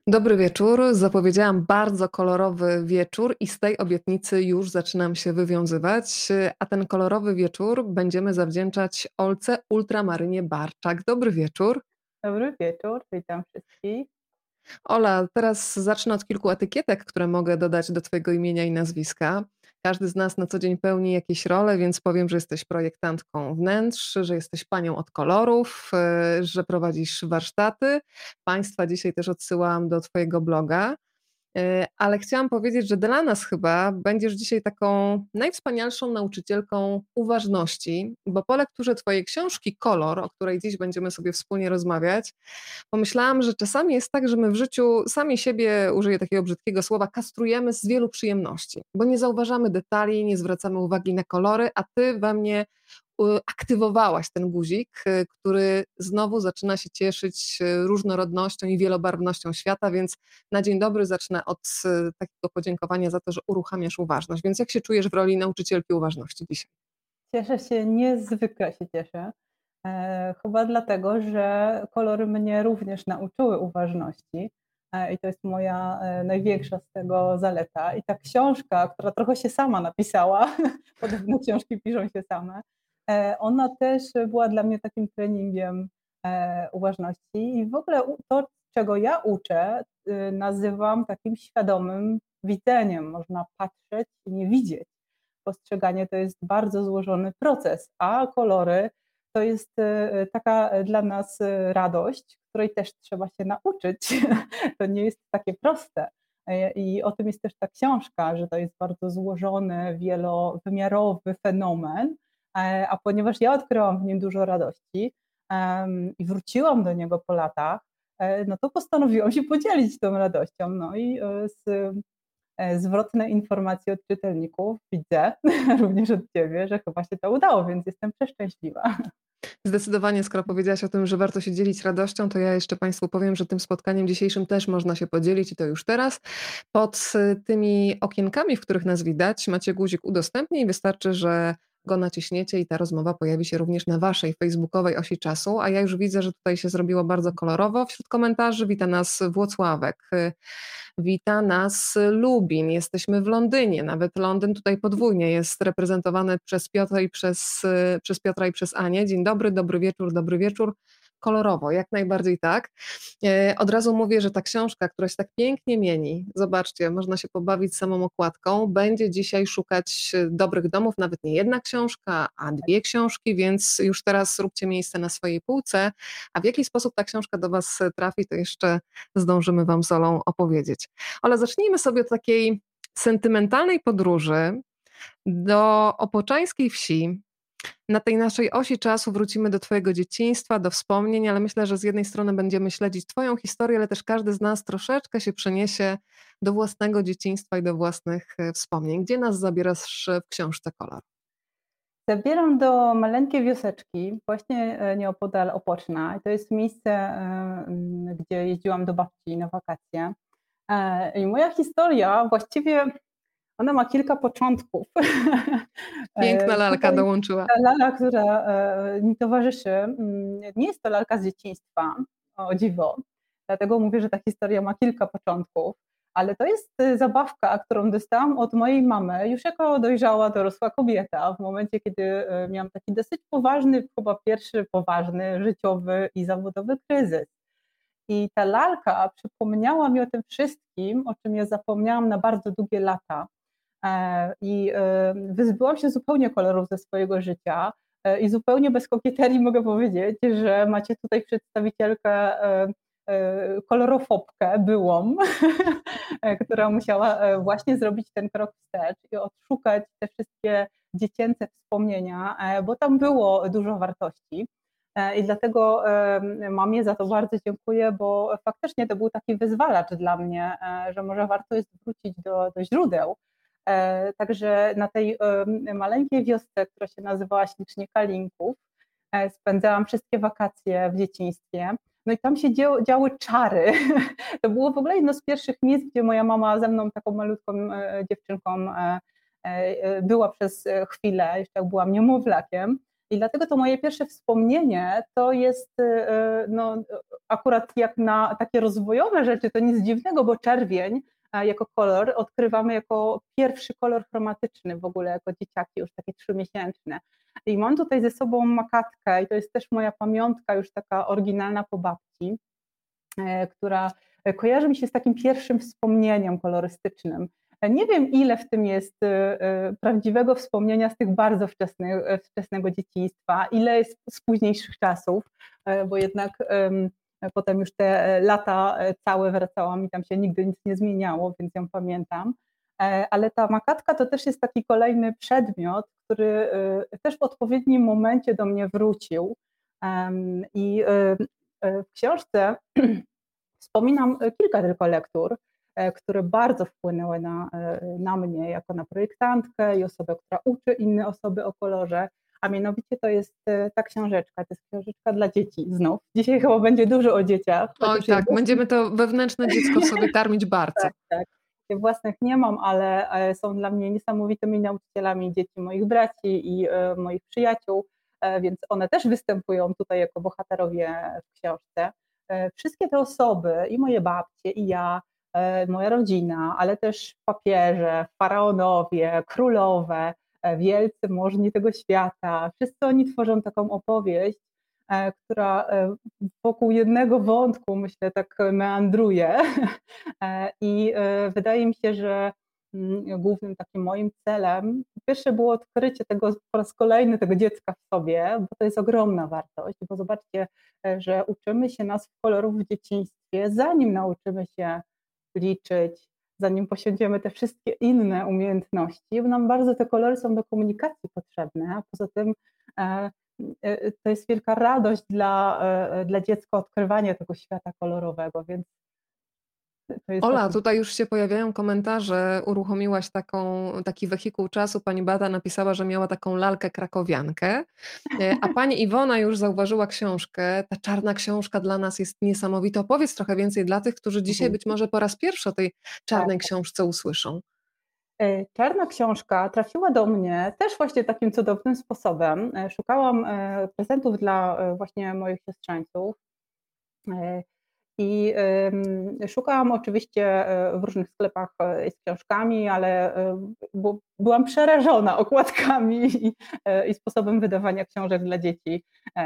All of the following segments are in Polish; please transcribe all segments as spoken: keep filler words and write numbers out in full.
Dobry wieczór. Zapowiedziałam bardzo kolorowy wieczór i z tej obietnicy już zaczynam się wywiązywać, a ten kolorowy wieczór będziemy zawdzięczać Olce Ultramarynie Barczak. Dobry wieczór. Dobry wieczór, witam wszystkich. Ola, teraz zacznę od kilku etykietek, które mogę dodać do Twojego imienia i nazwiska. Każdy z nas na co dzień pełni jakieś role, więc powiem, że jesteś projektantką wnętrz, że jesteś panią od kolorów, y, że prowadzisz warsztaty. Państwa dzisiaj też odsyłam do Twojego bloga. Y, Ale chciałam powiedzieć, że dla nas chyba będziesz dzisiaj taką najwspanialszą nauczycielką uważności, bo po lekturze Twojej książki Kolor, o której dziś będziemy sobie wspólnie rozmawiać, pomyślałam, że czasami jest tak, że my w życiu sami siebie, użyję takiego brzydkiego słowa, kastrujemy z wielu przyjemności, bo nie zauważamy detali, nie zwracamy uwagi na kolory, a Ty we mnie y, aktywowałaś ten guzik, y, który znowu zaczyna się cieszyć y, różnorodnością i wielobarwnością świata, więc na dzień dobry zacznę od y, takiego podziękowania za to, że uruchamiasz uważność. Więc jak się czujesz w roli nauczycielki uważności dzisiaj? Cieszę się, niezwykle się cieszę. E, chyba dlatego, że kolory mnie również nauczyły uważności e, i to jest moja e, największa z tego zaleta. I ta książka, która trochę się sama napisała, podobno książki piszą się same, e, ona też była dla mnie takim treningiem e, uważności i w ogóle u- to, czego ja uczę, y, nazywam takim świadomym widzeniem. Można patrzeć i nie widzieć. Postrzeganie to jest bardzo złożony proces, a kolory to jest e, taka dla nas e, radość, której też trzeba się nauczyć. To nie jest takie proste. E, I o tym jest też ta książka, że to jest bardzo złożony, wielowymiarowy fenomen. E, A ponieważ ja odkryłam w nim dużo radości em, i wróciłam do niego po latach, e, no to postanowiłam się podzielić tą radością. No i e, z e, zwrotne informacje od czytelników widzę, również od Ciebie, że chyba się to udało, więc jestem przeszczęśliwa. Zdecydowanie, skoro powiedziałaś o tym, że warto się dzielić radością, to ja jeszcze Państwu powiem, że tym spotkaniem dzisiejszym też można się podzielić i to już teraz. Pod y, tymi okienkami, w których nas widać, macie guzik udostępnij. Wystarczy, że go naciśniecie i ta rozmowa pojawi się również na Waszej facebookowej osi czasu. A ja już widzę, że tutaj się zrobiło bardzo kolorowo. Wśród komentarzy wita nas Włocławek, y, wita nas Lubin. Jesteśmy w Londynie. Nawet Londyn tutaj podwójnie jest reprezentowany przez Piotra i przez, y, przez Piotra i przez Anię. Dzień dobry, dobry wieczór, dobry wieczór. Kolorowo, jak najbardziej tak. E, Od razu mówię, że ta książka, która się tak pięknie mieni, zobaczcie, można się pobawić samą okładką, będzie dzisiaj szukać e, dobrych domów, nawet nie jedna książka, a dwie książki, więc już teraz róbcie miejsce na swojej półce, a w jaki sposób ta książka do Was trafi, to jeszcze zdążymy Wam z Olą opowiedzieć. Ale zacznijmy sobie od takiej sentymentalnej podróży do Opoczańskiej Wsi. Na tej naszej osi czasu wrócimy do Twojego dzieciństwa, do wspomnień, ale myślę, że z jednej strony będziemy śledzić Twoją historię, ale też każdy z nas troszeczkę się przeniesie do własnego dzieciństwa i do własnych e, wspomnień. Gdzie nas zabierasz w książce Kolor? Zabieram do maleńkiej wioseczki, właśnie e, nieopodal Opoczna. I to jest miejsce, e, m, gdzie jeździłam do babci na wakacje. E, I moja historia właściwie ona ma kilka początków. Piękna E, lalka Tutaj dołączyła. ta lala, która e, mi towarzyszy, mm, nie jest to lalka z dzieciństwa, o dziwo. Dlatego mówię, że ta historia ma kilka początków, ale to jest e, zabawka, którą dostałam od mojej mamy już jako dojrzała, dorosła kobieta, w momencie, kiedy e, miałam taki dosyć poważny, chyba pierwszy poważny życiowy i zawodowy kryzys. I ta lalka przypomniała mi o tym wszystkim, o czym ja zapomniałam na bardzo długie lata. E, I e, wyzbyłam się zupełnie kolorów ze swojego życia e, i zupełnie bez kokieterii mogę powiedzieć, że macie tutaj przedstawicielkę e, e, kolorofobkę, byłą, e, która musiała e, właśnie zrobić ten krok wstecz i odszukać te wszystkie dziecięce wspomnienia, e, bo tam było dużo wartości. E, I dlatego e, mamie za to bardzo dziękuję, bo faktycznie to był taki wyzwalacz dla mnie, e, że może warto jest wrócić do, do źródeł. E, Także na tej e, maleńkiej wiosce, która się nazywała ślicznie Kalinków, e, spędzałam wszystkie wakacje w dzieciństwie. No i tam się dzieło, działy czary. To było w ogóle jedno z pierwszych miejsc, gdzie moja mama ze mną, taką malutką e, dziewczynką, e, e, była przez chwilę, jeszcze jak byłam niemowlakiem. I dlatego to moje pierwsze wspomnienie to jest no, akurat jak na takie rozwojowe rzeczy, to nic dziwnego, bo czerwień jako kolor odkrywamy jako pierwszy kolor chromatyczny w ogóle jako dzieciaki, już takie trzymiesięczne. I mam tutaj ze sobą makatkę i to jest też moja pamiątka już taka oryginalna po babci, która kojarzy mi się z takim pierwszym wspomnieniem kolorystycznym. Nie wiem, ile w tym jest prawdziwego wspomnienia z tych bardzo wczesnych, wczesnego dzieciństwa, ile jest z późniejszych czasów, bo jednak potem już te lata całe wracałam i tam się nigdy nic nie zmieniało, więc ją pamiętam. Ale ta makatka to też jest taki kolejny przedmiot, który też w odpowiednim momencie do mnie wrócił. I w książce wspominam kilka tylko lektur, które bardzo wpłynęły na, na mnie jako na projektantkę i osobę, która uczy inne osoby o kolorze, a mianowicie to jest ta książeczka, to jest książeczka dla dzieci znów. Dzisiaj chyba będzie dużo o dzieciach. Oj tak, ja będziemy to wewnętrzne dziecko w sobie karmić bardzo. Tak, tak. Ja własnych nie mam, ale są dla mnie niesamowitymi nauczycielami dzieci moich braci i moich przyjaciół, więc one też występują tutaj jako bohaterowie w książce. Wszystkie te osoby, i moje babcie, i ja, moja rodzina, ale też papieże, faraonowie, królowe, wielcy możni tego świata, wszyscy oni tworzą taką opowieść, która wokół jednego wątku, myślę, tak meandruje i wydaje mi się, że głównym takim moim celem pierwsze było odkrycie tego po raz kolejny tego dziecka w sobie, bo to jest ogromna wartość, bo zobaczcie, że uczymy się nazw kolorów w dzieciństwie, zanim nauczymy się liczyć, zanim posiądziemy te wszystkie inne umiejętności, bo nam bardzo te kolory są do komunikacji potrzebne, a poza tym to jest wielka radość dla, dla dziecka odkrywanie tego świata kolorowego, więc Ola, taki... tutaj już się pojawiają komentarze, uruchomiłaś taką, taki wehikuł czasu, pani Beata napisała, że miała taką lalkę krakowiankę, a pani Iwona już zauważyła książkę, ta czarna książka dla nas jest niesamowita. Opowiedz trochę więcej dla tych, którzy dzisiaj być może po raz pierwszy o tej czarnej tak. książce usłyszą. Czarna książka trafiła do mnie też właśnie takim cudownym sposobem. Szukałam prezentów dla właśnie moich siostrzeńców i szukałam oczywiście w różnych sklepach z książkami, ale byłam przerażona okładkami i, i sposobem wydawania książek dla dzieci.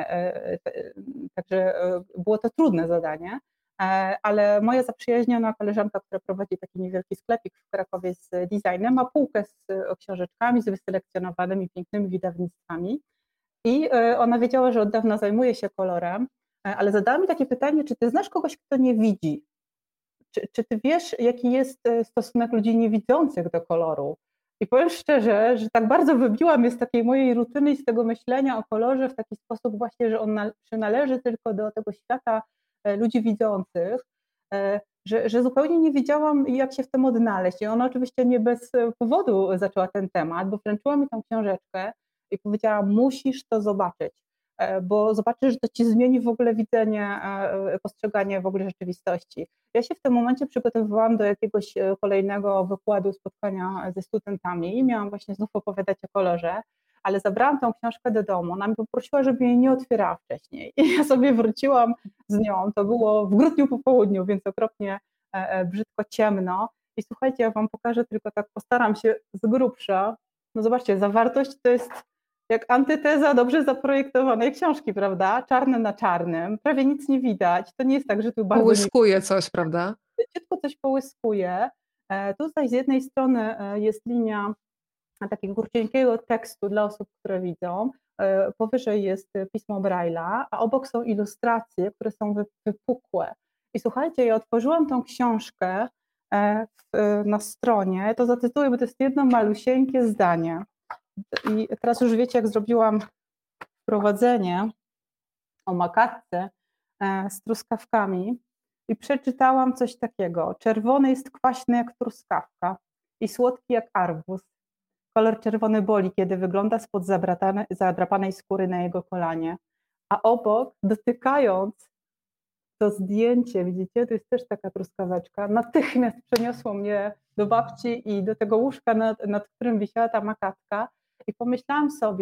Także było to trudne zadanie. Ale moja zaprzyjaźniona koleżanka, która prowadzi taki niewielki sklepik w Krakowie z designem, ma półkę z książeczkami, z wyselekcjonowanymi pięknymi wydawnictwami i ona wiedziała, że od dawna zajmuje się kolorem, ale zadała mi takie pytanie, czy ty znasz kogoś, kto nie widzi? Czy, czy ty wiesz, jaki jest stosunek ludzi niewidzących do koloru? I powiem szczerze, że tak bardzo wybiła mnie z takiej mojej rutyny i z tego myślenia o kolorze w taki sposób właśnie, że on przynależy tylko do tego świata ludzi widzących, że, że zupełnie nie wiedziałam, jak się w tym odnaleźć. I ona oczywiście nie bez powodu zaczęła ten temat, bo wręczyła mi tą książeczkę i powiedziała, musisz to zobaczyć, bo zobaczysz, że to ci zmieni w ogóle widzenie, postrzeganie w ogóle rzeczywistości. Ja się w tym momencie przygotowywałam do jakiegoś kolejnego wykładu, spotkania ze studentami i miałam właśnie znów opowiadać o kolorze, ale zabrałam tą książkę do domu, ona mi poprosiła, żeby jej nie otwierała wcześniej i ja sobie wróciłam z nią, to było w grudniu po południu, więc okropnie brzydko ciemno i słuchajcie, ja wam pokażę, tylko tak postaram się z grubsza, no zobaczcie, zawartość to jest jak antyteza dobrze zaprojektowanej książki, prawda, czarne na czarnym, prawie nic nie widać, to nie jest tak, że tu bardzo... Połyskuje coś, prawda? Ciutko coś połyskuje, tutaj z jednej strony jest linia takiego krócienkiego tekstu dla osób, które widzą. Powyżej jest pismo Braille'a, a obok są ilustracje, które są wypukłe. I słuchajcie, ja otworzyłam tą książkę w, na stronie, to zacytuję, bo to jest jedno malusieńkie zdanie. I teraz już wiecie, jak zrobiłam wprowadzenie o makatce z truskawkami i przeczytałam coś takiego. Czerwony jest kwaśny jak truskawka i słodki jak arbuz. Kolor czerwony boli, kiedy wygląda spod zadrapanej skóry na jego kolanie. A obok, dotykając to zdjęcie, widzicie, to jest też taka truskaweczka, natychmiast przeniosło mnie do babci i do tego łóżka, nad, nad którym wisiała ta makatka i pomyślałam sobie,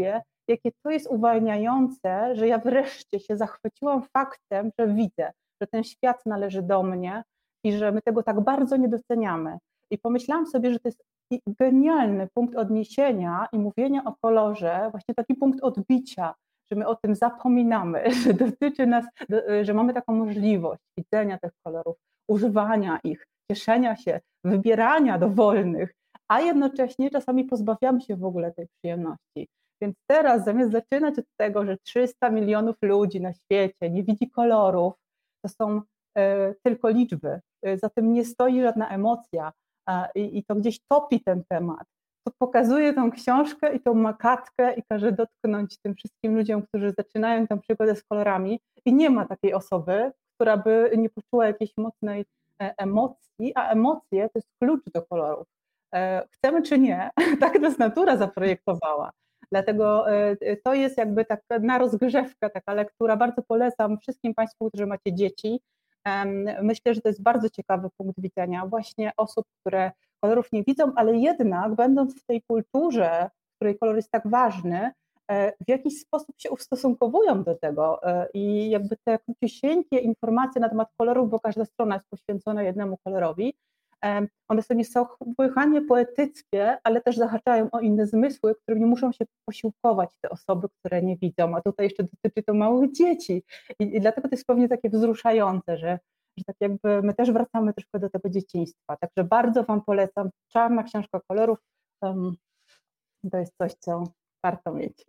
jakie to jest uwalniające, że ja wreszcie się zachwyciłam faktem, że widzę, że ten świat należy do mnie i że my tego tak bardzo nie doceniamy. I pomyślałam sobie, że to jest genialny punkt odniesienia i mówienia o kolorze, właśnie taki punkt odbicia, że my o tym zapominamy, że dotyczy nas, że mamy taką możliwość widzenia tych kolorów, używania ich, cieszenia się, wybierania dowolnych, a jednocześnie czasami pozbawiamy się w ogóle tej przyjemności. Więc teraz zamiast zaczynać od tego, że trzysta milionów ludzi na świecie nie widzi kolorów, to są e, tylko liczby, e, za tym nie stoi żadna emocja e, i to gdzieś topi ten temat, to pokazuje tą książkę i tą makatkę i każe dotknąć tym wszystkim ludziom, którzy zaczynają tę przygodę z kolorami i nie ma takiej osoby, która by nie poczuła jakiejś mocnej e, emocji, a emocje to jest klucz do kolorów. E, chcemy czy nie, tak nas natura zaprojektowała. Dlatego to jest jakby taka na rozgrzewkę, taka lektura. Bardzo polecam wszystkim Państwu, którzy macie dzieci. Myślę, że to jest bardzo ciekawy punkt widzenia właśnie osób, które kolorów nie widzą, ale jednak będąc w tej kulturze, w której kolor jest tak ważny, w jakiś sposób się ustosunkowują do tego i jakby te króciusieńkie informacje na temat kolorów, bo każda strona jest poświęcona jednemu kolorowi, one są niesłychanie poetyckie, ale też zahaczają o inne zmysły, którymi muszą się posiłkować te osoby, które nie widzą, a tutaj jeszcze dotyczy to małych dzieci i, i dlatego to jest pewnie takie wzruszające, że, że tak jakby my też wracamy troszkę do tego dzieciństwa, także bardzo Wam polecam, Czarna książka kolorów, um, to jest coś, co warto mieć.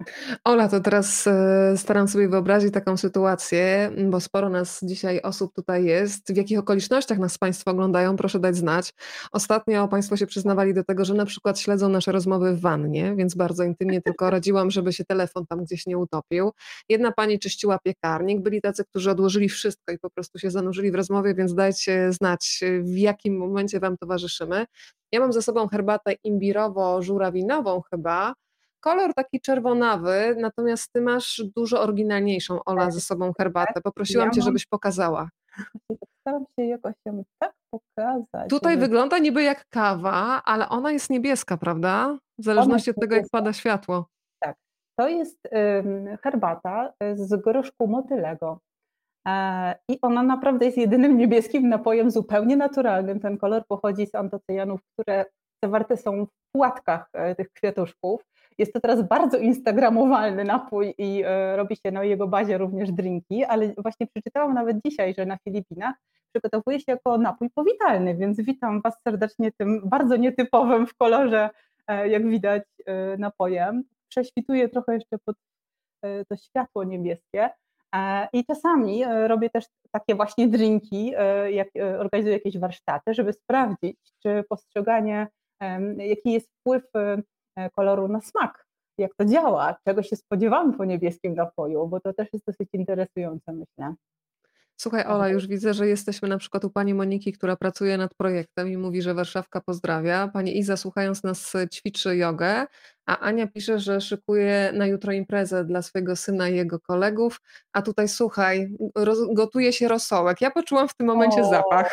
Ola, to teraz e, staram sobie wyobrazić taką sytuację, bo sporo nas dzisiaj osób tutaj jest. W jakich okolicznościach nas Państwo oglądają, proszę dać znać. Ostatnio Państwo się przyznawali do tego, że na przykład śledzą nasze rozmowy w wannie, więc bardzo intymnie tylko radziłam, żeby się telefon tam gdzieś nie utopił. Jedna pani czyściła piekarnik, byli tacy, którzy odłożyli wszystko i po prostu się zanurzyli w rozmowie, więc dajcie znać, w jakim momencie Wam towarzyszymy. Ja mam ze sobą herbatę imbirowo-żurawinową chyba, kolor taki czerwonawy, natomiast ty masz dużo oryginalniejszą, Ola, ze sobą herbatę. Poprosiłam Ja cię, mam, żebyś pokazała. staram się jakoś ją tak pokazać, Tutaj żeby wygląda niby jak kawa, ale ona jest niebieska, prawda? W ona zależności jest od tego, jak niebieska. pada światło. Tak, to jest ym, herbata z groszku motylego. E, I ona naprawdę jest jedynym niebieskim napojem zupełnie naturalnym. Ten kolor pochodzi z antocyjanów, które zawarte są w płatkach e, tych kwiatuszków. Jest to teraz bardzo instagramowalny napój i e, robi się na jego bazie również drinki, ale właśnie przeczytałam nawet dzisiaj, że na Filipinach przygotowuje się jako napój powitalny, więc witam Was serdecznie tym bardzo nietypowym w kolorze, e, jak widać, e, napojem. Prześwituje trochę jeszcze pod e, to światło niebieskie. I czasami robię też takie właśnie drinki, jak organizuję jakieś warsztaty, żeby sprawdzić, czy postrzeganie, jaki jest wpływ koloru na smak, jak to działa, czego się spodziewamy po niebieskim napoju, bo to też jest dosyć interesujące, myślę. Słuchaj, Ola, już widzę, że jesteśmy na przykład u pani Moniki, która pracuje nad projektem i mówi, że Warszawka pozdrawia. Pani Iza, słuchając nas, ćwiczy jogę, a Ania pisze, że szykuje na jutro imprezę dla swojego syna i jego kolegów, a tutaj słuchaj, roz, gotuje się rosołek. Ja poczułam w tym momencie O, zapach,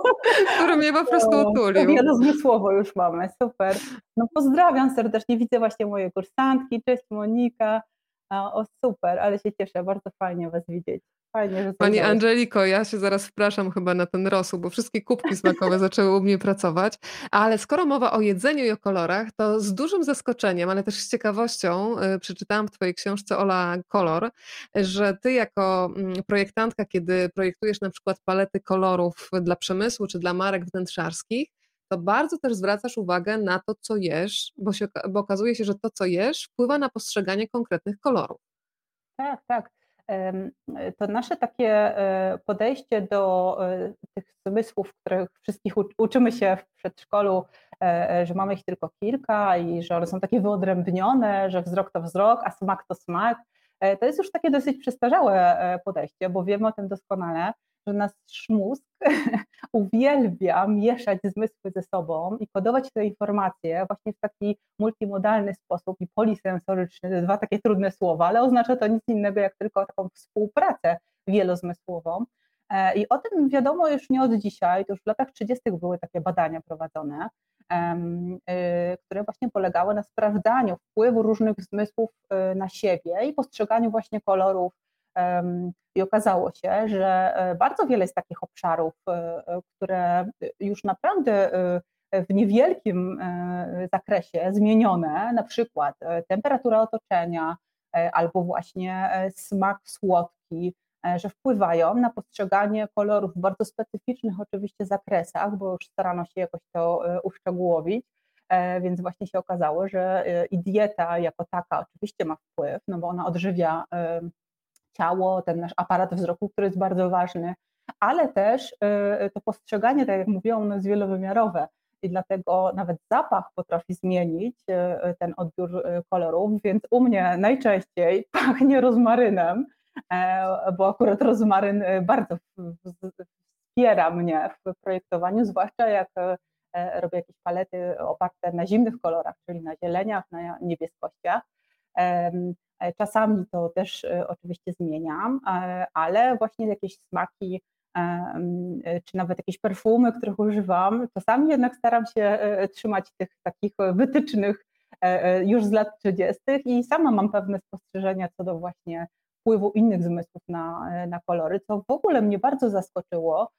który mnie po prostu o, to utulił. wielozmysłowo już mamy, super. No pozdrawiam serdecznie, widzę właśnie moje kursantki, cześć Monika, o super, ale się cieszę, bardzo fajnie Was widzieć. Fajnie, że Pani zajrzałeś. Angeliko, ja się zaraz wpraszam chyba na ten rosół, bo wszystkie kubki smakowe zaczęły u mnie pracować, ale skoro mowa o jedzeniu i o kolorach, to z dużym zaskoczeniem, ale też z ciekawością y, przeczytałam w twojej książce Ola Kolor, że ty jako mm, projektantka, kiedy projektujesz na przykład palety kolorów dla przemysłu czy dla marek wnętrzarskich, to bardzo też zwracasz uwagę na to, co jesz, bo, się, bo okazuje się, że to, co jesz, wpływa na postrzeganie konkretnych kolorów. Tak, tak. To nasze takie podejście do tych zmysłów, których wszystkich uczymy się w przedszkolu, że mamy ich tylko kilka i że one są takie wyodrębnione, że wzrok to wzrok, a smak to smak. To jest już takie dosyć przestarzałe podejście, bo wiemy o tym doskonale, że nasz mózg uwielbia mieszać zmysły ze sobą i kodować te informacje właśnie w taki multimodalny sposób i polisensoryczny, dwa takie trudne słowa, ale oznacza to nic innego jak tylko taką współpracę wielozmysłową. I o tym wiadomo już nie od dzisiaj, to już w latach trzydziestych były takie badania prowadzone, które właśnie polegały na sprawdzaniu wpływu różnych zmysłów na siebie i postrzeganiu właśnie kolorów. I okazało się, że bardzo wiele jest takich obszarów, które już naprawdę w niewielkim zakresie zmienione, na przykład temperatura otoczenia albo właśnie smak słodki, że wpływają na postrzeganie kolorów w bardzo specyficznych oczywiście zakresach, bo już starano się jakoś to uszczegółowić, więc właśnie się okazało, że i dieta jako taka oczywiście ma wpływ, no bo ona odżywia ciało, ten nasz aparat wzroku, który jest bardzo ważny, ale też to postrzeganie, tak jak mówiłam, ono jest wielowymiarowe i dlatego nawet zapach potrafi zmienić ten odbiór kolorów, więc u mnie najczęściej pachnie rozmarynem, bo akurat rozmaryn bardzo wspiera mnie w projektowaniu, zwłaszcza jak robię jakieś palety oparte na zimnych kolorach, czyli na zieleniach, na niebieskościach. Czasami to też oczywiście zmieniam, ale właśnie jakieś smaki, czy nawet jakieś perfumy, których używam, czasami jednak staram się trzymać tych takich wytycznych już z lat trzydziestych i sama mam pewne spostrzeżenia co do właśnie wpływu innych zmysłów na, na kolory, co w ogóle mnie bardzo zaskoczyło,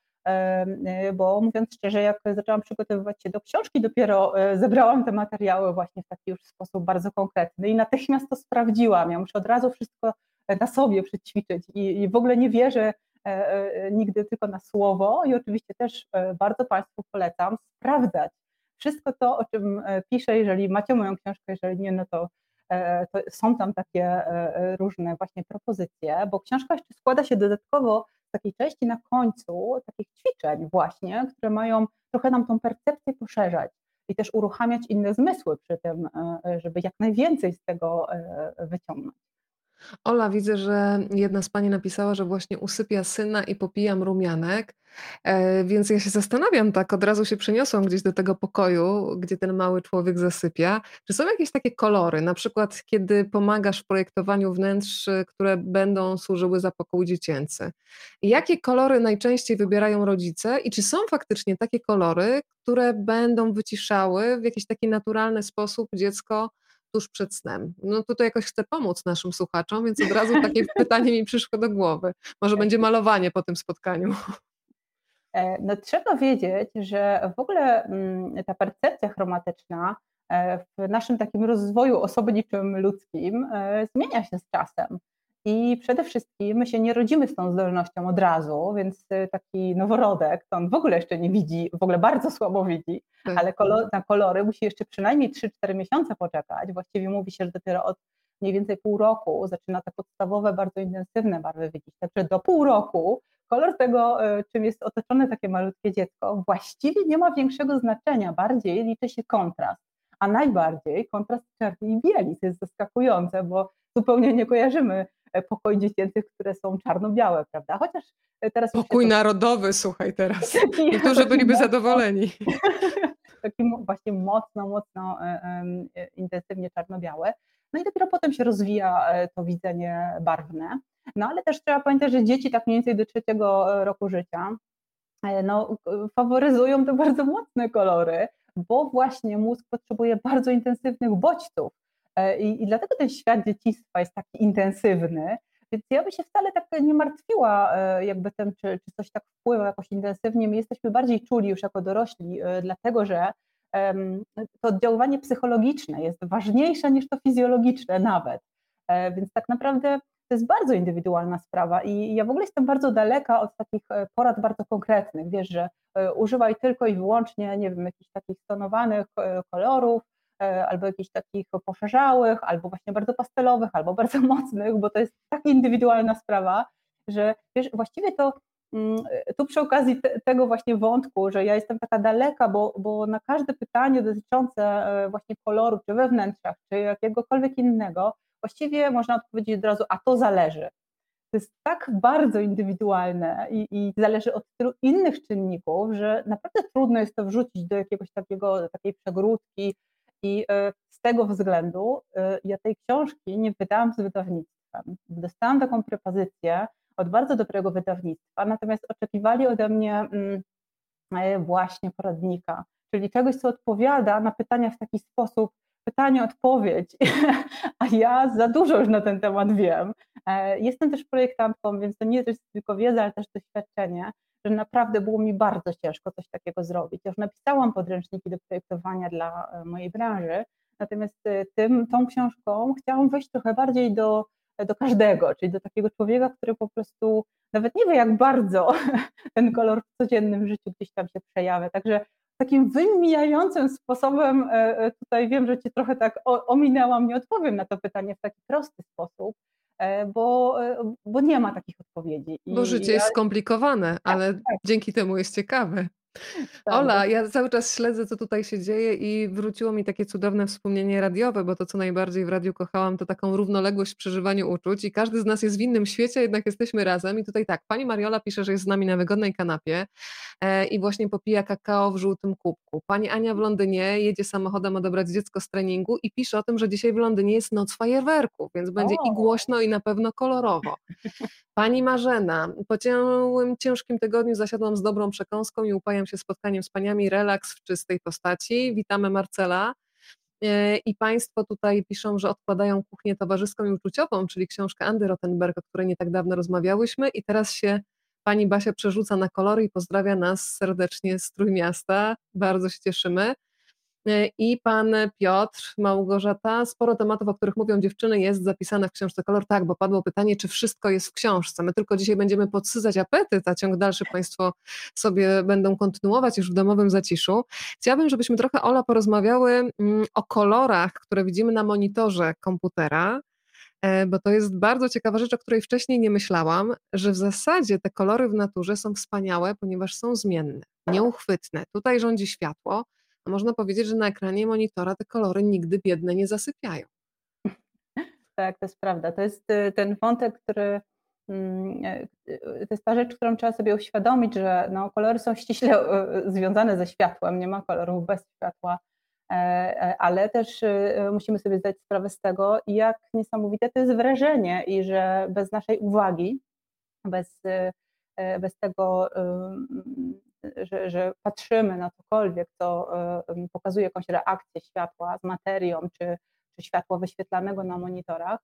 bo mówiąc szczerze, jak zaczęłam przygotowywać się do książki, dopiero zebrałam te materiały właśnie w taki już sposób bardzo konkretny i natychmiast to sprawdziłam. Ja muszę od razu wszystko na sobie przećwiczyć i, i w ogóle nie wierzę nigdy tylko na słowo i oczywiście też bardzo Państwu polecam sprawdzać wszystko to, o czym piszę, jeżeli macie moją książkę, jeżeli nie, no to, to są tam takie różne właśnie propozycje, bo książka jeszcze składa się dodatkowo z takiej części na końcu, takich ćwiczeń właśnie, które mają trochę nam tą percepcję poszerzać i też uruchamiać inne zmysły przy tym, żeby jak najwięcej z tego wyciągnąć. Ola, widzę, że jedna z pani napisała, że właśnie usypia syna i popijam rumianek, e, więc ja się zastanawiam, tak od razu się przeniosłam gdzieś do tego pokoju, gdzie ten mały człowiek zasypia. Czy są jakieś takie kolory, na przykład kiedy pomagasz w projektowaniu wnętrz, które będą służyły za pokój dziecięcy? Jakie kolory najczęściej wybierają rodzice i czy są faktycznie takie kolory, które będą wyciszały w jakiś taki naturalny sposób dziecko tuż przed snem? No tutaj jakoś chcę pomóc naszym słuchaczom, więc od razu takie pytanie mi przyszło do głowy. Może będzie malowanie po tym spotkaniu. No trzeba wiedzieć, że w ogóle ta percepcja chromatyczna w naszym takim rozwoju osobniczym ludzkim zmienia się z czasem. I przede wszystkim my się nie rodzimy z tą zdolnością od razu, więc taki noworodek, to on w ogóle jeszcze nie widzi, w ogóle bardzo słabo widzi, Tak. ale kolor, na kolory musi jeszcze przynajmniej trzy cztery miesiące poczekać. Właściwie mówi się, że dopiero od mniej więcej pół roku zaczyna te podstawowe, bardzo intensywne barwy widzieć. Także do pół roku kolor tego, czym jest otoczone takie malutkie dziecko, właściwie nie ma większego znaczenia. Bardziej liczy się kontrast, a najbardziej kontrast czerni i bieli. To jest zaskakujące, bo zupełnie nie kojarzymy pokoi dziecięcych, które są czarno-białe, prawda? Chociaż teraz już Pokój to... narodowy, słuchaj teraz. Taki, Niektórzy taki byliby mocno, zadowoleni. Taki właśnie mocno, mocno intensywnie czarno-białe. No i dopiero potem się rozwija to widzenie barwne. No ale też trzeba pamiętać, że dzieci tak mniej więcej do trzeciego roku życia no, faworyzują te bardzo mocne kolory, bo właśnie mózg potrzebuje bardzo intensywnych bodźców. I, I dlatego ten świat dzieciństwa jest taki intensywny, więc ja bym się wcale tak nie martwiła jakby tym, czy, czy coś tak wpływa jakoś intensywnie. My jesteśmy bardziej czuli już jako dorośli, dlatego że um, to oddziaływanie psychologiczne jest ważniejsze niż to fizjologiczne nawet. Więc tak naprawdę to jest bardzo indywidualna sprawa i ja w ogóle jestem bardzo daleka od takich porad bardzo konkretnych, wiesz, że używaj tylko i wyłącznie, nie wiem, jakichś takich stonowanych kolorów, albo jakichś takich poszerzałych, albo właśnie bardzo pastelowych, albo bardzo mocnych, bo to jest tak indywidualna sprawa, że wiesz, właściwie to tu przy okazji te, tego właśnie wątku, że ja jestem taka daleka, bo, bo na każde pytanie dotyczące właśnie koloru, czy we wnętrzach, czy jakiegokolwiek innego, właściwie można odpowiedzieć od razu, a to zależy. To jest tak bardzo indywidualne i, i zależy od tylu innych czynników, że naprawdę trudno jest to wrzucić do jakiegoś takiego, takiej przegródki i z tego względu ja tej książki nie wydałam z wydawnictwem. Dostałam taką propozycję od bardzo dobrego wydawnictwa, natomiast oczekiwali ode mnie właśnie poradnika, czyli czegoś, co odpowiada na pytania w taki sposób, pytanie-odpowiedź, a ja za dużo już na ten temat wiem. Jestem też projektantką, więc to nie jest tylko wiedza, ale też doświadczenie, że naprawdę było mi bardzo ciężko coś takiego zrobić. Ja już napisałam podręczniki do projektowania dla mojej branży, natomiast tym, tą książką chciałam wejść trochę bardziej do, do każdego, czyli do takiego człowieka, który po prostu nawet nie wie, jak bardzo ten kolor w codziennym życiu gdzieś tam się przejawia. Także takim wymijającym sposobem tutaj wiem, że Cię trochę tak ominęłam, nie odpowiem na to pytanie w taki prosty sposób, bo, bo nie ma takich odpowiedzi. Bo życie I jest ja... skomplikowane, tak, ale tak, dzięki temu jest ciekawe. tak, Ola, dokładnie. ja cały czas śledzę, co tutaj się dzieje i wróciło mi takie cudowne wspomnienie radiowe, bo to, co najbardziej w radiu kochałam, to taką równoległość w przeżywaniu uczuć i każdy z nas jest w innym świecie, jednak jesteśmy razem. I tutaj tak, pani Mariola pisze, że jest z nami na wygodnej kanapie e, i właśnie popija kakao w żółtym kubku. Pani Ania w Londynie jedzie samochodem odebrać dziecko z treningu i pisze o tym, że dzisiaj w Londynie jest noc fajerwerków, więc będzie i O, głośno, i na pewno kolorowo. Pani Marzena, po całym ciężkim tygodniu zasiadłam z dobrą przekąską i upajam się spotkaniem z paniami, relaks w czystej postaci. Witamy Marcela. I Państwo tutaj piszą, że odkładają kuchnię towarzyską i uczuciową, czyli książkę Andy Rothenberg, o której nie tak dawno rozmawiałyśmy i teraz się pani Basia przerzuca na kolory i pozdrawia nas serdecznie z Trójmiasta. Bardzo się cieszymy. I pan Piotr, Małgorzata, sporo tematów, o których mówią dziewczyny, jest zapisane w książce Kolor. Tak, bo padło pytanie, czy wszystko jest w książce. My tylko dzisiaj będziemy podsycać apetyt, a ciąg dalszy Państwo sobie będą kontynuować już w domowym zaciszu. Chciałabym, żebyśmy trochę, Ola, porozmawiały o kolorach, które widzimy na monitorze komputera, bo to jest bardzo ciekawa rzecz, o której wcześniej nie myślałam, że w zasadzie te kolory w naturze są wspaniałe, ponieważ są zmienne, nieuchwytne. Tutaj rządzi światło, a można powiedzieć, że na ekranie monitora te kolory nigdy biedne nie zasypiają. tak, to jest prawda. To jest ten wątek, który to jest ta rzecz, którą trzeba sobie uświadomić, że no, kolory są ściśle związane ze światłem, nie ma kolorów bez światła, ale też musimy sobie zdać sprawę z tego, jak niesamowite to jest wrażenie i że bez naszej uwagi, bez, bez tego, że, że patrzymy na cokolwiek, co pokazuje jakąś reakcję światła z materią, czy, czy światła wyświetlanego na monitorach,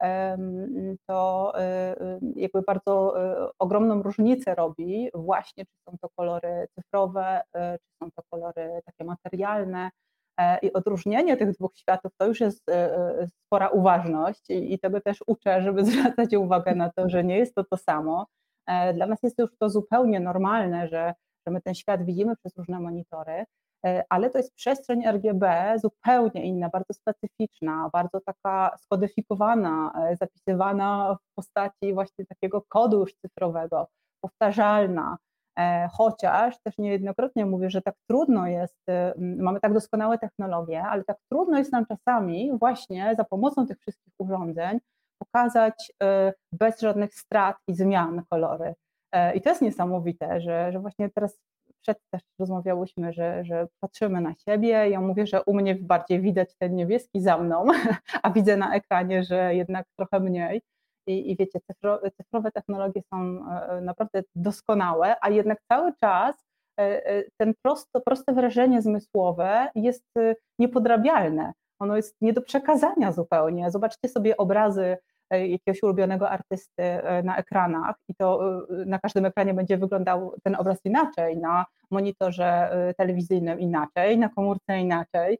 to jakby bardzo ogromną różnicę robi właśnie, czy są to kolory cyfrowe, czy są to kolory takie materialne. I odróżnienie tych dwóch światów to już jest spora uważność i tego też uczę, żeby zwracać uwagę na to, że nie jest to to samo. Dla nas jest już to zupełnie normalne, że, że my ten świat widzimy przez różne monitory, ale to jest przestrzeń R G B zupełnie inna, bardzo specyficzna, bardzo taka skodyfikowana, zapisywana w postaci właśnie takiego kodu już cyfrowego, powtarzalna, chociaż też niejednokrotnie mówię, że tak trudno jest, mamy tak doskonałe technologie, ale tak trudno jest nam czasami właśnie za pomocą tych wszystkich urządzeń pokazać bez żadnych strat i zmian kolory. I to jest niesamowite, że, że właśnie teraz przed też rozmawiałyśmy, że, że patrzymy na siebie. Ja mówię, że u mnie bardziej widać ten niebieski za mną, a widzę na ekranie, że jednak trochę mniej. I, i wiecie, cyfrowe, cyfrowe technologie są naprawdę doskonałe, a jednak cały czas ten prosto, proste wrażenie zmysłowe jest niepodrabialne. Ono jest nie do przekazania zupełnie. Zobaczcie sobie obrazy jakiegoś ulubionego artysty na ekranach i to na każdym ekranie będzie wyglądał ten obraz inaczej, na monitorze telewizyjnym inaczej, na komórce inaczej,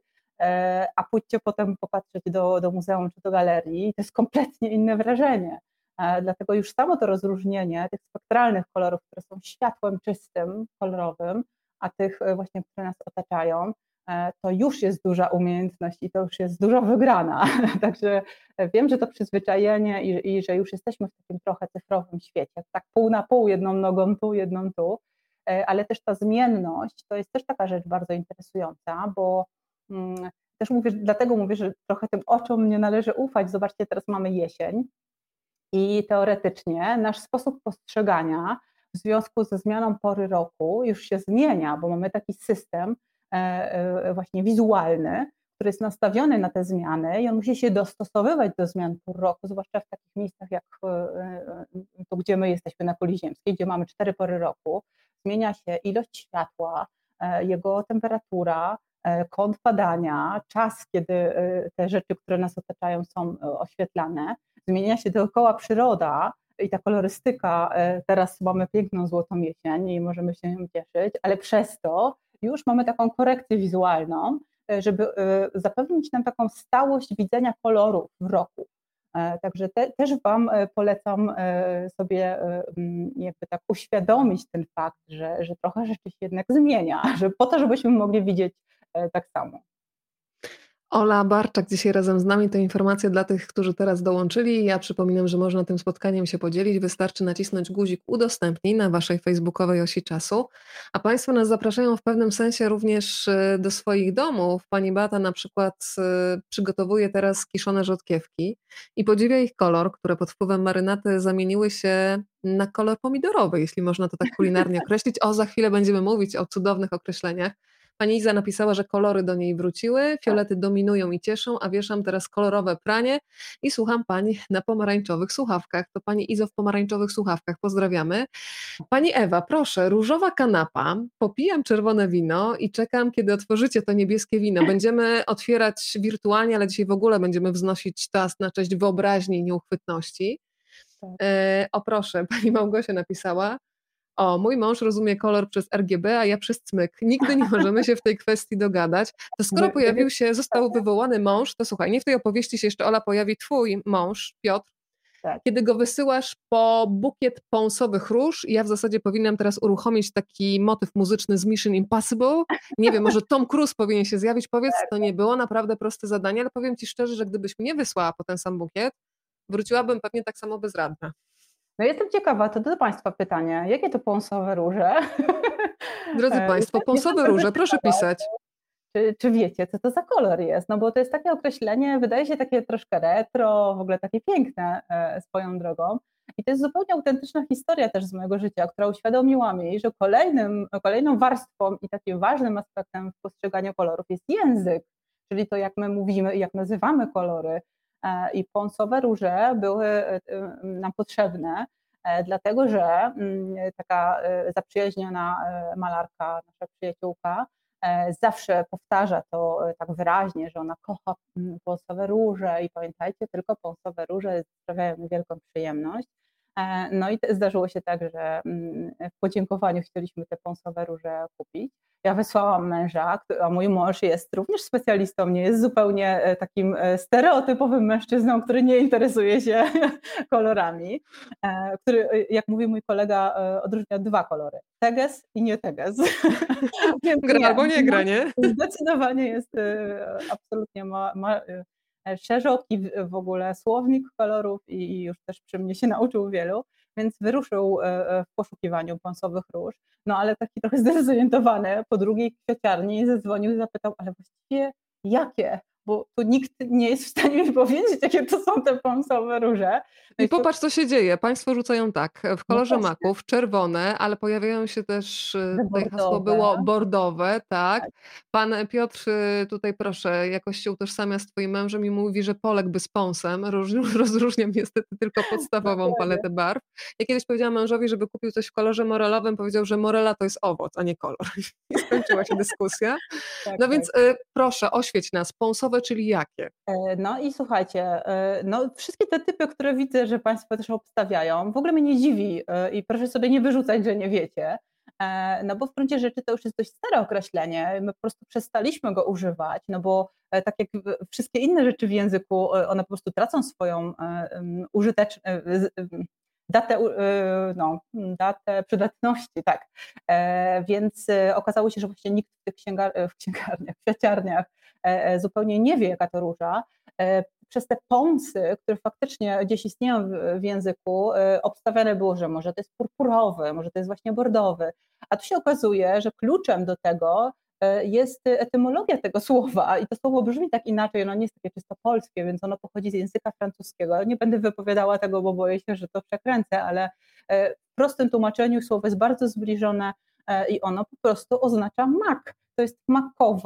a pójdźcie potem popatrzeć do, do muzeum czy do galerii, to jest kompletnie inne wrażenie. Dlatego już samo to rozróżnienie tych spektralnych kolorów, które są światłem czystym, kolorowym, a tych właśnie, które nas otaczają, to już jest duża umiejętność i to już jest duża wygrana. Także wiem, że to przyzwyczajenie i, i że już jesteśmy w takim trochę cyfrowym świecie, tak pół na pół, jedną nogą tu, jedną tu, ale też ta zmienność to jest też taka rzecz bardzo interesująca, bo mm, też mówię, dlatego mówię, że trochę tym oczom nie należy ufać. Zobaczcie, teraz mamy jesień i teoretycznie nasz sposób postrzegania w związku ze zmianą pory roku już się zmienia, bo mamy taki system właśnie wizualny, który jest nastawiony na te zmiany i on musi się dostosowywać do zmian pór roku, zwłaszcza w takich miejscach jak to, gdzie my jesteśmy na kuli ziemskiej, gdzie mamy cztery pory roku. Zmienia się ilość światła, jego temperatura, kąt padania, czas, kiedy te rzeczy, które nas otaczają, są oświetlane. Zmienia się dookoła przyroda i ta kolorystyka. Teraz mamy piękną złotą jesień i możemy się nią cieszyć, ale przez to już mamy taką korekcję wizualną, żeby zapewnić nam taką stałość widzenia kolorów w roku. Także te, też Wam polecam sobie jakby tak uświadomić ten fakt, że, że trochę rzeczy się jednak zmienia, że po to, żebyśmy mogli widzieć tak samo. Ola Barczak dzisiaj razem z nami. To informacje dla tych, którzy teraz dołączyli. Ja przypominam, że można tym spotkaniem się podzielić. Wystarczy nacisnąć guzik udostępnij na waszej facebookowej osi czasu. A Państwo nas zapraszają w pewnym sensie również do swoich domów. Pani Beata na przykład przygotowuje teraz kiszone rzodkiewki i podziwia ich kolor, które pod wpływem marynaty zamieniły się na kolor pomidorowy, jeśli można to tak kulinarnie określić. O, za chwilę będziemy mówić o cudownych określeniach. Pani Iza napisała, że kolory do niej wróciły, fiolety dominują i cieszą, a wieszam teraz kolorowe pranie i słucham Pani na pomarańczowych słuchawkach. To Pani Izo w pomarańczowych słuchawkach. Pozdrawiamy. Pani Ewa, proszę, różowa kanapa, popijam czerwone wino i czekam, kiedy otworzycie to niebieskie wino. Będziemy otwierać wirtualnie, ale dzisiaj w ogóle będziemy wznosić toast na cześć wyobraźni i nieuchwytności. E, o proszę, Pani Małgosia napisała. O, mój mąż rozumie kolor przez R G B, a ja przez cmyk. Nigdy nie możemy się w tej kwestii dogadać. To skoro pojawił się, został wywołany mąż, to słuchaj, nie w tej opowieści się jeszcze, Ola, pojawi twój mąż, Piotr, tak. Kiedy go wysyłasz po bukiet pąsowych róż, ja w zasadzie powinnam teraz uruchomić taki motyw muzyczny z Mission Impossible. Nie wiem, może Tom Cruise powinien się zjawić. Powiedz, to nie było naprawdę proste zadanie, ale powiem ci szczerze, że gdybyś mnie wysłała po ten sam bukiet, wróciłabym pewnie tak samo bezradna. No jestem ciekawa, to do Państwa pytanie, jakie to pąsowe róże? Drodzy Państwo, pąsowe róże, proszę pisać. Czy, czy wiecie, co to za kolor jest? No bo to jest takie określenie, wydaje się takie troszkę retro, w ogóle takie piękne e, swoją drogą. I to jest zupełnie autentyczna historia też z mojego życia, która uświadomiła mi, że kolejnym, kolejną warstwą i takim ważnym aspektem w postrzeganiu kolorów jest język, czyli to, jak my mówimy i jak nazywamy kolory. I pąsowe róże były nam potrzebne, dlatego że taka zaprzyjaźniona malarka, nasza przyjaciółka, zawsze powtarza to tak wyraźnie, że ona kocha pąsowe róże i pamiętajcie, tylko pąsowe róże sprawiają mi wielką przyjemność. No i zdarzyło się tak, że w podziękowaniu chcieliśmy te pąsowe róże kupić. Ja wysłałam męża, a mój mąż jest również specjalistą, nie jest zupełnie takim stereotypowym mężczyzną, który nie interesuje się kolorami, który, jak mówi mój kolega, odróżnia dwa kolory, teges i nie teges. Gra nie, albo nie gra, nie? Zdecydowanie jest absolutnie ma, ma szeroki w ogóle słownik kolorów i już też przy mnie się nauczył wielu, więc wyruszył w poszukiwaniu pąsowych róż, no ale taki trochę zdezorientowany po drugiej kwieciarni zadzwonił i zapytał, ale właściwie jakie? Bo tu nikt nie jest w stanie mi powiedzieć, jakie to są te pąsowe róże. I popatrz, co się dzieje. Państwo rzucają tak, w kolorze no maków, czerwone, ale pojawiają się też, tutaj hasło było bordowe, tak. Pan Piotr, tutaj proszę, jakoś się utożsamia z twoim mężem i mówi, że Polek by z pąsem. Rozróżniam niestety tylko podstawową paletę barw. Ja kiedyś powiedziałam mężowi, żeby kupił coś w kolorze morelowym, powiedział, że morela to jest owoc, a nie kolor. I skończyła się dyskusja. Tak, no tak. Więc y, proszę, oświeć nas. Pąsowe, czyli jakie? No i słuchajcie, no wszystkie te typy, które widzę, że Państwo też obstawiają, w ogóle mnie nie dziwi i proszę sobie nie wyrzucać, że nie wiecie, no bo w gruncie rzeczy to już jest dość stare określenie, my po prostu przestaliśmy go używać, no bo tak jak wszystkie inne rzeczy w języku, one po prostu tracą swoją użyteczność, datę, no, datę przydatności, tak. Więc okazało się, że właśnie nikt w tych księgar w księgarniach, w kwiaciarniach zupełnie nie wie, jaka to róża. Przez te pąsy, które faktycznie gdzieś istnieją w języku, obstawiane było, że może to jest purpurowy, może to jest właśnie bordowy, a tu się okazuje, że kluczem do tego jest etymologia tego słowa i to słowo brzmi tak inaczej, ono nie jest takie czysto polskie, więc ono pochodzi z języka francuskiego. Nie będę wypowiadała tego, bo boję się, że to przekręcę, ale w prostym tłumaczeniu słowo jest bardzo zbliżone i ono po prostu oznacza mak. To jest makowa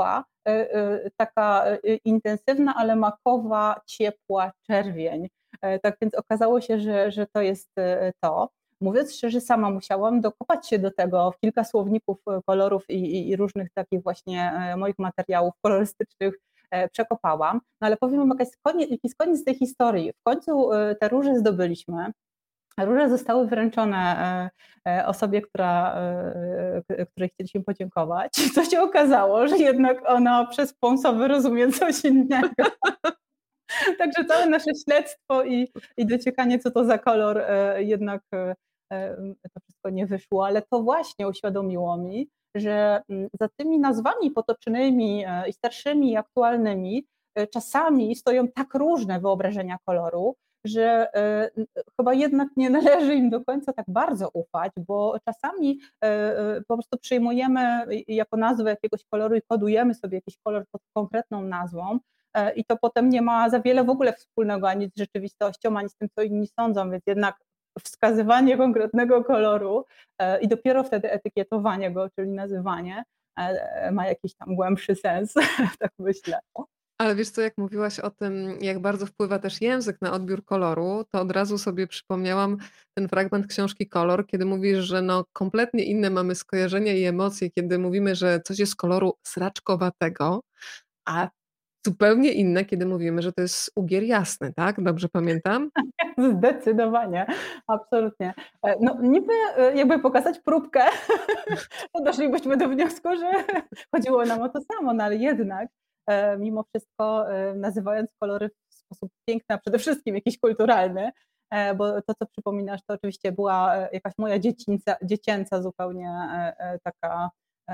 taka intensywna, ale makowa, ciepła czerwień. Tak więc okazało się, że, że to jest to. Mówiąc szczerze, sama musiałam dokopać się do tego, w kilka słowników kolorów i, i, i różnych takich właśnie moich materiałów kolorystycznych przekopałam. No ale powiem wam, jaki jest koniec, jaki jest koniec tej historii. W końcu te róże zdobyliśmy. Róże zostały wręczone osobie, która, której chcieliśmy podziękować. Co się okazało, że jednak ona przez pąsowy rozumie coś innego. Także całe nasze śledztwo i, i dociekanie, co to za kolor, jednak to wszystko nie wyszło, ale to właśnie uświadomiło mi, że za tymi nazwami potocznymi i starszymi i aktualnymi czasami stoją tak różne wyobrażenia koloru, że chyba jednak nie należy im do końca tak bardzo ufać, bo czasami po prostu przyjmujemy jako nazwę jakiegoś koloru i kodujemy sobie jakiś kolor pod konkretną nazwą i to potem nie ma za wiele w ogóle wspólnego ani z rzeczywistością, ani z tym, co inni sądzą, więc jednak wskazywanie konkretnego koloru i dopiero wtedy etykietowanie go, czyli nazywanie, ma jakiś tam głębszy sens, tak myślę. Ale wiesz co, jak mówiłaś o tym, jak bardzo wpływa też język na odbiór koloru, to od razu sobie przypomniałam ten fragment książki Kolor, kiedy mówisz, że no kompletnie inne mamy skojarzenia i emocje, kiedy mówimy, że coś jest koloru sraczkowatego, a zupełnie inne, kiedy mówimy, że to jest ugier jasny, tak? Dobrze pamiętam? Zdecydowanie, absolutnie. No niby jakby pokazać próbkę, to doszlibyśmy do wniosku, że chodziło nam o to samo, no ale jednak mimo wszystko nazywając kolory w sposób piękny, a przede wszystkim jakiś kulturalny, bo to, co przypominasz, to oczywiście była jakaś moja dziecięca, dziecięca zupełnie taka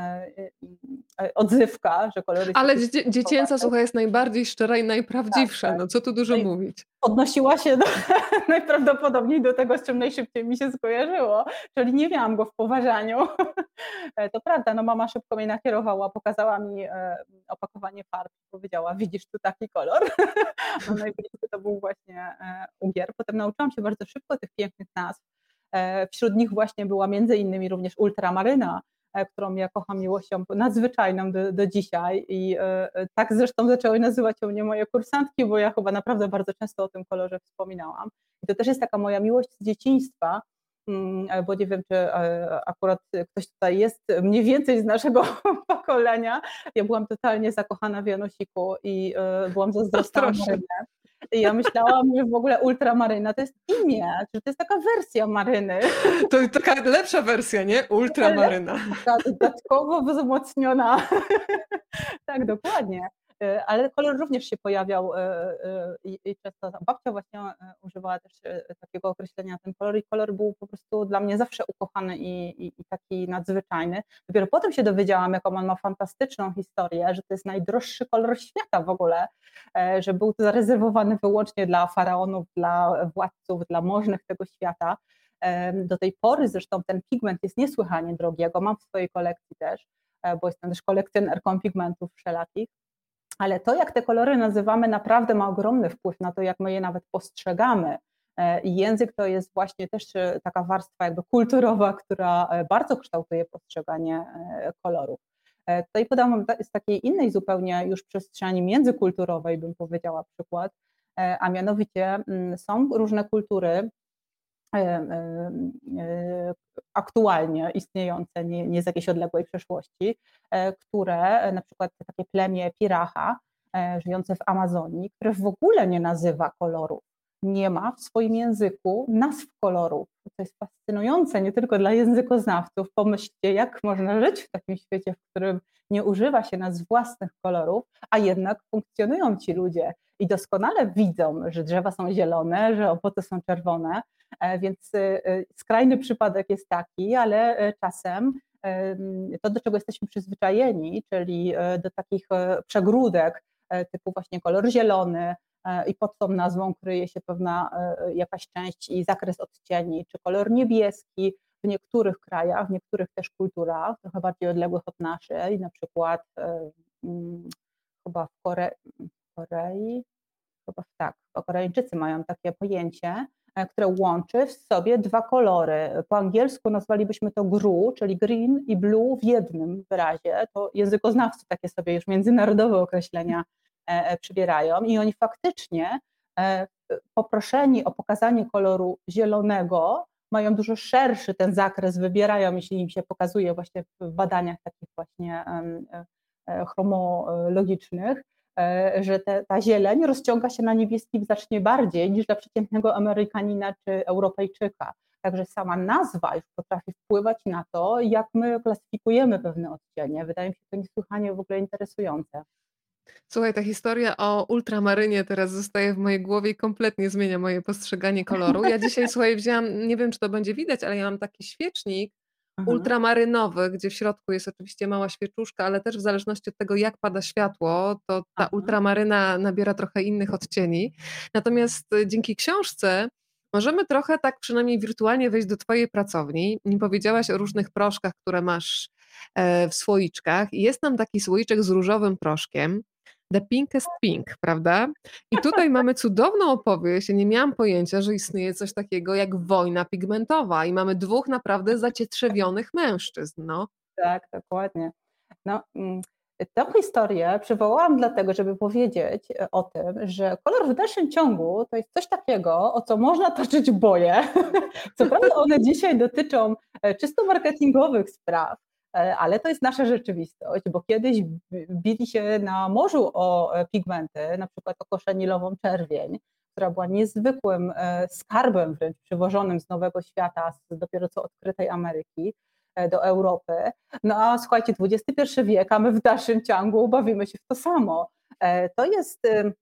odzywka, że kolory... Ale dzie dziecięca, słuchaj, jest najbardziej szczera i najprawdziwsza, tak, tak. No co tu dużo no mówić. Odnosiła się do, najprawdopodobniej do tego, z czym najszybciej mi się skojarzyło, czyli nie miałam go w poważaniu. To prawda, no mama szybko mnie nakierowała, pokazała mi opakowanie farb, powiedziała, widzisz tu taki kolor. No najbliższy to był właśnie ugier. Potem nauczyłam się bardzo szybko tych pięknych nazw. Wśród nich właśnie była między innymi również ultramaryna, którą ja kocham miłością nadzwyczajną do, do dzisiaj i y, tak zresztą zaczęły nazywać ją mnie moje kursantki, bo ja chyba naprawdę bardzo często o tym kolorze wspominałam. I to też jest taka moja miłość z dzieciństwa, y, bo nie wiem, czy y, akurat ktoś tutaj jest mniej więcej z naszego pokolenia. Ja byłam totalnie zakochana w Janosiku i y, byłam zazdrosna o Marynę. I ja myślałam, że w ogóle ultramaryna to jest imię, że to jest taka wersja maryny. To taka lepsza wersja, nie? Ultramaryna. Taka dodatkowo wzmocniona. Tak, dokładnie. Ale kolor również się pojawiał i, i często babcia właśnie używała też takiego określenia ten kolor i kolor był po prostu dla mnie zawsze ukochany i, i, i taki nadzwyczajny. Dopiero potem się dowiedziałam, jaką on ma fantastyczną historię, że to jest najdroższy kolor świata w ogóle, że był to zarezerwowany wyłącznie dla faraonów, dla władców, dla możnych tego świata. Do tej pory zresztą ten pigment jest niesłychanie drogi, ja go mam w swojej kolekcji też, bo jestem też kolekcjonerką pigmentów wszelakich. Ale to, jak te kolory nazywamy, naprawdę ma ogromny wpływ na to, jak my je nawet postrzegamy. I język to jest właśnie też taka warstwa jakby kulturowa, która bardzo kształtuje postrzeganie kolorów. Tutaj podam z takiej innej zupełnie już przestrzeni międzykulturowej, bym powiedziała przykład, a mianowicie są różne kultury aktualnie istniejące, nie, nie z jakiejś odległej przeszłości, które na przykład takie plemię Piracha żyjące w Amazonii, które w ogóle nie nazywa kolorów, nie ma w swoim języku nazw kolorów. To jest fascynujące nie tylko dla językoznawców. Pomyślcie, jak można żyć w takim świecie, w którym nie używa się nazw własnych kolorów, a jednak funkcjonują ci ludzie i doskonale widzą, że drzewa są zielone, że owoce są czerwone. Więc skrajny przypadek jest taki, ale czasem to, do czego jesteśmy przyzwyczajeni, czyli do takich przegródek typu właśnie kolor zielony i pod tą nazwą kryje się pewna jakaś część i zakres odcieni, czy kolor niebieski w niektórych krajach, w niektórych też kulturach, trochę bardziej odległych od naszej, na przykład chyba w Korei, Korei chyba tak, Koreańczycy mają takie pojęcie, które łączy w sobie dwa kolory. Po angielsku nazwalibyśmy to gru, czyli green i blue w jednym wyrazie. To językoznawcy takie sobie już międzynarodowe określenia przybierają i oni faktycznie poproszeni o pokazanie koloru zielonego mają dużo szerszy ten zakres, wybierają, jeśli im się pokazuje właśnie w badaniach takich właśnie chromologicznych, że te, ta zieleń rozciąga się na niebieskim znacznie bardziej niż dla przeciętnego Amerykanina czy Europejczyka. Także sama nazwa już potrafi wpływać na to, jak my klasyfikujemy pewne odcienie. Wydaje mi się to niesłychanie w ogóle interesujące. Słuchaj, ta historia o ultramarynie teraz zostaje w mojej głowie i kompletnie zmienia moje postrzeganie koloru. Ja dzisiaj, słuchaj, wzięłam, nie wiem, czy to będzie widać, ale ja mam taki świecznik Aha. ultramarynowy, gdzie w środku jest oczywiście mała świeczuszka, ale też w zależności od tego, jak pada światło, to ta Aha. ultramaryna nabiera trochę innych odcieni. Natomiast y, dzięki książce możemy trochę tak przynajmniej wirtualnie wejść do twojej pracowni. Nie powiedziałaś o różnych proszkach, które masz e, w słoiczkach. I jest tam taki słoiczek z różowym proszkiem. The Pinkest Pink, prawda? I tutaj mamy cudowną opowieść. Ja nie miałam pojęcia, że istnieje coś takiego jak wojna pigmentowa i mamy dwóch naprawdę zacietrzewionych mężczyzn. No. Tak, dokładnie. No, mm, tę historię przywołałam dlatego, żeby powiedzieć o tym, że kolor w dalszym ciągu to jest coś takiego, o co można toczyć boje. Co prawda one dzisiaj dotyczą e, czysto marketingowych spraw, e, ale to jest nasza rzeczywistość, bo kiedyś b- bili się na morzu o e, pigmenty, na przykład o koszenilową czerwień, która była niezwykłym e, skarbem wręcz przywożonym z Nowego Świata, z dopiero co odkrytej Ameryki e, do Europy. No a słuchajcie, dwudziesty pierwszy wiek, a my w dalszym ciągu bawimy się w to samo. E, To jest, e,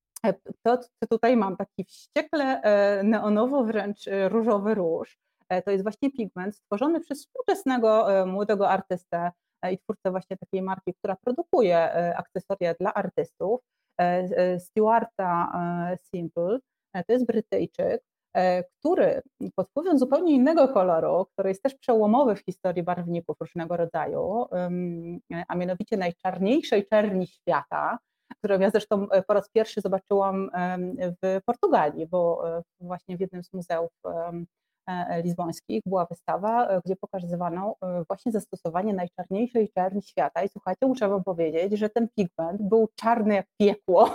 to co tutaj mam, taki wściekle e, neonowo wręcz e, różowy róż. E, To jest właśnie pigment stworzony przez współczesnego e, młodego artystę e, i twórcę właśnie takiej marki, która produkuje e, akcesoria dla artystów, e, e, Stuarta e, Simple. E, To jest Brytyjczyk, e, który pod wpływem zupełnie innego koloru, który jest też przełomowy w historii barwników różnego rodzaju, ym, a mianowicie najczarniejszej czerni świata, którą ja zresztą e, po raz pierwszy zobaczyłam em, w Portugalii, bo e, właśnie w jednym z muzeów em, e, lizbońskich była wystawa, e, gdzie pokazywano e, właśnie zastosowanie najczarniejszej czerni świata. I słuchajcie, muszę wam powiedzieć, że ten pigment był czarny jak piekło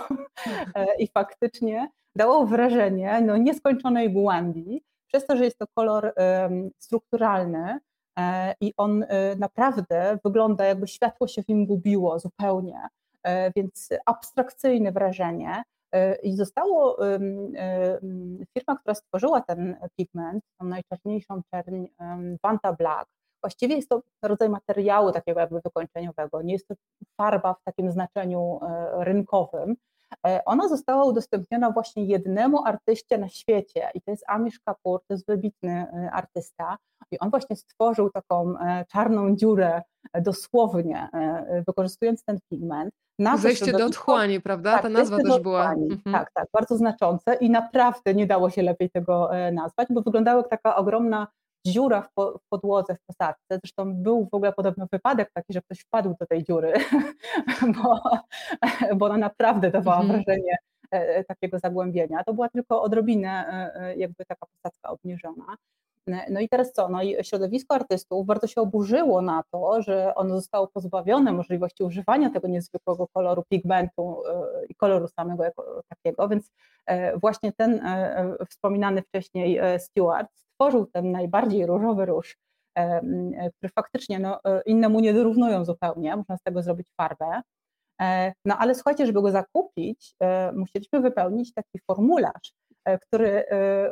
E, i faktycznie dało wrażenie no, nieskończonej głębi, przez to, że jest to kolor em, strukturalny e, i on e, naprawdę wygląda, jakby światło się w nim gubiło zupełnie, e, więc abstrakcyjne wrażenie. E, I zostało em, em, firma, która stworzyła ten pigment, tą najczarniejszą czerń, em, Vanta Black. Właściwie jest to rodzaj materiału takiego jakby wykończeniowego, nie jest to farba w takim znaczeniu e, rynkowym. E, Ona została udostępniona właśnie jednemu artyście na świecie i to jest Amish Kapoor, to jest wybitny e, artysta i on właśnie stworzył taką e, czarną dziurę e, dosłownie, e, wykorzystując ten pigment na to Zejście do środowisko. otchłani, prawda? Tak, Ta to jest nazwa tego też była. otchłani. Mhm. Tak, tak, bardzo znaczące i naprawdę nie dało się lepiej tego e, nazwać, bo wyglądało jak taka ogromna dziura w, po, w podłodze, w posadzce. Zresztą był w ogóle podobno wypadek taki, że ktoś wpadł do tej dziury, bo, bo ona naprawdę dawała Mhm. wrażenie e, takiego zagłębienia. To była tylko odrobinę e, e, jakby taka posadzka obniżona. No i teraz co? No i środowisko artystów bardzo się oburzyło na to, że ono zostało pozbawione możliwości używania tego niezwykłego koloru pigmentu e, i koloru samego jako takiego, więc e, właśnie ten e, wspominany wcześniej e, Stuart stworzył ten najbardziej różowy róż, e, e, który faktycznie no, e, innemu nie dorównują zupełnie, można z tego zrobić farbę. E, No ale słuchajcie, żeby go zakupić, e, musieliśmy wypełnić taki formularz, e, który, e,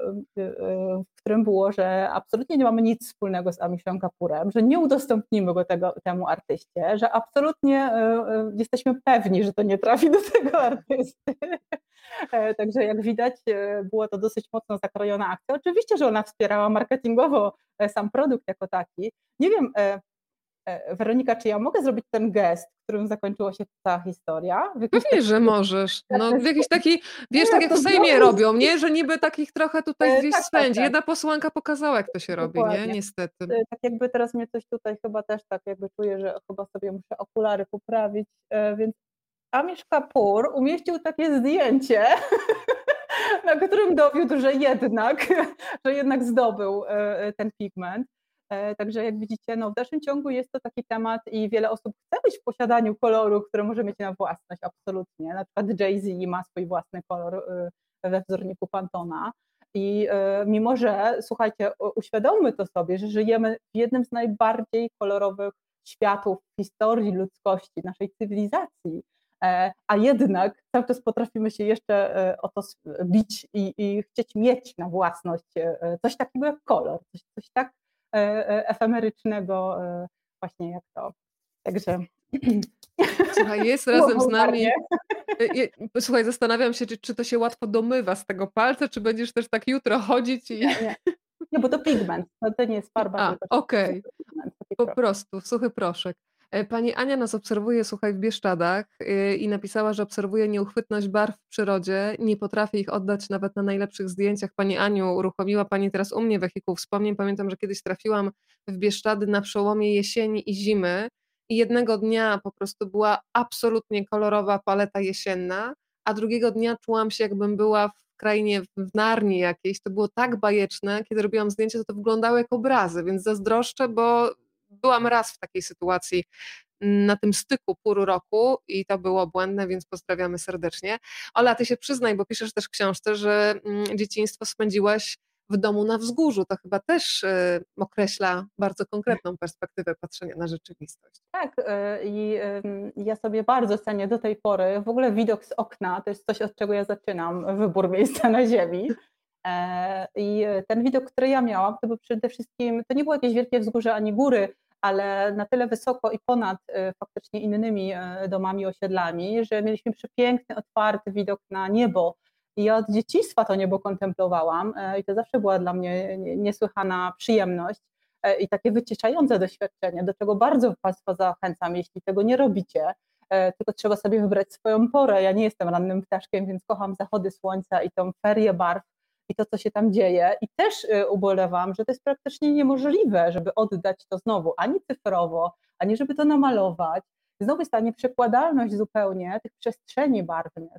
e, w którym było, że absolutnie nie mamy nic wspólnego z Amishem Kapoorem, że nie udostępnimy go tego, temu artyście, że absolutnie e, e, jesteśmy pewni, że to nie trafi do tego artysty. E, Także jak widać, e, była to dosyć mocno zakrojona akcja. Oczywiście, że ona wspierała marketingowo e, sam produkt jako taki. Nie wiem, e, E, Weronika, czy ja mogę zrobić ten gest, którym zakończyła się ta historia? W jakiś Pewnie, taki że możesz. No, w jakiś taki, wiesz, tak jak jak to w Sejmie zrobić? robią, nie? Że niby takich trochę tutaj E, gdzieś Tak, tak, spędzi. tak, Jedna posłanka pokazała, jak to się robi, nie? dokładnie. Niestety. E, Tak jakby teraz mnie coś tutaj chyba też tak jakby czuję, że chyba sobie muszę okulary poprawić, e, więc Amish Kapoor umieścił takie zdjęcie na którym dowiódł, że jednak, że jednak zdobył ten pigment. Także jak widzicie, no w dalszym ciągu jest to taki temat i wiele osób chce być w posiadaniu koloru, który może mieć na własność, absolutnie. Na przykład Jay-Z ma swój własny kolor we wzorniku Pantona. I mimo, że słuchajcie, uświadommy to sobie, że żyjemy w jednym z najbardziej kolorowych światów w historii ludzkości, naszej cywilizacji, a jednak cały czas potrafimy się jeszcze o to bić i, i chcieć mieć na własność coś takiego jak kolor, coś, coś tak efemerycznego właśnie jak to. Także... Słuchaj, jest razem z nami. Słuchaj, zastanawiam się, czy, czy to się łatwo domywa z tego palca, czy będziesz też tak jutro chodzić i... Nie, nie. Nie, bo to pigment, to, to nie jest farba, A, tylko okej, okay. Pigment, po prostu, suchy proszek. Pani Ania nas obserwuje, słuchaj, w Bieszczadach i napisała, że obserwuje nieuchwytność barw w przyrodzie, nie potrafi ich oddać nawet na najlepszych zdjęciach. Pani Aniu, uruchomiła Pani teraz u mnie wehikuł wspomnień. Pamiętam, że kiedyś trafiłam w Bieszczady na przełomie jesieni i zimy i jednego dnia po prostu była absolutnie kolorowa paleta jesienna, a drugiego dnia czułam się, jakbym była w krainie, w Narni jakiejś. To było tak bajeczne, kiedy robiłam zdjęcia, to to wyglądało jak obrazy, więc zazdroszczę, bo byłam raz w takiej sytuacji na tym styku pół roku i to było błędne, więc pozdrawiamy serdecznie. Ola, ty się przyznaj, bo piszesz też w książce, że dzieciństwo spędziłaś w domu na wzgórzu. To chyba też y, określa bardzo konkretną perspektywę patrzenia na rzeczywistość. Tak, y, i y, ja sobie bardzo cenię do tej pory w ogóle widok z okna, to jest coś, od czego ja zaczynam wybór miejsca na ziemi. E, I ten widok, który ja miałam, to był przede wszystkim, to nie było jakieś wielkie wzgórze ani góry, ale na tyle wysoko i ponad faktycznie innymi domami, osiedlami, że mieliśmy przepiękny, otwarty widok na niebo. I ja od dzieciństwa to niebo kontemplowałam i to zawsze była dla mnie niesłychana przyjemność i takie wyciszające doświadczenie, do czego bardzo Państwa zachęcam, jeśli tego nie robicie, tylko trzeba sobie wybrać swoją porę. Ja nie jestem rannym ptaszkiem, więc kocham zachody słońca i tą ferię barw i to, co się tam dzieje. I też ubolewam, że to jest praktycznie niemożliwe, żeby oddać to znowu, ani cyfrowo, ani żeby to namalować. Znowu jest ta nieprzekładalność zupełnie tych przestrzeni barwnych.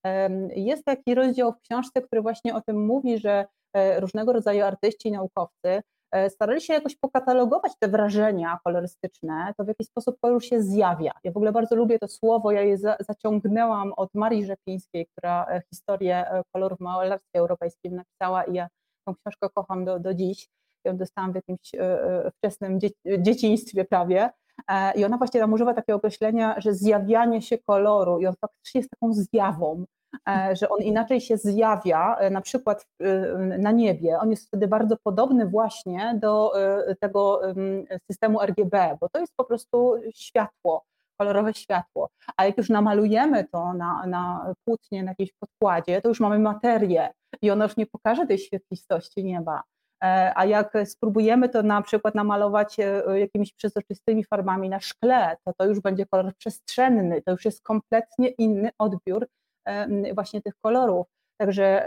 Jest taki rozdział w książce, który właśnie o tym mówi, że różnego rodzaju artyści i naukowcy starali się jakoś pokatalogować te wrażenia kolorystyczne, to w jaki sposób kolor się zjawia. Ja w ogóle bardzo lubię to słowo, ja je za, zaciągnęłam od Marii Rzepińskiej, która historię kolorów w malarstwie europejskim napisała i ja tą książkę kocham do, do dziś. Ją dostałam w jakimś wczesnym dzie, dzieciństwie prawie i ona właśnie tam używa takiego określenia, że zjawianie się koloru i on faktycznie jest taką zjawą, że on inaczej się zjawia, na przykład na niebie. On jest wtedy bardzo podobny właśnie do tego systemu R G B, bo to jest po prostu światło, kolorowe światło. A jak już namalujemy to na, na płótnie, na jakiejś podkładzie, to już mamy materię i ona już nie pokaże tej świetlistości nieba. A jak spróbujemy to na przykład namalować jakimiś przezroczystymi farbami na szkle, to to już będzie kolor przestrzenny, to już jest kompletnie inny odbiór właśnie tych kolorów. Także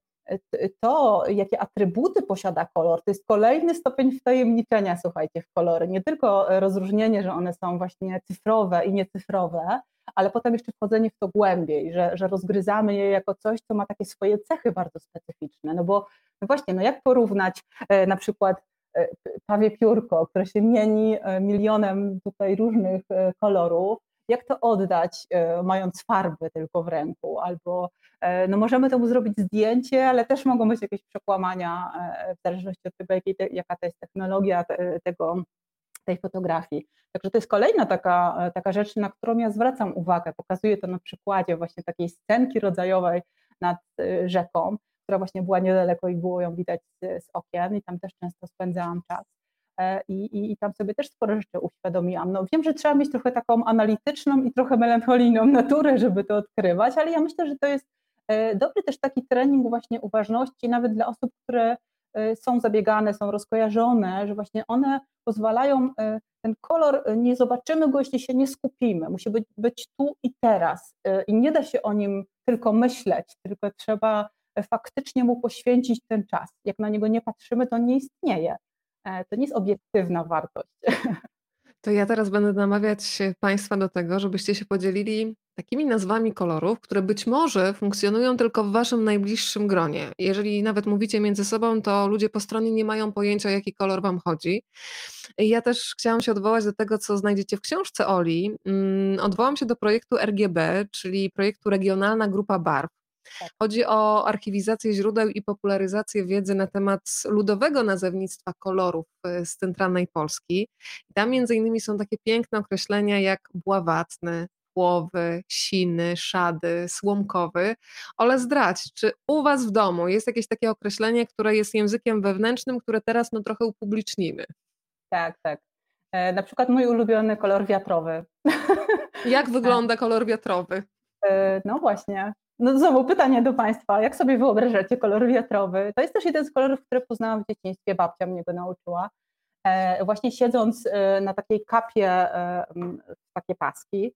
to, jakie atrybuty posiada kolor, to jest kolejny stopień wtajemniczenia, słuchajcie, w kolory. Nie tylko rozróżnienie, że one są właśnie cyfrowe i niecyfrowe, ale potem jeszcze wchodzenie w to głębiej, że, że rozgryzamy je jako coś, co ma takie swoje cechy bardzo specyficzne. No bo no właśnie, no jak porównać na przykład pawie piórko, które się mieni milionem tutaj różnych kolorów, jak to oddać, mając farby tylko w ręku, albo no możemy temu zrobić zdjęcie, ale też mogą być jakieś przekłamania w zależności od tego, jakiej te, jaka to jest technologia tego, tej fotografii. Także to jest kolejna taka, taka rzecz, na którą ja zwracam uwagę. Pokazuję to na przykładzie właśnie takiej scenki rodzajowej nad rzeką, która właśnie była niedaleko i było ją widać z, z okien i tam też często spędzałam czas. I, i, I tam sobie też sporo rzeczy uświadomiłam. No wiem, że trzeba mieć trochę taką analityczną i trochę melancholijną naturę, żeby to odkrywać, ale ja myślę, że to jest dobry też taki trening właśnie uważności, nawet dla osób, które są zabiegane, są rozkojarzone, że właśnie one pozwalają, ten kolor, nie zobaczymy go, jeśli się nie skupimy. Musi być, być tu i teraz i nie da się o nim tylko myśleć, tylko trzeba faktycznie mu poświęcić ten czas. Jak na niego nie patrzymy, to nie istnieje. To nie jest obiektywna wartość. To ja teraz będę namawiać Państwa do tego, żebyście się podzielili takimi nazwami kolorów, które być może funkcjonują tylko w Waszym najbliższym gronie. Jeżeli nawet mówicie między sobą, to ludzie po stronie nie mają pojęcia, o jaki kolor Wam chodzi. Ja też chciałam się odwołać do tego, co znajdziecie w książce Oli. Mm, Odwołam się do projektu R G B, czyli projektu Regionalna Grupa Barw. Tak. Chodzi o archiwizację źródeł i popularyzację wiedzy na temat ludowego nazewnictwa kolorów e, z centralnej Polski. I tam między innymi są takie piękne określenia jak bławatny, płowy, siny, szady, słomkowy. Ole, zdradź, czy u Was w domu jest jakieś takie określenie, które jest językiem wewnętrznym, które teraz no trochę upublicznimy? Tak, tak. E, na przykład mój ulubiony kolor wiatrowy. Jak wygląda kolor wiatrowy? E, no właśnie. No znowu pytanie do Państwa. Jak sobie wyobrażacie kolor wiatrowy? To jest też jeden z kolorów, które poznałam w dzieciństwie. Babcia mnie go nauczyła. E, właśnie siedząc e, na takiej kapie, e, w takie paski,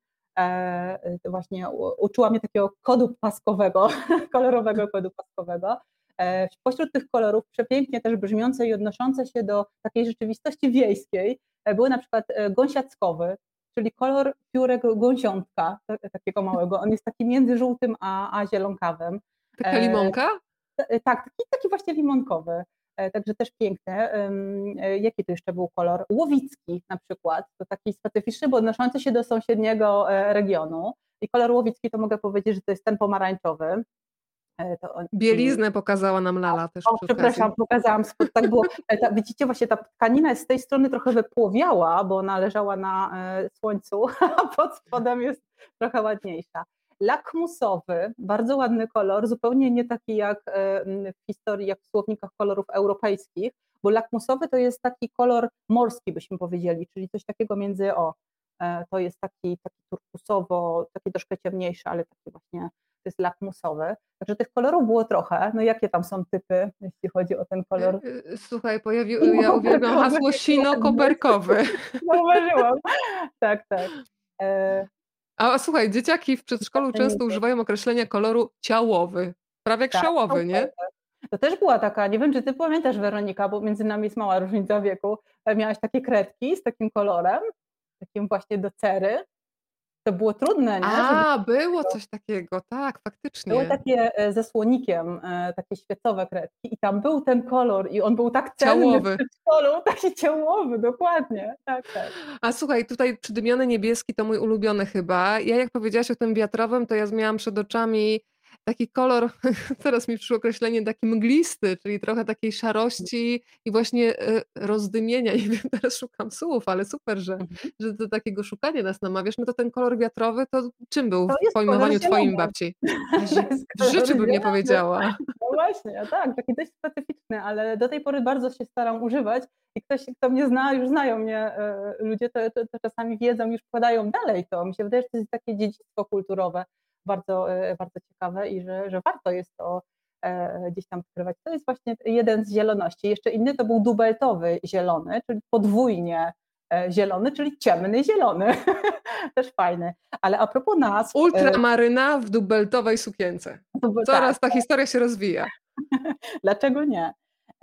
e, właśnie u, uczyła mnie takiego kodu paskowego, kolorowego kodu paskowego. E, Pośród tych kolorów przepięknie też brzmiące i odnoszące się do takiej rzeczywistości wiejskiej e, były na przykład e, gąsiackowy, czyli kolor piórek gąsiątka, ta- takiego małego. On jest taki między żółtym a, a zielonkawym. Taka E, limonka? t- tak, taki, taki właśnie limonkowy. E, Także też piękny. Ym, e, Jaki to jeszcze był kolor? Łowicki na przykład. To taki specyficzny, bo odnoszący się do sąsiedniego e, regionu. I kolor łowicki to mogę powiedzieć, że to jest ten pomarańczowy. E, To on, mm, Bieliznę pokazała nam Lala też o, przy okazji. przepraszam, pokazałam spod, tak było. E, Ta, widzicie, właśnie ta tkanina jest z tej strony trochę wypłowiała, bo ona leżała na e, słońcu, a pod spodem jest trochę ładniejsza. Lakmusowy, bardzo ładny kolor, zupełnie nie taki jak e, m, w historii, jak w słownikach kolorów europejskich, bo lakmusowy to jest taki kolor morski, byśmy powiedzieli, czyli coś takiego między, o, e, to jest taki, taki turkusowo, taki troszkę ciemniejszy, ale taki właśnie, to jest lakmusowy. Także tych kolorów było trochę. No jakie tam są typy, jeśli chodzi o ten Y, kolor? y, Słuchaj, pojawił, ja uwielbiam hasło sino-koberkowy. Zauważyłam. Tak, tak. E, A słuchaj, dzieciaki w przedszkolu często Znamienity. używają określenia koloru ciałowy. Prawie jak Tak, szałowy, nie? super. To też była taka, nie wiem, czy ty pamiętasz, Weronika, bo między nami jest mała różnica wieku. E, Miałaś takie kredki z takim kolorem, takim właśnie do cery. To było trudne, nie? Żeby A, było coś takiego, tak, były faktycznie. takie e, ze słonikiem, e, takie świecowe kredki i tam był ten kolor i on był tak cenny w Ciałowy. przedszkolu, taki ciałowy, dokładnie. Tak, tak. A słuchaj, tutaj przydymiony niebieski to mój ulubiony chyba. Ja jak powiedziałaś o tym wiatrowym, to ja miałam przed oczami taki kolor, teraz mi przyszło określenie, taki mglisty, czyli trochę takiej szarości i właśnie e, rozdymienia. Nie wiem, teraz szukam słów, ale super, że, Mhm. że do takiego szukania nas namawiasz. No to ten kolor wiatrowy, to czym był To w jest kolor pojmowaniu twoim zielony. babci? A To zi- jest w kolor życiu bym nie zielony. powiedziała. No właśnie, tak, taki dość specyficzny, ale do tej pory bardzo się staram używać i ktoś, kto mnie zna, już znają mnie e, ludzie, to, to, to czasami wiedzą, już wkładają dalej to. Mi się wydaje, że to jest takie dziedzictwo kulturowe bardzo, e, bardzo ciekawe i że, że warto jest to e, gdzieś tam odkrywać. To jest właśnie jeden z zieloności. Jeszcze inny to był dubeltowy zielony, czyli podwójnie e, zielony, czyli ciemny zielony. Też fajny. Ale a propos nazw, e, Ultramaryna w dubeltowej sukience. to było tak. Coraz ta historia się rozwija. Dlaczego nie?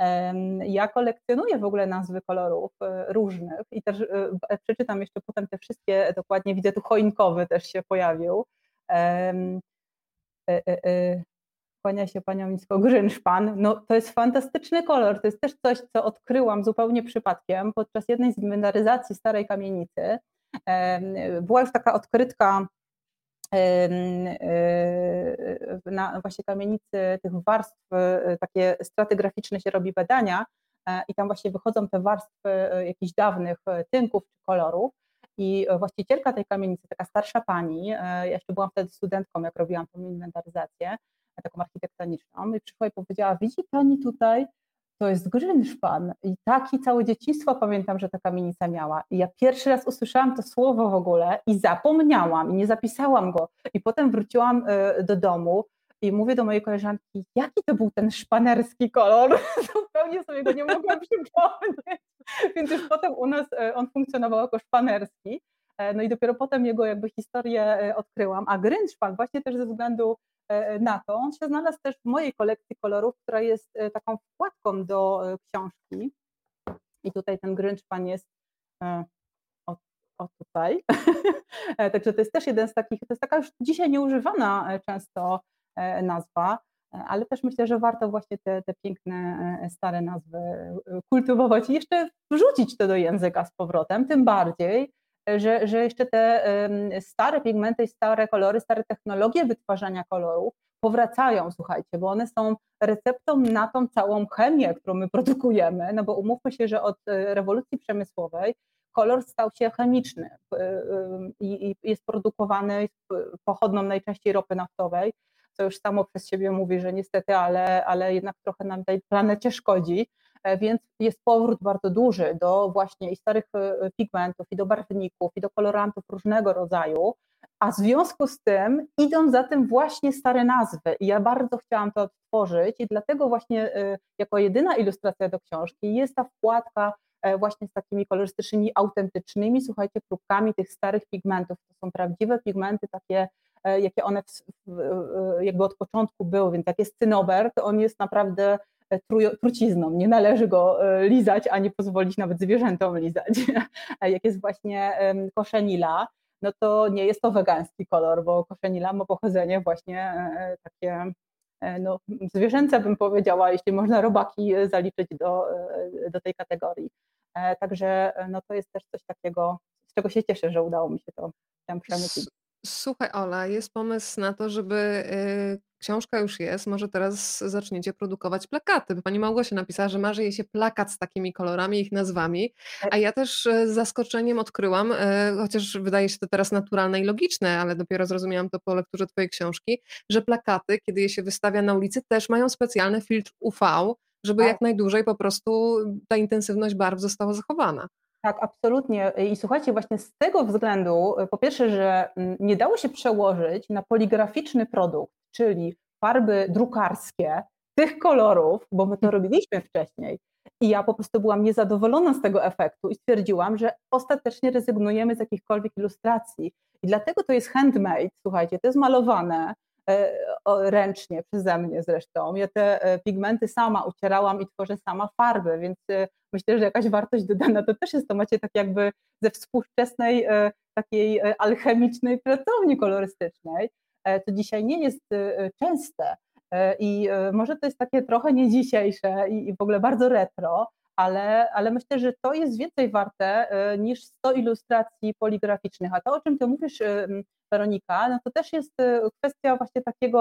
Em, Ja kolekcjonuję w ogóle nazwy kolorów e, różnych i też e, b- przeczytam jeszcze potem te wszystkie dokładnie. Widzę, tu choinkowy też się pojawił. Em, e, e, e, Kłania się panią nisko Grynszpan. No to jest fantastyczny kolor. To jest też coś, co odkryłam zupełnie przypadkiem podczas jednej z inwentaryzacji starej kamienicy. Em, Była już taka odkrytka em, e, na właśnie kamienicy tych warstw, e, takie stratygraficzne się robi badania e, i tam właśnie wychodzą te warstwy e, jakichś dawnych e, tynków czy kolorów i właścicielka tej kamienicy, taka starsza pani, e, ja jeszcze byłam wtedy studentką, jak robiłam tą inwentaryzację, e, taką architektoniczną i przyszła i powiedziała, widzi pani tutaj, to jest Grynszpan i taki całe dzieciństwo pamiętam, że ta kamienica miała i ja pierwszy raz usłyszałam to słowo w ogóle i zapomniałam i nie zapisałam go i potem wróciłam e, do domu i mówię do mojej koleżanki, jaki to był ten szpanerski kolor, zupełnie sobie go nie mogłam przypomnieć, więc już potem u nas e, on funkcjonował jako szpanerski, e, no i dopiero potem jego jakby historię e, odkryłam, a Grynszpan właśnie też ze względu e, na to, on się znalazł też w mojej kolekcji kolorów, która jest e, taką wkładką do e, książki i tutaj ten Grynszpan jest e, o, o tutaj. Także to jest też jeden z takich, to jest taka już dzisiaj nieużywana często nazwa, ale też myślę, że warto właśnie te, te piękne, stare nazwy kultywować i jeszcze wrzucić to do języka z powrotem, tym bardziej, że, że jeszcze te stare pigmenty, stare kolory, stare technologie wytwarzania kolorów powracają, słuchajcie, bo one są receptą na tą całą chemię, którą my produkujemy, no bo umówmy się, że od rewolucji przemysłowej kolor stał się chemiczny i jest produkowany, jest pochodną najczęściej ropy naftowej, co już samo przez siebie mówi, że niestety, ale, ale jednak trochę nam tej planecie szkodzi, więc jest powrót bardzo duży do właśnie i starych pigmentów, i do barwników, i do kolorantów różnego rodzaju, a w związku z tym idą za tym właśnie stare nazwy i ja bardzo chciałam to odtworzyć i dlatego właśnie jako jedyna ilustracja do książki jest ta wkładka właśnie z takimi kolorystycznymi, autentycznymi, słuchajcie, próbkami tych starych pigmentów. To są prawdziwe pigmenty takie, jakie one jakby od początku były, więc jak jest cynober, to on jest naprawdę trucizną, nie należy go lizać, ani pozwolić nawet zwierzętom lizać. Jak jest właśnie koszenila, no to nie jest to wegański kolor, bo koszenila ma pochodzenie właśnie takie no, zwierzęce, bym powiedziała, jeśli można robaki zaliczyć do, do tej kategorii. Także no, to jest też coś takiego, z czego się cieszę, że udało mi się to tam przemycić. Słuchaj, Ola, jest pomysł na to, żeby y, książka już jest, może teraz zaczniecie produkować plakaty, bo pani Małgosia napisała, że marzy jej się plakat z takimi kolorami, ich nazwami, a ja też y, z zaskoczeniem odkryłam, y, chociaż wydaje się to teraz naturalne i logiczne, ale dopiero zrozumiałam to po lekturze twojej książki, że plakaty, kiedy je się wystawia na ulicy, też mają specjalny filtr U V, żeby Tak. jak najdłużej po prostu ta intensywność barw została zachowana. Tak, absolutnie. I słuchajcie, właśnie z tego względu, po pierwsze, że nie dało się przełożyć na poligraficzny produkt, czyli farby drukarskie tych kolorów, bo my to robiliśmy wcześniej. I ja po prostu byłam niezadowolona z tego efektu i stwierdziłam, że ostatecznie rezygnujemy z jakichkolwiek ilustracji. I dlatego to jest handmade, słuchajcie, to jest malowane ręcznie przeze mnie zresztą. Ja te pigmenty sama ucierałam i tworzę sama farby, więc myślę, że jakaś wartość dodana to też jest, to macie tak jakby ze współczesnej takiej alchemicznej pracowni kolorystycznej, to dzisiaj nie jest częste i może to jest takie trochę nie dzisiejsze i w ogóle bardzo retro, ale, ale myślę, że to jest więcej warte niż sto ilustracji poligraficznych, a to, o czym ty mówisz, Weronika, no to też jest kwestia właśnie takiego,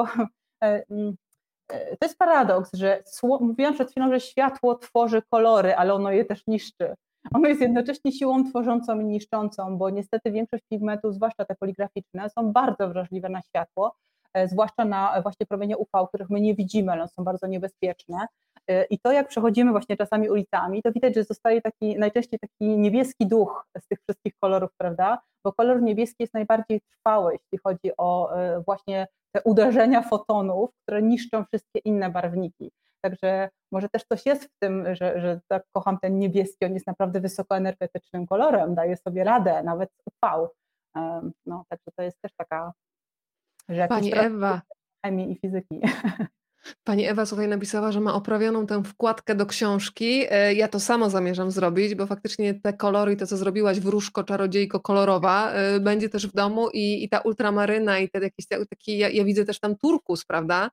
to jest paradoks, że mówiłam przed chwilą, że światło tworzy kolory, ale ono je też niszczy. Ono jest jednocześnie siłą tworzącą i niszczącą, bo niestety większość pigmentów, zwłaszcza te poligraficzne, są bardzo wrażliwe na światło, zwłaszcza na właśnie promienie U V, których my nie widzimy, ale one są bardzo niebezpieczne. I to, jak przechodzimy właśnie czasami ulicami, to widać, że zostaje taki najczęściej taki niebieski duch z tych wszystkich kolorów, prawda? Bo kolor niebieski jest najbardziej trwały, jeśli chodzi o właśnie te uderzenia fotonów, które niszczą wszystkie inne barwniki. Także może też coś jest w tym, że, że tak kocham ten niebieski, on jest naprawdę wysokoenergetycznym kolorem, daje sobie radę, nawet U V. No, także to jest też taka rzecz. Pani Ewa. Chemii i fizyki. Pani Ewa, słuchaj, napisała, że ma oprawioną tę wkładkę do książki. Ja to samo zamierzam zrobić, bo faktycznie te kolory i to, co zrobiłaś, wróżko, czarodziejko kolorowa, będzie też w domu i, i ta ultramaryna i te jakieś taki, ja, ja widzę też tam turkus, prawda?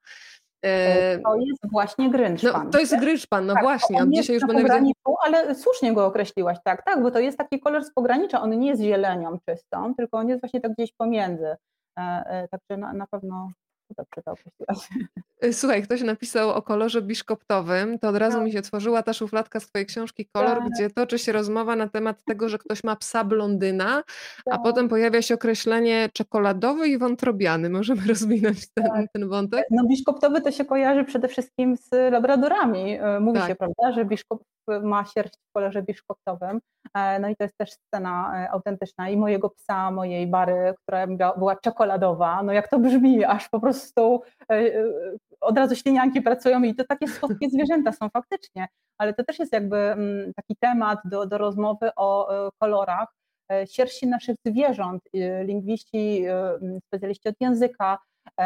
To jest właśnie grynszpan. No, to jest grynszpan, no tak, właśnie, on od jest dzisiaj już na będę pograniczu, ale słusznie go określiłaś, tak, tak, bo to jest taki kolor z pogranicza, on nie jest zielenią czystą, tylko on jest właśnie tak gdzieś pomiędzy. Także na, na pewno dobrze to określiłaś. Słuchaj, ktoś napisał o kolorze biszkoptowym, to od razu mi się tworzyła ta szufladka z twojej książki Kolor, tak, gdzie toczy się rozmowa na temat tego, że ktoś ma psa blondyna, tak. a potem pojawia się określenie czekoladowy i wątrobiany. Możemy rozwinąć ten, tak. ten wątek? No biszkoptowy to się kojarzy przede wszystkim z labradorami. Mówi tak. się, prawda, że biszkop ma sierść w kolorze biszkoptowym. No i to jest też scena autentyczna i mojego psa, mojej Bary, która była czekoladowa. No jak to brzmi, aż po prostu od razu ślinianki pracują i to takie słodkie zwierzęta są faktycznie, ale to też jest jakby taki temat do, do rozmowy o kolorach sierści naszych zwierząt. Lingwiści, specjaliści od języka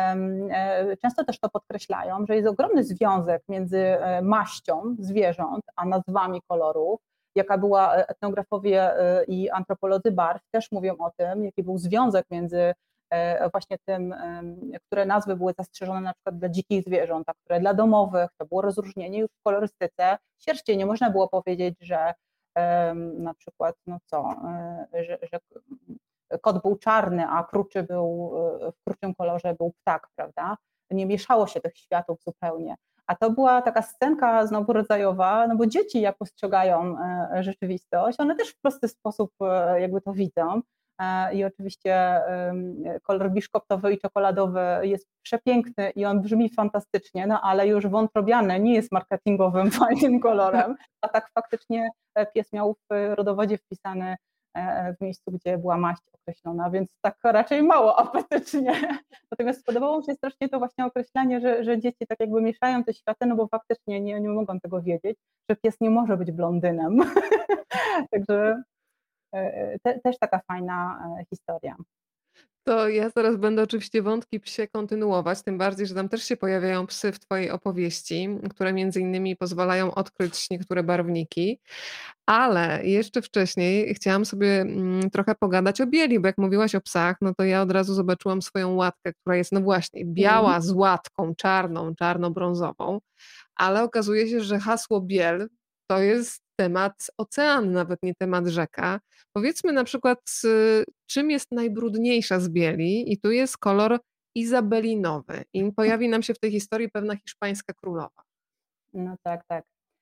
często też to podkreślają, że jest ogromny związek między maścią zwierząt a nazwami kolorów. jaka była, etnografowie i antropolodzy barw też mówią o tym, jaki był związek między właśnie tym, które nazwy były zastrzeżone na przykład dla dzikich zwierząt, a które dla domowych, to było rozróżnienie już w kolorystyce sierści. Nie można było powiedzieć, że na przykład, no co, że, że kot był czarny, a kruczy był, w kruczym kolorze był ptak, prawda? Nie mieszało się tych światów zupełnie. A to była taka scenka znowu rodzajowa, no bo dzieci jak postrzegają rzeczywistość, one też w prosty sposób jakby to widzą. I oczywiście kolor biszkoptowy i czekoladowy jest przepiękny i on brzmi fantastycznie, no ale już wątrobiany nie jest marketingowym fajnym kolorem, a tak faktycznie pies miał w rodowodzie wpisany w miejscu, gdzie była maść określona, więc tak raczej mało apetycznie. Natomiast podobało mi się strasznie to właśnie określenie, że, że dzieci tak jakby mieszają te światy, no bo faktycznie nie, nie mogą tego wiedzieć, że pies nie może być blondynem. Także te, też taka fajna historia. To ja zaraz będę oczywiście wątki psie kontynuować, tym bardziej, że tam też się pojawiają psy w twojej opowieści, które między innymi pozwalają odkryć niektóre barwniki, ale jeszcze wcześniej chciałam sobie trochę pogadać o bieli, bo jak mówiłaś o psach, no to ja od razu zobaczyłam swoją łatkę, która jest no właśnie biała z łatką czarną, czarno-brązową, ale okazuje się, że hasło biel to jest temat oceanu, nawet nie temat rzeka. Powiedzmy na przykład, czym jest najbrudniejsza z bieli i tu jest kolor izabelinowy i pojawi nam się w tej historii pewna hiszpańska królowa. No tak, tak.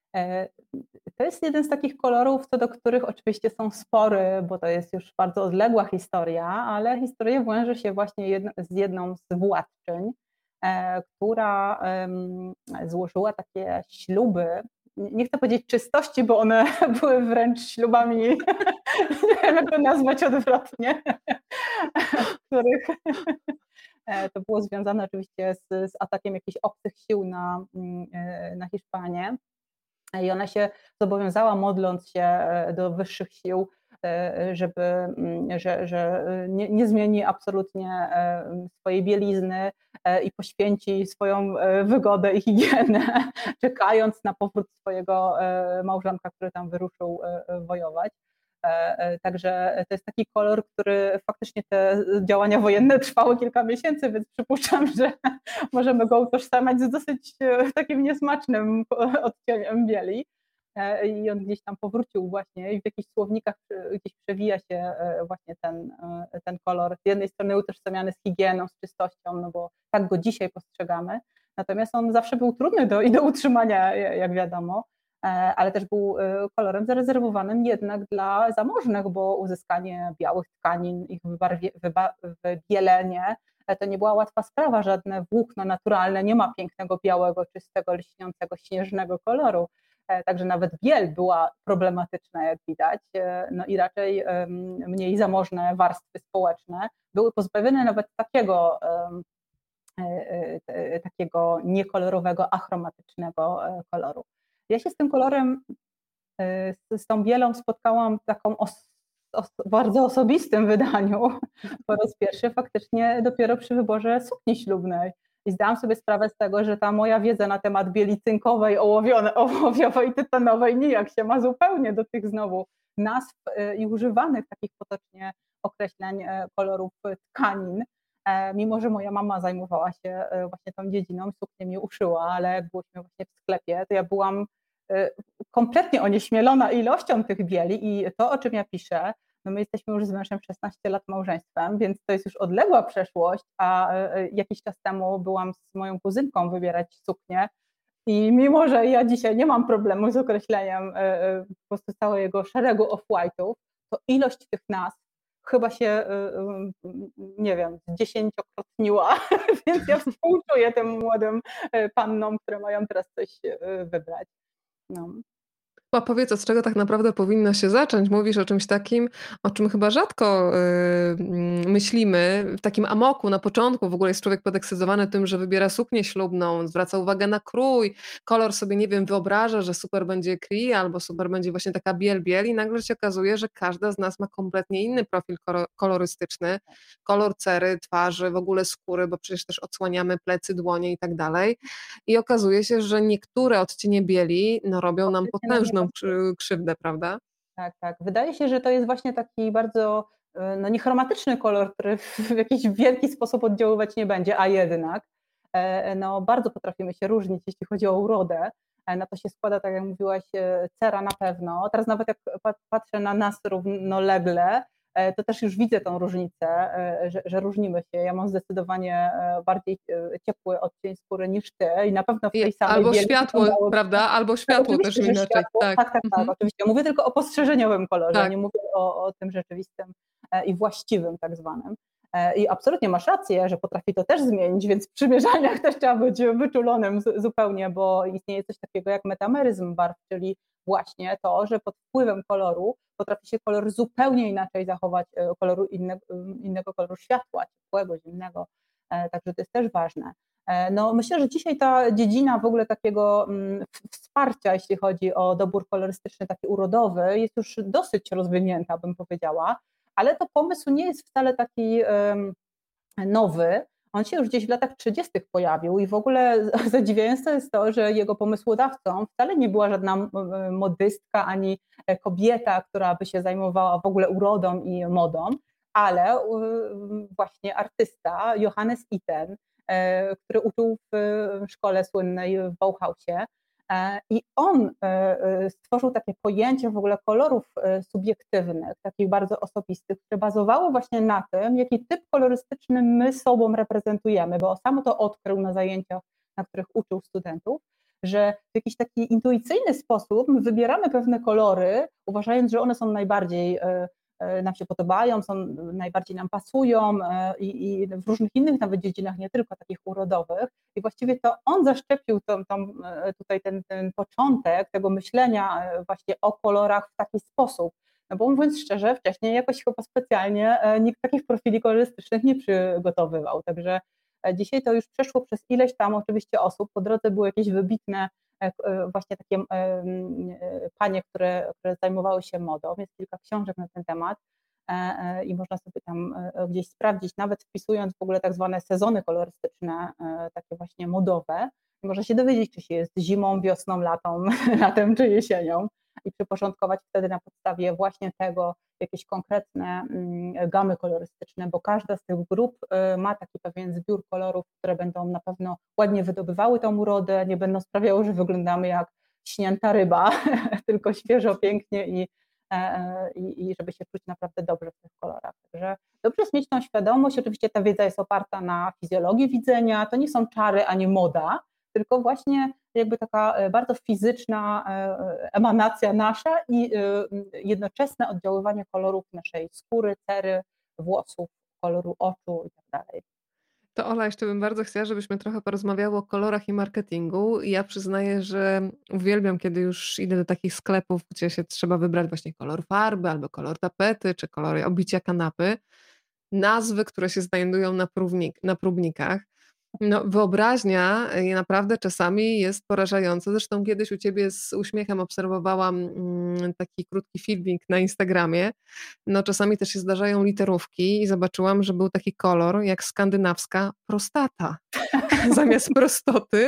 To jest jeden z takich kolorów, co do których oczywiście są spory, bo to jest już bardzo odległa historia, ale historia wiąże się właśnie jedno, z jedną z władczyń, która złożyła takie śluby, nie chcę powiedzieć czystości, bo one były wręcz ślubami, nie wiem jak to nazwać odwrotnie, w których to było związane oczywiście z, z atakiem jakichś obcych sił na, na Hiszpanię i ona się zobowiązała, modląc się do wyższych sił, żeby, że, że nie, nie zmieni absolutnie swojej bielizny i poświęci swoją wygodę i higienę, czekając na powrót swojego małżonka, który tam wyruszył wojować. Także to jest taki kolor, który faktycznie te działania wojenne trwały kilka miesięcy, więc przypuszczam, że możemy go utożsamiać z dosyć takim niesmacznym odcieniem bieli. I on gdzieś tam powrócił właśnie i w jakichś słownikach gdzieś przewija się właśnie ten, ten kolor. Z jednej strony utożsamiany z higieną, z czystością, no bo tak go dzisiaj postrzegamy, natomiast on zawsze był trudny do, i do utrzymania, jak wiadomo, ale też był kolorem zarezerwowanym jednak dla zamożnych, bo uzyskanie białych tkanin, ich wybarwie, wyba, wybielenie, to nie była łatwa sprawa, żadne włókno naturalne nie ma pięknego, białego, czystego, lśniącego, śnieżnego koloru. Także nawet biel była problematyczna, jak widać, no i raczej mniej zamożne warstwy społeczne były pozbawione nawet takiego, takiego niekolorowego, achromatycznego koloru. Ja się z tym kolorem, z tą bielą spotkałam w taką os, os, bardzo osobistym wydaniu po raz pierwszy, faktycznie dopiero przy wyborze sukni ślubnej. I zdałam sobie sprawę z tego, że ta moja wiedza na temat bieli cynkowej, ołowiowej, tytanowej nijak się ma zupełnie do tych znowu nazw i używanych takich potocznie określeń kolorów tkanin. Mimo że moja mama zajmowała się właśnie tą dziedziną, suknię mi uszyła, ale jak byliśmy właśnie w sklepie, to ja byłam kompletnie onieśmielona ilością tych bieli i to, o czym ja piszę, no my jesteśmy już z mężem szesnaście lat małżeństwem, więc to jest już odległa przeszłość, a jakiś czas temu byłam z moją kuzynką wybierać suknię i mimo, że ja dzisiaj nie mam problemu z określeniem po prostu całego szeregu off-white'ów, to ilość tych nazw chyba się, nie wiem, dziesięciokrotniła, więc ja współczuję tym młodym pannom, które mają teraz coś wybrać. No. A powiedz, od czego tak naprawdę powinno się zacząć? Mówisz o czymś takim, o czym chyba rzadko yy, myślimy. W takim amoku na początku w ogóle jest człowiek podekscytowany tym, że wybiera suknię ślubną, zwraca uwagę na krój, kolor sobie, nie wiem, wyobraża, że super będzie kri albo super będzie właśnie taka biel, biel i nagle się okazuje, że każda z nas ma kompletnie inny profil kolorystyczny, kolor cery, twarzy, w ogóle skóry, bo przecież też odsłaniamy plecy, dłonie i tak dalej. I okazuje się, że niektóre odcienie bieli no, robią nam potężną większą krzywdę, prawda? Tak, tak. Wydaje się, że to jest właśnie taki bardzo no, niechromatyczny kolor, który w jakiś wielki sposób oddziaływać nie będzie, a jednak no, bardzo potrafimy się różnić, jeśli chodzi o urodę. Na to się składa, tak jak mówiłaś, cera na pewno. Teraz nawet jak patrzę na nas równolegle, to też już widzę tą różnicę, że, że różnimy się. Ja mam zdecydowanie bardziej ciepły odcień skóry niż ty i na pewno w tej samej Albo bieli światło, wyglądało... prawda? Albo światło tak, też inaczej. Światło, Tak, tak, tak, tak, mhm. oczywiście. Mówię tylko o postrzeżeniowym kolorze, tak. nie mówię o, o tym rzeczywistym i właściwym tak zwanym. I absolutnie masz rację, że potrafi to też zmienić, więc w przymierzaniach też trzeba być wyczulonym zupełnie, bo istnieje coś takiego jak metameryzm barw, czyli właśnie to, że pod wpływem koloru potrafi się kolor zupełnie inaczej zachować, koloru innego, innego koloru światła, ciepłego, zimnego, także to jest też ważne. No, myślę, że dzisiaj ta dziedzina w ogóle takiego wsparcia, jeśli chodzi o dobór kolorystyczny, taki urodowy, jest już dosyć rozwinięta, bym powiedziała, ale to pomysł nie jest wcale taki um, nowy. On się już gdzieś w latach trzydziestych pojawił i w ogóle zadziwiające jest to, że jego pomysłodawcą wcale nie była żadna modystka ani kobieta, która by się zajmowała w ogóle urodą i modą, ale właśnie artysta Johannes Itten, który uczył w szkole słynnej w Bauhausie. I on stworzył takie pojęcie w ogóle kolorów subiektywnych, takich bardzo osobistych, które bazowało właśnie na tym, jaki typ kolorystyczny my sobą reprezentujemy, bo sam to odkrył na zajęciach, na których uczył studentów, że w jakiś taki intuicyjny sposób my wybieramy pewne kolory, uważając, że one są najbardziej nam się podobają, są, najbardziej nam pasują i, i w różnych innych nawet dziedzinach, nie tylko takich urodowych. I właściwie to on zaszczepił tą, tą, tutaj ten, ten początek tego myślenia właśnie o kolorach w taki sposób. No bo mówiąc szczerze, wcześniej jakoś chyba specjalnie nikt takich profili kolorystycznych nie przygotowywał. Także dzisiaj to już przeszło przez ileś tam oczywiście osób. Po drodze były jakieś wybitne właśnie takie panie, które, które zajmowały się modą. Jest kilka książek na ten temat i można sobie tam gdzieś sprawdzić, nawet wpisując w ogóle tak zwane sezony kolorystyczne, takie właśnie modowe. Można się dowiedzieć, czy się jest zimą, wiosną, latą, latem czy jesienią i przyporządkować wtedy na podstawie właśnie tego jakieś konkretne gamy kolorystyczne, bo każda z tych grup ma taki pewien zbiór kolorów, które będą na pewno ładnie wydobywały tą urodę, nie będą sprawiały, że wyglądamy jak śnięta ryba, tylko świeżo, pięknie i, i, i żeby się czuć naprawdę dobrze w tych kolorach. Także dobrze jest mieć tą świadomość, oczywiście ta wiedza jest oparta na fizjologii widzenia, to nie są czary ani moda, tylko właśnie jakby taka bardzo fizyczna emanacja nasza i jednoczesne oddziaływanie kolorów naszej skóry, cery, włosów, koloru oczu i tak dalej. To Ola, jeszcze bym bardzo chciała, żebyśmy trochę porozmawiały o kolorach i marketingu. I ja przyznaję, że uwielbiam, kiedy już idę do takich sklepów, gdzie się trzeba wybrać właśnie kolor farby, albo kolor tapety, czy kolory obicia kanapy. Nazwy, które się znajdują na, próbnik, na próbnikach. No, wyobraźnia naprawdę czasami jest porażająca. Zresztą kiedyś u ciebie z uśmiechem obserwowałam mm, taki krótki filmik na Instagramie. No, czasami też się zdarzają literówki i zobaczyłam, że był taki kolor jak skandynawska prostata zamiast prostoty.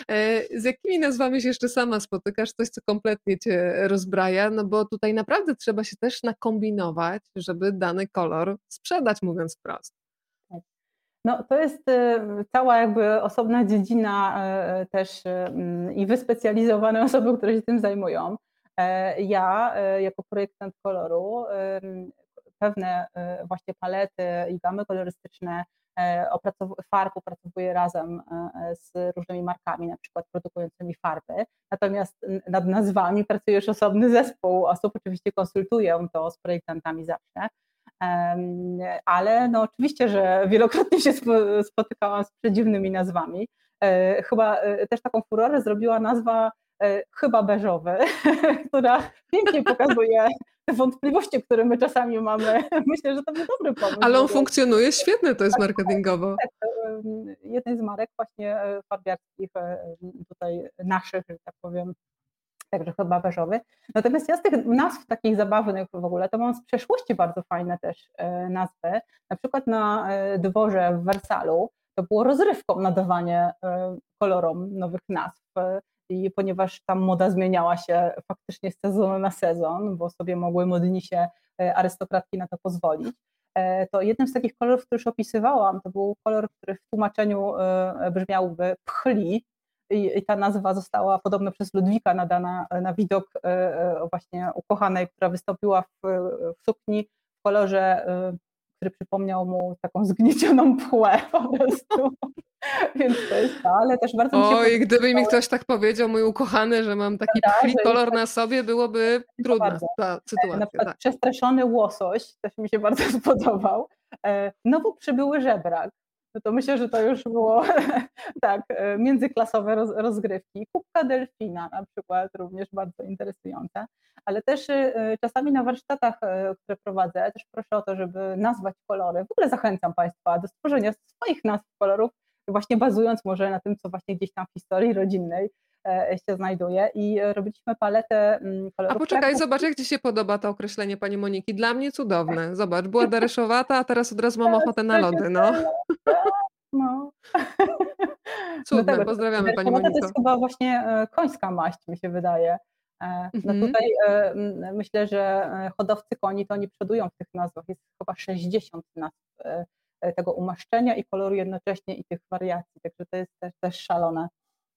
Z jakimi nazwami się jeszcze sama spotykasz? Coś, co kompletnie cię rozbraja, no bo tutaj naprawdę trzeba się też nakombinować, żeby dany kolor sprzedać, mówiąc wprost. No, to jest cała jakby osobna dziedzina też i wyspecjalizowane osoby, które się tym zajmują. Ja jako projektant koloru pewne właśnie palety i gamy kolorystyczne farb opracowuję razem z różnymi markami, na przykład produkującymi farby. Natomiast nad nazwami pracuje już osobny zespół osób, oczywiście konsultuję to z projektantami zawsze. Ale no oczywiście, że wielokrotnie się spotykałam z przedziwnymi nazwami. Chyba też taką furorę zrobiła nazwa chyba beżowy, która pięknie pokazuje te wątpliwości, które my czasami mamy. Myślę, że to był dobry pomysł. Ale on funkcjonuje świetnie, to jest marketingowo. Tak, tak, jednej z marek właśnie farbiarskich tutaj naszych, że tak powiem, także chyba beżowy. Natomiast ja z tych nazw takich zabawnych w ogóle, to mam z przeszłości bardzo fajne też nazwy. Na przykład na dworze w Wersalu to było rozrywką nadawanie kolorom nowych nazw. i ponieważ tam moda zmieniała się faktycznie z sezonu na sezon, bo sobie mogły modnisie, arystokratki na to pozwolić, to jednym z takich kolorów, który już opisywałam, to był kolor, który w tłumaczeniu brzmiałby pchli i, i ta nazwa została podobno przez Ludwika nadana na widok właśnie ukochanej, która wystąpiła w, w sukni w kolorze, który przypomniał mu taką zgniecioną pchłę po prostu. Więc to jest to, ale też bardzo mi się Oj, gdyby mi ktoś tak powiedział, mój ukochany, że mam taki Prawda, pchli że kolor jest na sobie, byłoby to trudna bardzo. ta Na sytuacja. przykład Tak. przestraszony łosoś, też mi się bardzo spodobał. Nowo przybyły żebrak. No to myślę, że to już było tak, międzyklasowe roz, rozgrywki. Kubka delfina na przykład, również bardzo interesujące. Ale też czasami na warsztatach, które prowadzę, też proszę o to, żeby nazwać kolory. W ogóle zachęcam Państwa do stworzenia swoich nazw kolorów, właśnie bazując może na tym, co właśnie gdzieś tam w historii rodzinnej się znajduje, i robiliśmy paletę kolorów. A poczekaj, zobacz, jak Ci się podoba to określenie pani Moniki. Dla mnie cudowne. Zobacz, była daryszowata, a teraz od razu mam ochotę na lody, no. No. Cudne, tego, pozdrawiamy pani to Moniko. jest chyba właśnie końska maść, mi się wydaje. No Mhm. tutaj myślę, że hodowcy koni to oni przodują w tych nazwach. Jest chyba sześćdziesiąt nazw tego umaszczenia i koloru jednocześnie i tych wariacji, także to jest też, też szalone.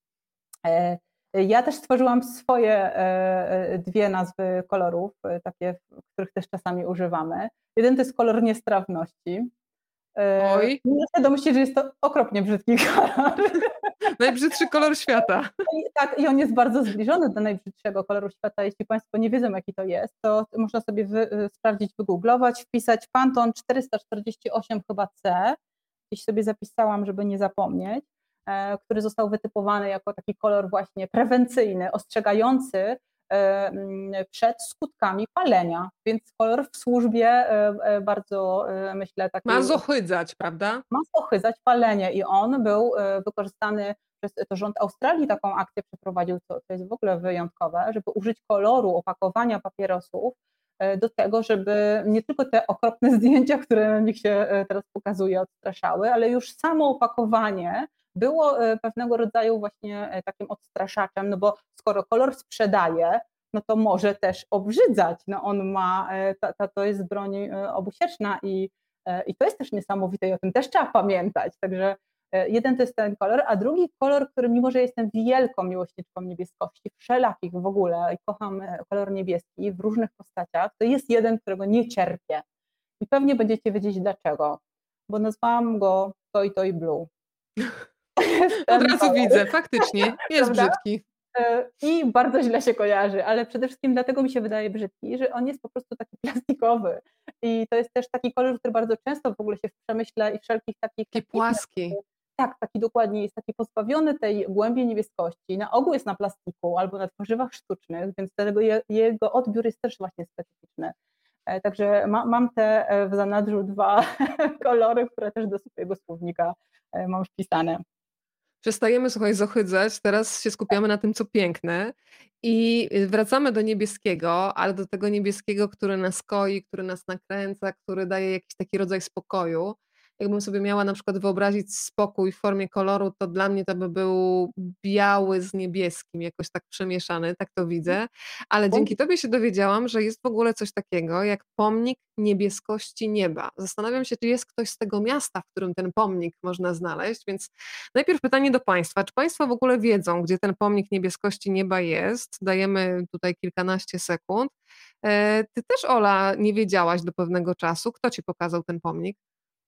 Ja też stworzyłam swoje dwie nazwy kolorów, takie, których też czasami używamy. Jeden to jest kolor niestrawności. Oj. Muszę się domyślić, że jest to okropnie brzydki kolor. Najbrzydszy kolor świata. I, tak, i on jest bardzo zbliżony do najbrzydszego koloru świata. Jeśli Państwo nie wiedzą, jaki to jest, to można sobie wy, sprawdzić, wygooglować, wpisać Pantone czterysta czterdzieści osiem chyba C, gdzieś sobie zapisałam, żeby nie zapomnieć, który został wytypowany jako taki kolor właśnie prewencyjny, ostrzegający przed skutkami palenia, więc kolor w służbie bardzo, myślę, taki... Ma zohydzać, prawda? Ma zohydzać palenie i on był wykorzystany przez to rząd Australii, taką akcję przeprowadził, co to jest w ogóle wyjątkowe, żeby użyć koloru opakowania papierosów do tego, żeby nie tylko te okropne zdjęcia, które na nich się teraz pokazuje, odstraszały, ale już samo opakowanie było pewnego rodzaju właśnie takim odstraszaczem, no bo skoro kolor sprzedaje, no to może też obrzydzać. No on ma, ta, ta, to jest broń obusieczna i, i to jest też niesamowite i o tym też trzeba pamiętać. Także jeden to jest ten kolor, a drugi kolor, który mimo, że jestem wielką miłośniczką niebieskości, wszelakich w ogóle i kocham kolor niebieski w różnych postaciach, to jest jeden, którego nie cierpię. I pewnie będziecie wiedzieć dlaczego, bo nazwałam go Toy Toy Blue. Od razu kolor. Widzę, faktycznie, jest brzydki. I bardzo źle się kojarzy, ale przede wszystkim dlatego mi się wydaje brzydki, że on jest po prostu taki plastikowy i to jest też taki kolor, który bardzo często w ogóle się w przemyśle i wszelkich takich... Taki płaski. Tak, taki dokładnie, jest taki pozbawiony tej głębi niebieskości, na ogół jest na plastiku albo na tworzywach sztucznych, więc dlatego je, jego odbiór jest też właśnie specyficzny. Także ma, mam te w zanadrzu dwa kolory, które też do swojego słownika mam wpisane. Przestajemy, słuchaj, zohydzać, teraz się skupiamy na tym, co piękne i wracamy do niebieskiego, ale do tego niebieskiego, który nas koi, który nas nakręca, który daje jakiś taki rodzaj spokoju. Jakbym sobie miała na przykład wyobrazić spokój w formie koloru, to dla mnie to by był biały z niebieskim, jakoś tak przemieszany, tak to widzę, ale dzięki Tobie się dowiedziałam, że jest w ogóle coś takiego jak pomnik niebieskości nieba. Zastanawiam się, czy jest ktoś z tego miasta, w którym ten pomnik można znaleźć, więc najpierw pytanie do Państwa, czy Państwo w ogóle wiedzą, gdzie ten pomnik niebieskości nieba jest? Dajemy tutaj kilkanaście sekund. Ty też, Ola, nie wiedziałaś do pewnego czasu. Kto Ci pokazał ten pomnik?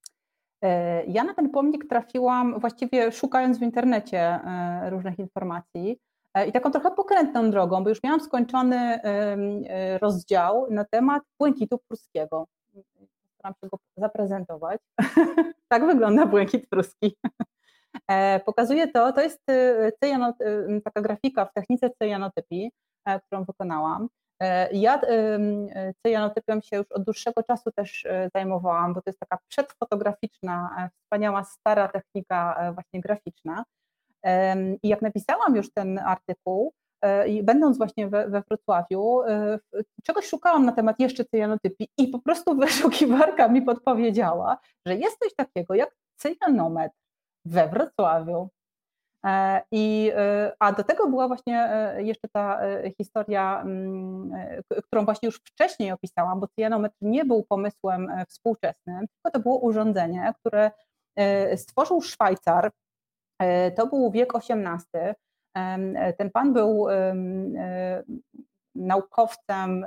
Ja na ten pomnik trafiłam właściwie szukając w internecie różnych informacji i taką trochę pokrętną drogą, bo już miałam skończony rozdział na temat błękitu pruskiego. Staram się go zaprezentować. Tak wygląda błękit pruski. Pokazuje to, to jest taka grafika w technice cyjanotypii, którą wykonałam. Ja cyjanotypią się już od dłuższego czasu też zajmowałam, bo to jest taka przedfotograficzna, wspaniała, stara technika właśnie graficzna. I jak napisałam już ten artykuł i będąc właśnie we, we Wrocławiu, czegoś szukałam na temat jeszcze cyjanotypii i po prostu wyszukiwarka mi podpowiedziała, że jest coś takiego jak cyjanometr we Wrocławiu. I, a do tego była właśnie jeszcze ta historia, którą właśnie już wcześniej opisałam, bo cyjanometr nie był pomysłem współczesnym, tylko to było urządzenie, które stworzył Szwajcar. To był wiek osiemnasty. Ten pan był naukowcem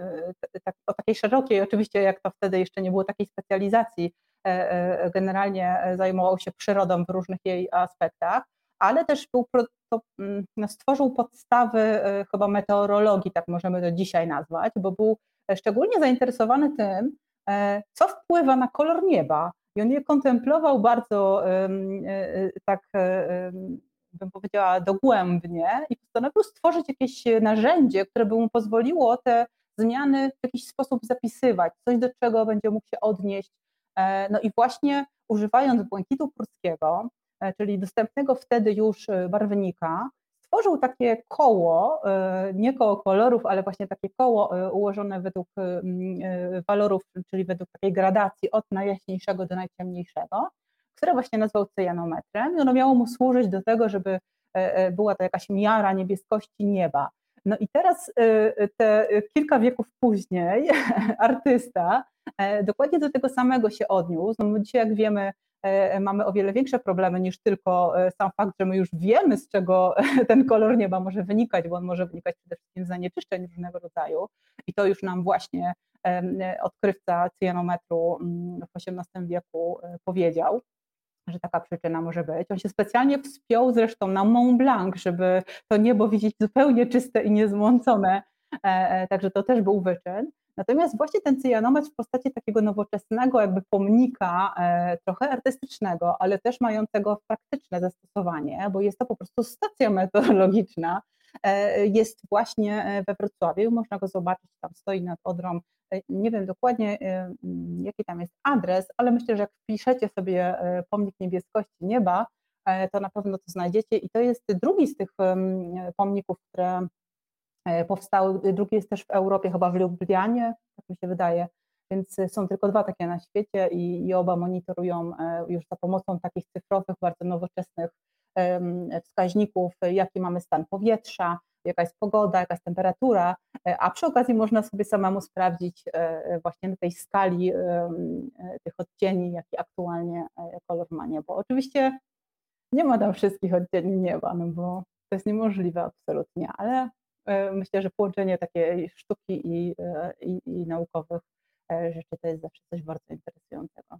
o takiej szerokiej, oczywiście jak to wtedy jeszcze nie było takiej specjalizacji, generalnie zajmował się przyrodą w różnych jej aspektach, ale też był, no, stworzył podstawy chyba meteorologii, tak możemy to dzisiaj nazwać, bo był szczególnie zainteresowany tym, co wpływa na kolor nieba. I on je kontemplował bardzo tak, bym powiedziała, dogłębnie i postanowił stworzyć jakieś narzędzie, które by mu pozwoliło te zmiany w jakiś sposób zapisywać, coś do czego będzie mógł się odnieść. No i właśnie używając błękitu pruskiego, czyli dostępnego wtedy już barwnika, stworzył takie koło, nie koło kolorów, ale właśnie takie koło ułożone według walorów, czyli według takiej gradacji od najjaśniejszego do najciemniejszego, które właśnie nazwał cyjanometrem i ono miało mu służyć do tego, żeby była to jakaś miara niebieskości nieba. No i teraz te kilka wieków później artysta dokładnie do tego samego się odniósł. No dzisiaj, jak wiemy, mamy o wiele większe problemy niż tylko sam fakt, że my już wiemy, z czego ten kolor nieba może wynikać, bo on może wynikać przede wszystkim z zanieczyszczeń różnego rodzaju i to już nam właśnie odkrywca cyjanometru w osiemnastym wieku powiedział, że taka przyczyna może być. On się specjalnie wspiął zresztą na Mont Blanc, żeby to niebo widzieć zupełnie czyste i niezmącone, także to też był wyczyn. Natomiast właśnie ten cyjanometr w postaci takiego nowoczesnego jakby pomnika, trochę artystycznego, ale też mającego praktyczne zastosowanie, bo jest to po prostu stacja meteorologiczna, jest właśnie we Wrocławiu, można go zobaczyć, tam stoi nad Odrą. Nie wiem dokładnie, jaki tam jest adres, ale myślę, że jak wpiszecie sobie pomnik niebieskości nieba, to na pewno to znajdziecie i to jest drugi z tych pomników, które powstały, drugi jest też w Europie, chyba w Lublianie, tak mi się wydaje, więc są tylko dwa takie na świecie i, i oba monitorują już za pomocą takich cyfrowych, bardzo nowoczesnych wskaźników, jaki mamy stan powietrza, jaka jest pogoda, jaka jest temperatura, a przy okazji można sobie samemu sprawdzić właśnie na tej skali tych odcieni, jaki aktualnie kolor ma niebo. Oczywiście nie ma tam wszystkich odcieni nieba, no bo to jest niemożliwe absolutnie, ale myślę, że połączenie takiej sztuki i, i, i naukowych rzeczy to jest zawsze coś bardzo interesującego.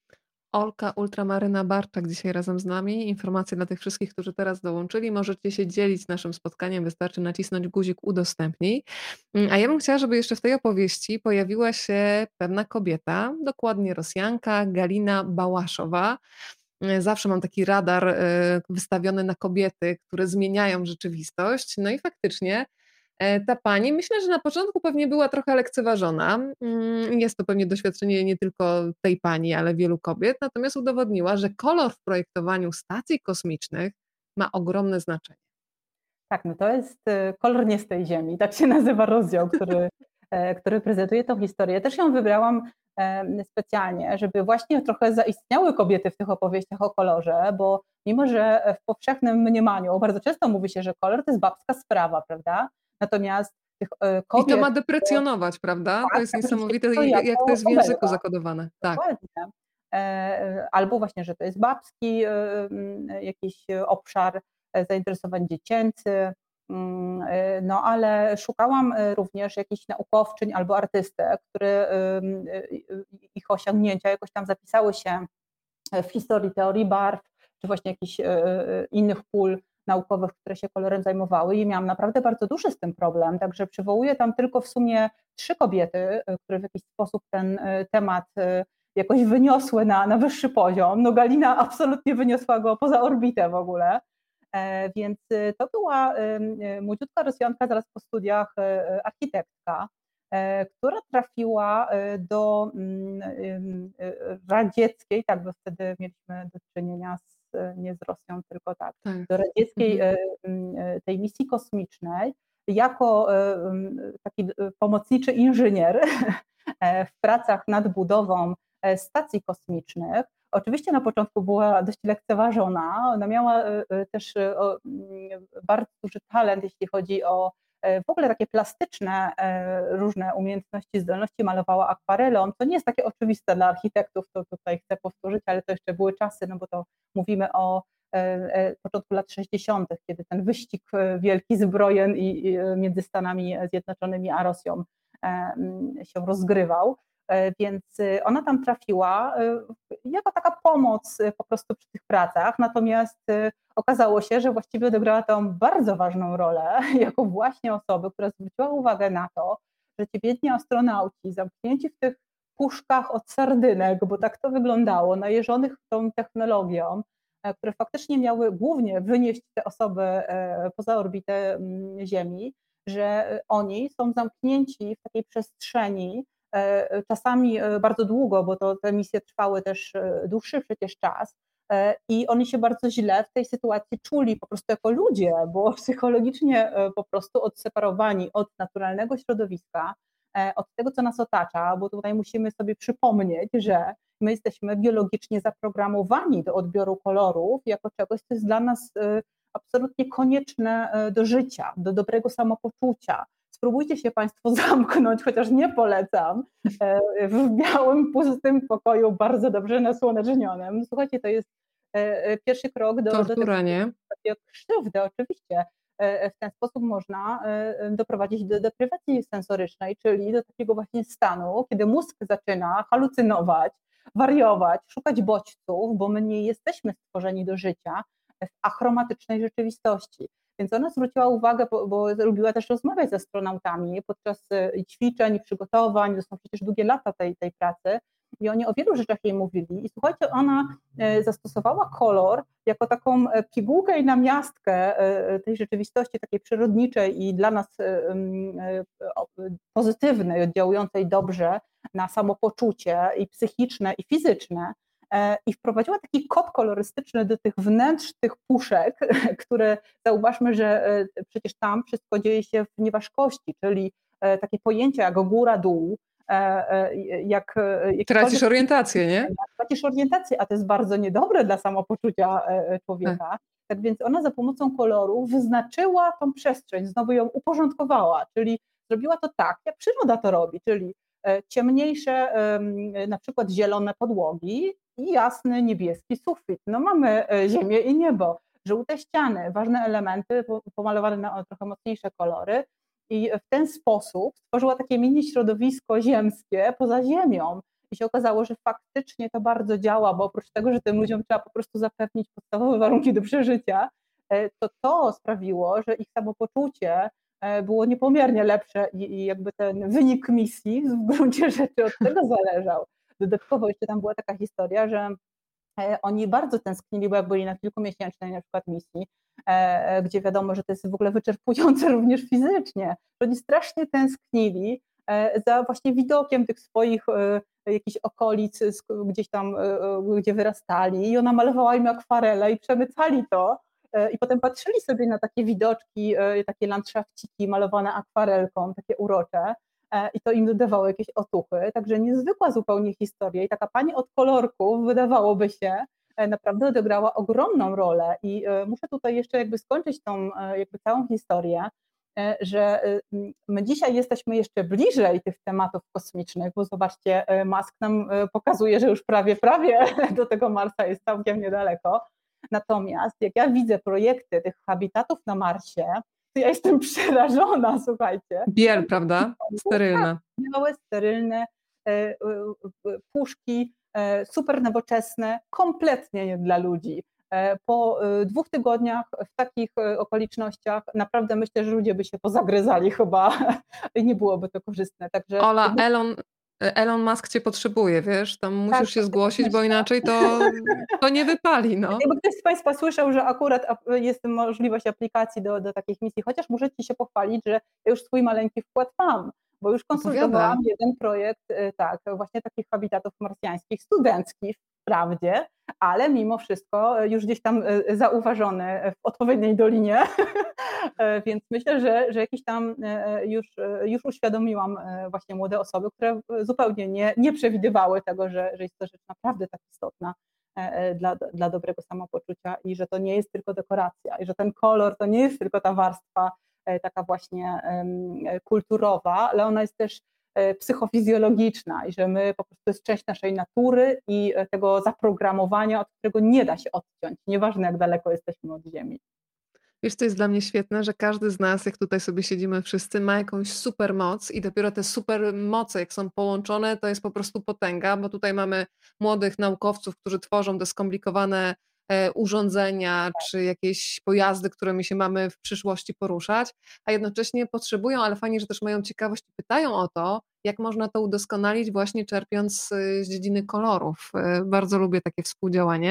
Olka Ultramaryna Barczak dzisiaj razem z nami. Informacje dla tych wszystkich, którzy teraz dołączyli. Możecie się dzielić naszym spotkaniem, wystarczy nacisnąć guzik udostępnij. A ja bym chciała, żeby jeszcze w tej opowieści pojawiła się pewna kobieta, dokładnie Rosjanka, Galina Bałaszowa. Zawsze mam taki radar wystawiony na kobiety, które zmieniają rzeczywistość. No i faktycznie ta pani, myślę, że na początku pewnie była trochę lekceważona. Jest to pewnie doświadczenie nie tylko tej pani, ale wielu kobiet, natomiast udowodniła, że kolor w projektowaniu stacji kosmicznych ma ogromne znaczenie. Tak, no to jest kolor nie z tej ziemi, tak się nazywa rozdział, który, który prezentuje tą historię. Też ją wybrałam specjalnie, żeby właśnie trochę zaistniały kobiety w tych opowieściach o kolorze, bo mimo, że w powszechnym mniemaniu bardzo często mówi się, że kolor to jest babska sprawa, prawda? Natomiast tych kobiet... I to ma deprecjonować, prawda? Tak, to jest tak, niesamowite, jak to jest w języku zakodowane. Tak. Dokładnie. Albo właśnie, że to jest babski jakiś obszar zainteresowań dziecięcy, no ale szukałam również jakichś naukowczyń albo artystek, które ich osiągnięcia jakoś tam zapisały się w historii teorii barw, czy właśnie jakichś innych pól naukowych, które się kolorem zajmowały i miałam naprawdę bardzo duży z tym problem, także przywołuję tam tylko w sumie trzy kobiety, które w jakiś sposób ten temat jakoś wyniosły na, na wyższy poziom. No Galina absolutnie wyniosła go poza orbitę w ogóle, więc to była młodziutka Rosjanka zaraz po studiach, architektka, która trafiła do radzieckiej, tak, bo wtedy mieliśmy do czynienia z, nie z Rosją, tylko tak, tak. do radzieckiej mhm. tej misji kosmicznej jako taki pomocniczy inżynier w pracach nad budową stacji kosmicznych. Oczywiście na początku była dość lekceważona, ona miała też bardzo duży talent, jeśli chodzi o w ogóle takie plastyczne różne umiejętności, zdolności, malowała akwarelą, co nie jest takie oczywiste dla architektów, to tutaj chcę powtórzyć, ale to jeszcze były czasy, no bo to mówimy o początku lat sześćdziesiątych, kiedy ten wyścig wielki zbrojen i między Stanami Zjednoczonymi a Rosją się rozgrywał, więc ona tam trafiła jako taka pomoc po prostu przy tych pracach, natomiast okazało się, że właściwie odegrała tam bardzo ważną rolę jako właśnie osoba, która zwróciła uwagę na to, że ci biedni astronauci zamknięci w tych puszkach od sardynek, bo tak to wyglądało, najeżonych tą technologią, które faktycznie miały głównie wynieść te osoby poza orbitę Ziemi, że oni są zamknięci w takiej przestrzeni, czasami bardzo długo, bo to te misje trwały też dłuższy przecież czas i oni się bardzo źle w tej sytuacji czuli po prostu jako ludzie, bo psychologicznie po prostu odseparowani od naturalnego środowiska, od tego, co nas otacza, bo tutaj musimy sobie przypomnieć, że my jesteśmy biologicznie zaprogramowani do odbioru kolorów jako czegoś, co jest dla nas absolutnie konieczne do życia, do dobrego samopoczucia. Spróbujcie się Państwo zamknąć, chociaż nie polecam, w białym, pustym pokoju, bardzo dobrze nasłonecznionym. Słuchajcie, to jest pierwszy krok do, Tortura, do tego, nie? krzywdy, oczywiście. W ten sposób można doprowadzić do deprywacji sensorycznej, czyli do takiego właśnie stanu, kiedy mózg zaczyna halucynować, wariować, szukać bodźców, bo my nie jesteśmy stworzeni do życia w achromatycznej rzeczywistości. Więc ona zwróciła uwagę, bo, bo lubiła też rozmawiać z astronautami podczas ćwiczeń, przygotowań, to są przecież długie lata tej, tej pracy i oni o wielu rzeczach jej mówili i słuchajcie, ona zastosowała kolor jako taką pigułkę i namiastkę tej rzeczywistości takiej przyrodniczej i dla nas pozytywnej, oddziałującej dobrze na samopoczucie i psychiczne i fizyczne, i wprowadziła taki kod kolorystyczny do tych wnętrz tych puszek, które zauważmy, że przecież tam wszystko dzieje się w nieważkości, czyli takie pojęcia jak góra, dół, jak... Tracisz orientację, nie? Tracisz orientację, a to jest bardzo niedobre dla samopoczucia człowieka. Tak. Tak więc ona za pomocą koloru wyznaczyła tą przestrzeń, znowu ją uporządkowała, czyli zrobiła to tak, jak przyroda to robi, czyli ciemniejsze, na przykład zielone podłogi i jasny niebieski sufit. No mamy ziemię i niebo, żółte ściany, ważne elementy pomalowane na trochę mocniejsze kolory i w ten sposób stworzyła takie mini środowisko ziemskie poza ziemią i się okazało, że faktycznie to bardzo działa, bo oprócz tego, że tym ludziom trzeba po prostu zapewnić podstawowe warunki do przeżycia, to to sprawiło, że ich samopoczucie było niepomiernie lepsze i jakby ten wynik misji w gruncie rzeczy od tego zależał. Dodatkowo jeszcze tam była taka historia, że oni bardzo tęsknili, bo jak byli na kilkumiesięcznej na przykład misji, gdzie wiadomo, że to jest w ogóle wyczerpujące również fizycznie, że oni strasznie tęsknili za właśnie widokiem tych swoich jakichś okolic, gdzieś tam, gdzie wyrastali i ona malowała im akwarele i przemycali to i potem patrzyli sobie na takie widoczki, takie landszafciki malowane akwarelką, takie urocze i to im dodawało jakieś otuchy, także niezwykła zupełnie historia i taka pani od kolorków, wydawałoby się, naprawdę odegrała ogromną rolę i muszę tutaj jeszcze jakby skończyć tą jakby całą historię, że my dzisiaj jesteśmy jeszcze bliżej tych tematów kosmicznych, bo zobaczcie, Musk nam pokazuje, że już prawie, prawie do tego Marsa jest całkiem niedaleko. Natomiast jak ja widzę projekty tych habitatów na Marsie, to ja jestem przerażona, słuchajcie. Biel, prawda? Sterylne. Białe, sterylne, puszki, super nowoczesne, kompletnie nie dla ludzi. Po dwóch tygodniach w takich okolicznościach naprawdę myślę, że ludzie by się pozagryzali chyba i nie byłoby to korzystne. Także Ola, Elon, Elon Musk cię potrzebuje, wiesz, tam musisz tak, się zgłosić, bo inaczej to, to nie wypali. No. Jakby ktoś z Państwa słyszał, że akurat jest możliwość aplikacji do, do takich misji, chociaż muszę Ci się pochwalić, że ja już swój maleńki wkład mam, bo już konsultowałam Opowiadam. jeden projekt, tak, właśnie takich habitatów marsjańskich, studenckich wprawdzie, ale mimo wszystko już gdzieś tam zauważony w odpowiedniej dolinie, więc myślę, że, że jakiś tam już, już uświadomiłam właśnie młode osoby, które zupełnie nie, nie przewidywały tego, że, że jest to rzecz naprawdę tak istotna dla, dla dobrego samopoczucia i że to nie jest tylko dekoracja i że ten kolor to nie jest tylko ta warstwa taka właśnie kulturowa, ale ona jest też psychofizjologiczna i że my po prostu to jest część naszej natury i tego zaprogramowania, od którego nie da się odciąć, nieważne jak daleko jesteśmy od Ziemi. Wiesz, co jest dla mnie świetne, że każdy z nas, jak tutaj sobie siedzimy wszyscy, ma jakąś super moc i dopiero te super moce, jak są połączone, to jest po prostu potęga, bo tutaj mamy młodych naukowców, którzy tworzą te skomplikowane e, urządzenia czy jakieś pojazdy, którymi się mamy w przyszłości poruszać, a jednocześnie potrzebują, ale fajnie, że też mają ciekawość i pytają o to, jak można to udoskonalić właśnie czerpiąc y, z dziedziny kolorów. Y, Bardzo lubię takie współdziałanie.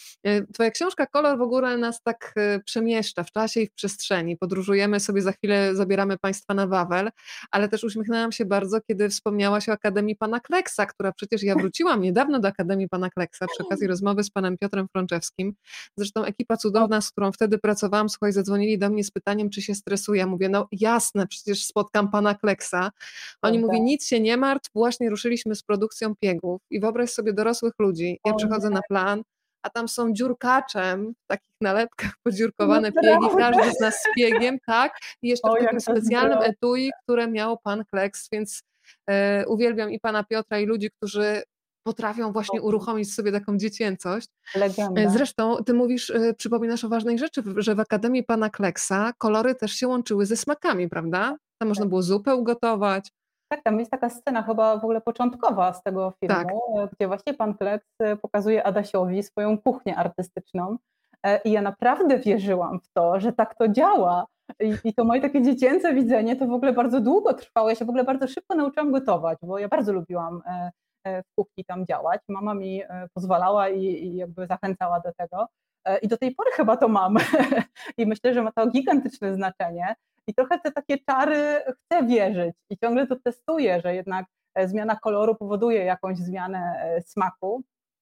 Y, Twoja książka Kolor w ogóle nas tak y, przemieszcza w czasie i w przestrzeni. Podróżujemy sobie, za chwilę zabieramy Państwa na Wawel, ale też uśmiechnęłam się bardzo, kiedy wspomniałaś o Akademii Pana Kleksa, która przecież ja wróciłam niedawno do Akademii Pana Kleksa przy okazji rozmowy z panem Piotrem Frączewskim. Zresztą ekipa cudowna, z którą wtedy pracowałam, słuchaj, zadzwonili do mnie z pytaniem, czy się stresuję. Ja mówię, no jasne, przecież spotkam Pana Kleksa. Oni mówią, nic się nie martw, właśnie ruszyliśmy z produkcją piegów i wyobraź sobie dorosłych ludzi. Ja przychodzę na plan, a tam są dziurkaczem, w takich nalepkach podziurkowane piegi, każdy z nas z piegiem, tak, i jeszcze O, w jak takim to specjalnym zdrowe. etui, które miał pan Kleks, więc e, uwielbiam i pana Piotra, i ludzi, którzy potrafią właśnie uruchomić sobie taką dziecięcość. E, Legenda. Zresztą ty mówisz, e, przypominasz o ważnej rzeczy, w- że w Akademii pana Kleksa kolory też się łączyły ze smakami, prawda? Tam można było zupę ugotować. Tak, tam jest taka scena chyba w ogóle początkowa z tego Tak. filmu, e, gdzie właśnie pan Kleks e, pokazuje Adasiowi swoją kuchnię artystyczną e, i ja naprawdę wierzyłam w to, że tak to działa. I, I to moje takie dziecięce widzenie to w ogóle bardzo długo trwało. Ja się w ogóle bardzo szybko nauczyłam gotować, bo ja bardzo lubiłam e, e, w kuchni tam działać. Mama mi e, pozwalała i, i jakby zachęcała do tego. E, I do tej pory chyba to mam. I myślę, że ma to gigantyczne znaczenie. I trochę te takie czary chcę wierzyć i ciągle to testuję, że jednak e, zmiana koloru powoduje jakąś zmianę e, smaku.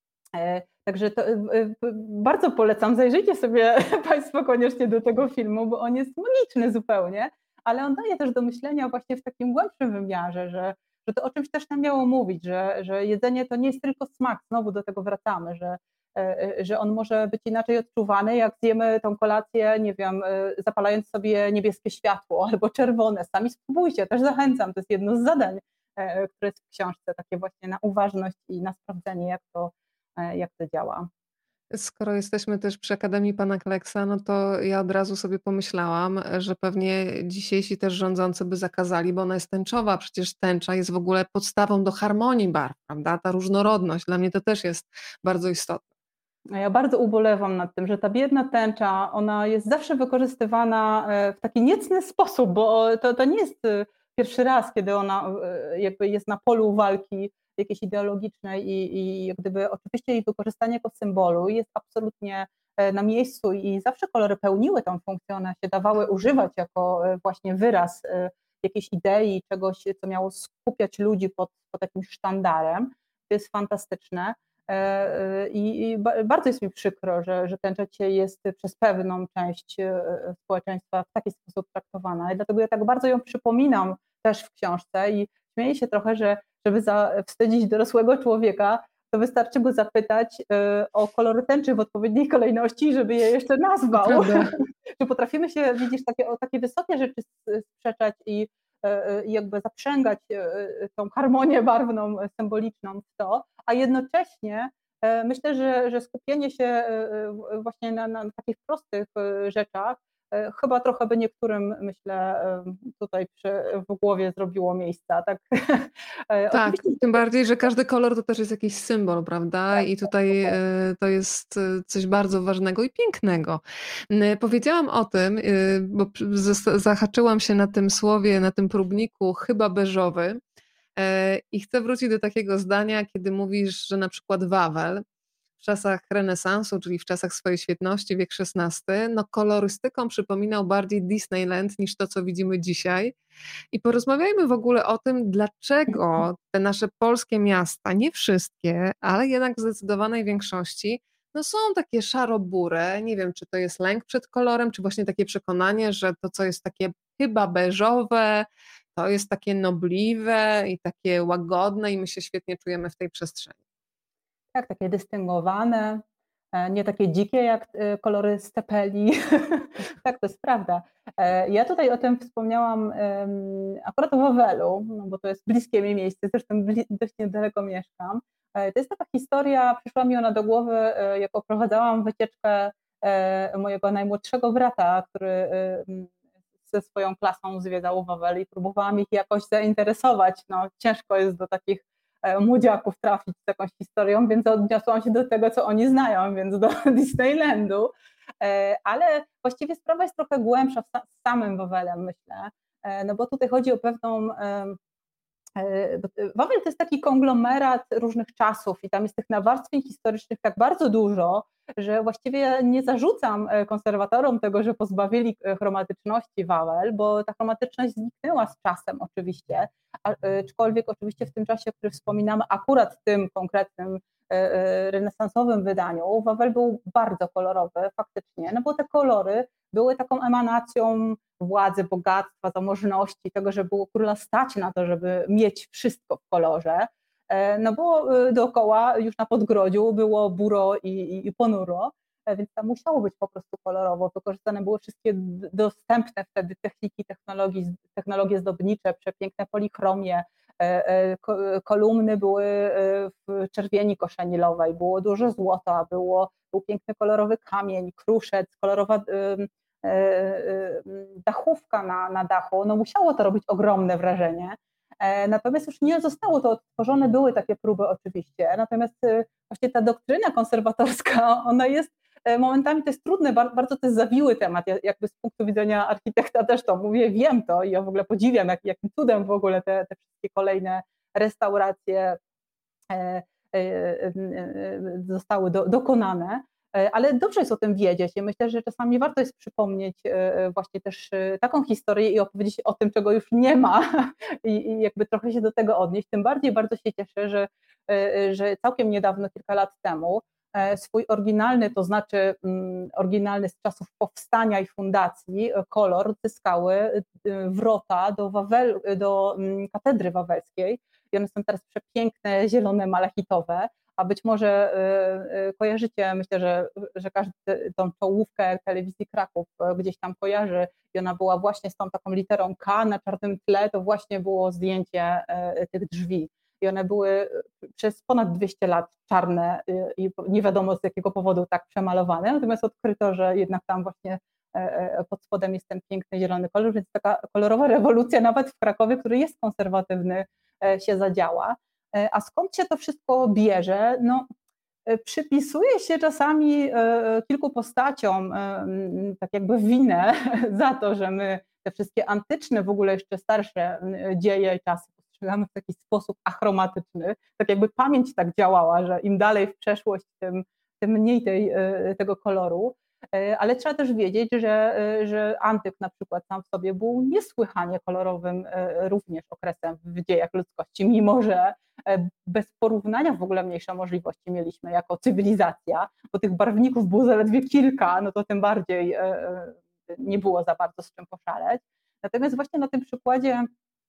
E, Także to, e, e, bardzo polecam, zajrzyjcie sobie Państwo koniecznie do tego filmu, bo on jest magiczny zupełnie, ale on daje też do myślenia właśnie w takim głębszym wymiarze, że, że to o czymś też nam miało mówić, że, że jedzenie to nie jest tylko smak, znowu do tego wracamy, że, e, e, że on może być inaczej odczuwany, jak zjemy tą kolację, nie wiem, e, zapalając sobie niebieskie światło albo czerwone. Sami spróbujcie, też zachęcam, to jest jedno z zadań, e, które jest w książce, takie właśnie na uważność i na sprawdzenie, jak to jak to działa. Skoro jesteśmy też przy Akademii Pana Kleksa, no to ja od razu sobie pomyślałam, że pewnie dzisiejsi też rządzący by zakazali, bo ona jest tęczowa. Przecież tęcza jest w ogóle podstawą do harmonii barw, prawda? Ta różnorodność, dla mnie to też jest bardzo istotne. Ja bardzo ubolewam nad tym, że ta biedna tęcza, ona jest zawsze wykorzystywana w taki niecny sposób, bo to, to nie jest pierwszy raz, kiedy ona jakby jest na polu walki jakiejś ideologicznej i, i jak gdyby oczywiście jej wykorzystanie jako symbolu jest absolutnie na miejscu i zawsze kolory pełniły tą funkcję, one się dawały używać jako właśnie wyraz jakiejś idei, czegoś, co miało skupiać ludzi pod, pod jakimś sztandarem. To jest fantastyczne. I, i bardzo jest mi przykro, że, że tęcza dzisiaj jest przez pewną część społeczeństwa w taki sposób traktowana. I dlatego ja tak bardzo ją przypominam też w książce i śmieję się trochę, że żeby wstydzić dorosłego człowieka, to wystarczy go zapytać o kolory tęczy w odpowiedniej kolejności, żeby je jeszcze nazwał. Czy potrafimy się, widzisz, takie, o takie wysokie rzeczy sprzeczać i i jakby zaprzęgać tą harmonię barwną, symboliczną w to, a jednocześnie myślę, że, że skupienie się właśnie na, na takich prostych rzeczach chyba trochę by niektórym, myślę, tutaj przy, w głowie zrobiło miejsca. Tak, tak, oczywiście, tym bardziej, że każdy kolor to też jest jakiś symbol, prawda? tak, I tutaj tak, to jest coś bardzo ważnego i pięknego. Powiedziałam o tym, bo zahaczyłam się na tym słowie, na tym próbniku chyba beżowy i chcę wrócić do takiego zdania, kiedy mówisz, że na przykład Wawel w czasach renesansu, czyli w czasach swojej świetności, wiek szesnasty, no kolorystyką przypominał bardziej Disneyland niż to, co widzimy dzisiaj. I porozmawiajmy w ogóle o tym, dlaczego te nasze polskie miasta, nie wszystkie, ale jednak w zdecydowanej większości, no są takie szaro-bure. Nie wiem, czy to jest lęk przed kolorem, czy właśnie takie przekonanie, że to, co jest takie chyba beżowe, to jest takie nobliwe i takie łagodne i my się świetnie czujemy w tej przestrzeni. Tak, takie dystyngowane, nie takie dzikie jak kolory stepeli. Tak, to jest prawda. Ja tutaj o tym wspomniałam akurat o Wawelu, no bo to jest bliskie mi miejsce, zresztą dość niedaleko mieszkam. To jest taka historia, przyszła mi ona do głowy, jak oprowadzałam wycieczkę mojego najmłodszego brata, który ze swoją klasą zwiedzał Wawel i próbowałam ich jakoś zainteresować. No, ciężko jest do takich młodziaków trafić z jakąś historią, więc odniosłam się do tego, co oni znają, więc do Disneylandu. Ale właściwie sprawa jest trochę głębsza z samym Wawelem, myślę, no bo tutaj chodzi o pewną... Wawel to jest taki konglomerat różnych czasów i tam jest tych nawarstwień historycznych tak bardzo dużo, że właściwie nie zarzucam konserwatorom tego, że pozbawili chromatyczności Wawel, bo ta chromatyczność zniknęła z czasem oczywiście, aczkolwiek oczywiście w tym czasie, o którym wspominamy, akurat w tym konkretnym renesansowym wydaniu, Wawel był bardzo kolorowy faktycznie, no bo te kolory były taką emanacją władzy, bogactwa, zamożności, tego, że było króla stać na to, żeby mieć wszystko w kolorze, no bo dookoła już na podgrodziu było buro i, i, i ponuro, więc tam musiało być po prostu kolorowo, wykorzystane były wszystkie dostępne wtedy techniki, technologii, technologie zdobnicze, przepiękne polichromie, kolumny były w czerwieni koszenilowej, było dużo złota, było, był piękny kolorowy kamień, kruszec, kolorowa dachówka na, na dachu, no musiało to robić ogromne wrażenie, natomiast już nie zostało to odtworzone, były takie próby oczywiście, natomiast właśnie ta doktryna konserwatorska, ona jest momentami, to jest trudne, bardzo to jest zawiły temat, ja jakby z punktu widzenia architekta też to mówię, wiem to i ja w ogóle podziwiam, jak, jakim cudem w ogóle te, te wszystkie kolejne restauracje zostały do, dokonane, ale dobrze jest o tym wiedzieć i myślę, że czasami warto jest przypomnieć właśnie też taką historię i opowiedzieć o tym, czego już nie ma i, i jakby trochę się do tego odnieść. Tym bardziej bardzo się cieszę, że, że całkiem niedawno, kilka lat temu, swój oryginalny, to znaczy oryginalny z czasów powstania i fundacji kolor zyskały wrota do, Wawel, do katedry wawelskiej i one są teraz przepiękne, zielone, malachitowe, a być może kojarzycie, myślę, że, że każdy tą czołówkę telewizji Kraków gdzieś tam kojarzy i ona była właśnie z tą taką literą K na czarnym tle, to właśnie było zdjęcie tych drzwi. I one były przez ponad dwieście lat czarne i nie wiadomo z jakiego powodu tak przemalowane, natomiast odkryto, że jednak tam właśnie pod spodem jest ten piękny zielony kolor, więc taka kolorowa rewolucja nawet w Krakowie, który jest konserwatywny, się zadziała. A skąd się to wszystko bierze? No, przypisuje się czasami kilku postaciom tak jakby winę za to, że my te wszystkie antyczne, w ogóle jeszcze starsze dzieje i czasy postrzegamy w taki sposób achromatyczny, tak jakby pamięć tak działała, że im dalej w przeszłość, tym, tym mniej tej, tego koloru. Ale trzeba też wiedzieć, że, że antyk na przykład sam w sobie był niesłychanie kolorowym również okresem w dziejach ludzkości, mimo że bez porównania w ogóle mniejsze możliwości mieliśmy jako cywilizacja, bo tych barwników było zaledwie kilka, no to tym bardziej nie było za bardzo z czym poszaleć. Natomiast właśnie na tym przykładzie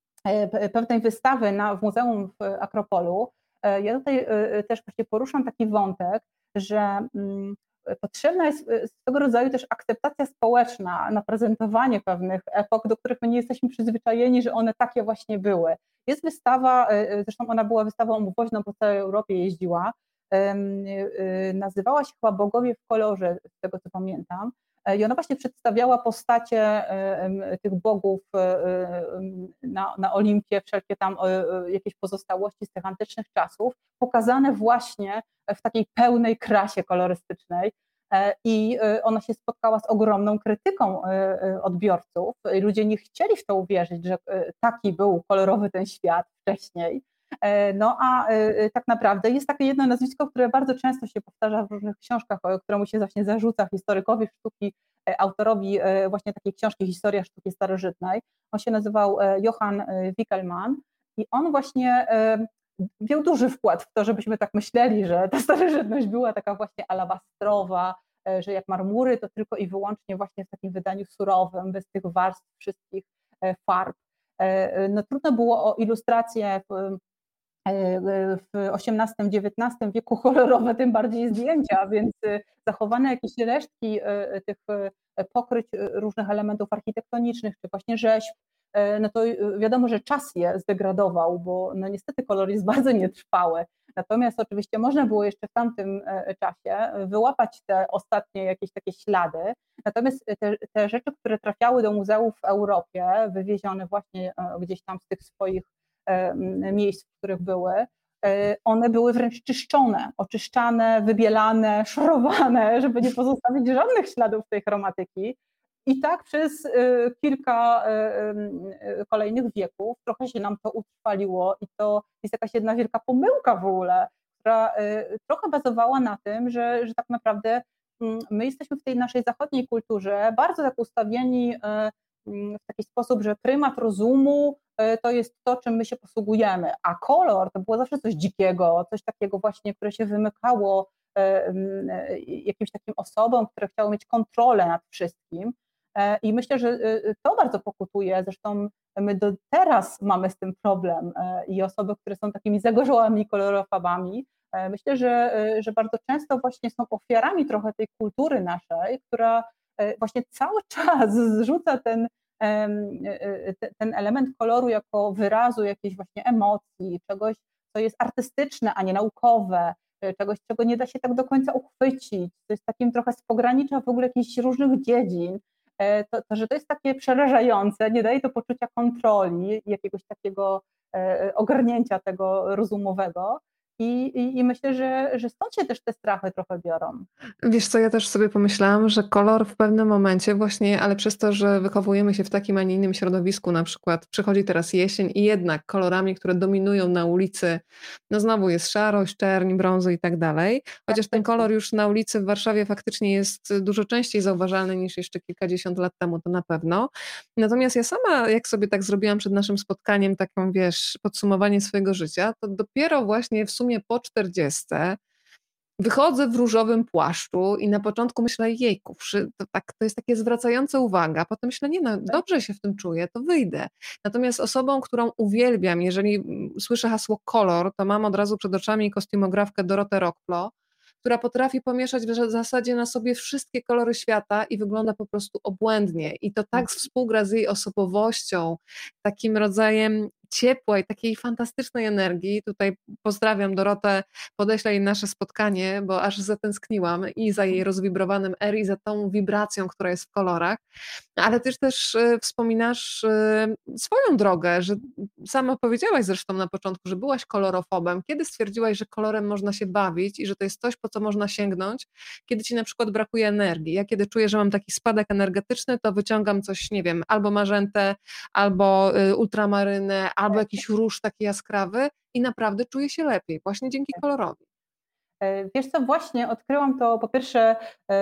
pewnej wystawy na, w Muzeum w Akropolu, ja tutaj też właśnie poruszam taki wątek, że potrzebna jest swego rodzaju też akceptacja społeczna na prezentowanie pewnych epok, do których my nie jesteśmy przyzwyczajeni, że one takie właśnie były. Jest wystawa, zresztą ona była wystawą woźną, po całej Europie jeździła, nazywała się chyba Bogowie w kolorze, z tego co pamiętam, i ona właśnie przedstawiała postacie tych bogów na, na Olimpie, wszelkie tam jakieś pozostałości z tych antycznych czasów, pokazane właśnie w takiej pełnej krasie kolorystycznej i ona się spotkała z ogromną krytyką odbiorców. Ludzie nie chcieli w to uwierzyć, że taki był kolorowy ten świat wcześniej. No a tak naprawdę jest takie jedno nazwisko, które bardzo często się powtarza w różnych książkach, któremu się właśnie zarzuca historykowi sztuki, autorowi właśnie takiej książki Historia sztuki starożytnej. On się nazywał Johann Winckelmann i on właśnie miał duży wkład w to, żebyśmy tak myśleli, że ta starożytność była taka właśnie alabastrowa, że jak marmury, to tylko i wyłącznie właśnie w takim wydaniu surowym, bez tych warstw wszystkich farb. No trudno było o ilustrację w osiemnastym dziewiętnastym wieku kolorowe, tym bardziej zdjęcia, więc zachowane jakieś resztki tych pokryć różnych elementów architektonicznych, czy właśnie rzeźb, no to wiadomo, że czas je zdegradował, bo no niestety kolor jest bardzo nietrwały. Natomiast oczywiście można było jeszcze w tamtym czasie wyłapać te ostatnie jakieś takie ślady. Natomiast te, te rzeczy, które trafiały do muzeów w Europie, wywiezione właśnie gdzieś tam z tych swoich miejsc, w których były, one były wręcz czyszczone, oczyszczane, wybielane, szorowane, żeby nie pozostawić żadnych śladów tej chromatyki. I tak przez kilka kolejnych wieków trochę się nam to utrwaliło i to jest jakaś jedna wielka pomyłka w ogóle, która trochę bazowała na tym, że, że tak naprawdę my jesteśmy w tej naszej zachodniej kulturze bardzo tak ustawieni w taki sposób, że prymat rozumu to jest to, czym my się posługujemy, a kolor to było zawsze coś dzikiego, coś takiego właśnie, które się wymykało jakimś takim osobom, które chciały mieć kontrolę nad wszystkim. I myślę, że to bardzo pokutuje, zresztą my do teraz mamy z tym problem i osoby, które są takimi zagorzałymi kolorofabami, myślę, że, że bardzo często właśnie są ofiarami trochę tej kultury naszej, która właśnie cały czas zrzuca ten, ten element koloru jako wyrazu jakiejś właśnie emocji, czegoś, co jest artystyczne, a nie naukowe, czegoś, czego nie da się tak do końca uchwycić, to jest takim trochę z pogranicza w ogóle jakichś różnych dziedzin. To, to, że to jest takie przerażające, nie daje to poczucia kontroli, jakiegoś takiego e, ogarnięcia tego rozumowego i, i, i myślę, że, że stąd się też te strachy trochę biorą. Wiesz co, ja też sobie pomyślałam, że kolor w pewnym momencie właśnie, ale przez to, że wychowujemy się w takim, a nie innym środowisku, na przykład przychodzi teraz jesień i jednak kolorami, które dominują na ulicy, no znowu jest szarość, czerń, brązy i tak dalej, chociaż ten kolor już na ulicy w Warszawie faktycznie jest dużo częściej zauważalny niż jeszcze kilkadziesiąt lat temu, to na pewno. Natomiast ja sama, jak sobie tak zrobiłam przed naszym spotkaniem, taką wiesz, podsumowanie swojego życia, to dopiero właśnie w sumie po czterdziestce wychodzę w różowym płaszczu i na początku myślę, jejku, to, tak, to jest takie zwracające uwagę, a potem myślę, nie no, dobrze się w tym czuję, to wyjdę. Natomiast osobą, którą uwielbiam, jeżeli słyszę hasło kolor, to mam od razu przed oczami kostiumografkę Dorotę Rockplo, która potrafi pomieszać w zasadzie na sobie wszystkie kolory świata i wygląda po prostu obłędnie. I to tak współgra z jej osobowością, takim rodzajem ciepła i takiej fantastycznej energii. Tutaj pozdrawiam Dorotę, podeślę jej nasze spotkanie, bo aż zatęskniłam i za jej rozwibrowanym R, i za tą wibracją, która jest w kolorach. Ale ty też y, wspominasz y, swoją drogę, że sama powiedziałaś zresztą na początku, że byłaś kolorofobem. Kiedy stwierdziłaś, że kolorem można się bawić i że to jest coś, po co można sięgnąć, kiedy ci na przykład brakuje energii? Ja kiedy czuję, że mam taki spadek energetyczny, to wyciągam coś, nie wiem, albo marzentę, albo y, ultramarynę, albo jakiś róż taki jaskrawy i naprawdę czuję się lepiej, właśnie dzięki kolorowi. Wiesz co, właśnie odkryłam to po pierwsze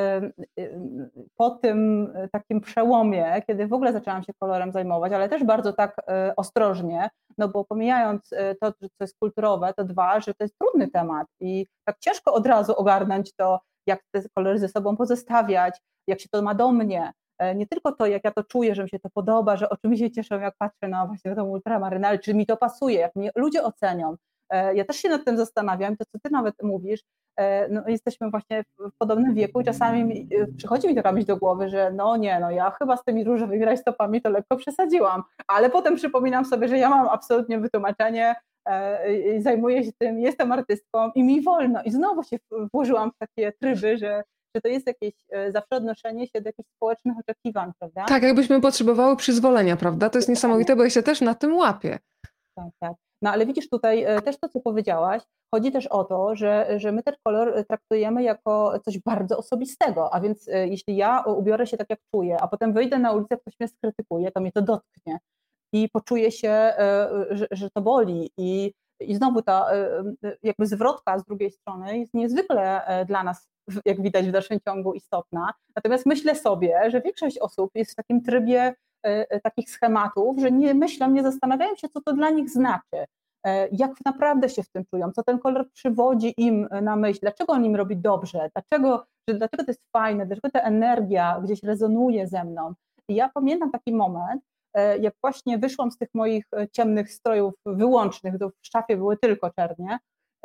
po tym takim przełomie, kiedy w ogóle zaczęłam się kolorem zajmować, ale też bardzo tak ostrożnie, no bo pomijając to, co jest kulturowe, to dwa, że to jest trudny temat i tak ciężko od razu ogarnąć to, jak te kolory ze sobą pozestawiać, jak się to ma do mnie. Nie tylko to, jak ja to czuję, że mi się to podoba, że oczywiście się cieszę, jak patrzę na właśnie tą ultramarynę, ale czy mi to pasuje, jak mnie ludzie ocenią. Ja też się nad tym zastanawiam, to co ty nawet mówisz, no jesteśmy właśnie w podobnym wieku i czasami przychodzi mi taka myśl do głowy, że no nie, no ja chyba z tymi różowymi rajstopami to lekko przesadziłam, ale potem przypominam sobie, że ja mam absolutnie wytłumaczenie, zajmuję się tym, jestem artystką i mi wolno i znowu się włożyłam w takie tryby, że że to jest jakieś zawsze odnoszenie się do jakichś społecznych oczekiwań, prawda? Tak, jakbyśmy potrzebowały przyzwolenia, prawda? To jest niesamowite, bo ja się też na tym łapię. Tak, tak. No ale widzisz tutaj też to, co powiedziałaś, chodzi też o to, że, że my ten kolor traktujemy jako coś bardzo osobistego, a więc jeśli ja ubiorę się tak, jak czuję, a potem wyjdę na ulicę, ktoś mnie skrytykuje, to mnie to dotknie i poczuję się, że, że to boli i, i znowu ta jakby zwrotka z drugiej strony jest niezwykle dla nas, jak widać w dalszym ciągu, istotna. Natomiast myślę sobie, że większość osób jest w takim trybie takich schematów, że nie myślą, nie zastanawiają się, co to dla nich znaczy, jak naprawdę się w tym czują, co ten kolor przywodzi im na myśl, dlaczego on im robi dobrze, dlaczego, że dlaczego to jest fajne, dlaczego ta energia gdzieś rezonuje ze mną. I ja pamiętam taki moment, jak właśnie wyszłam z tych moich ciemnych strojów wyłącznych, to w szafie były tylko czernie,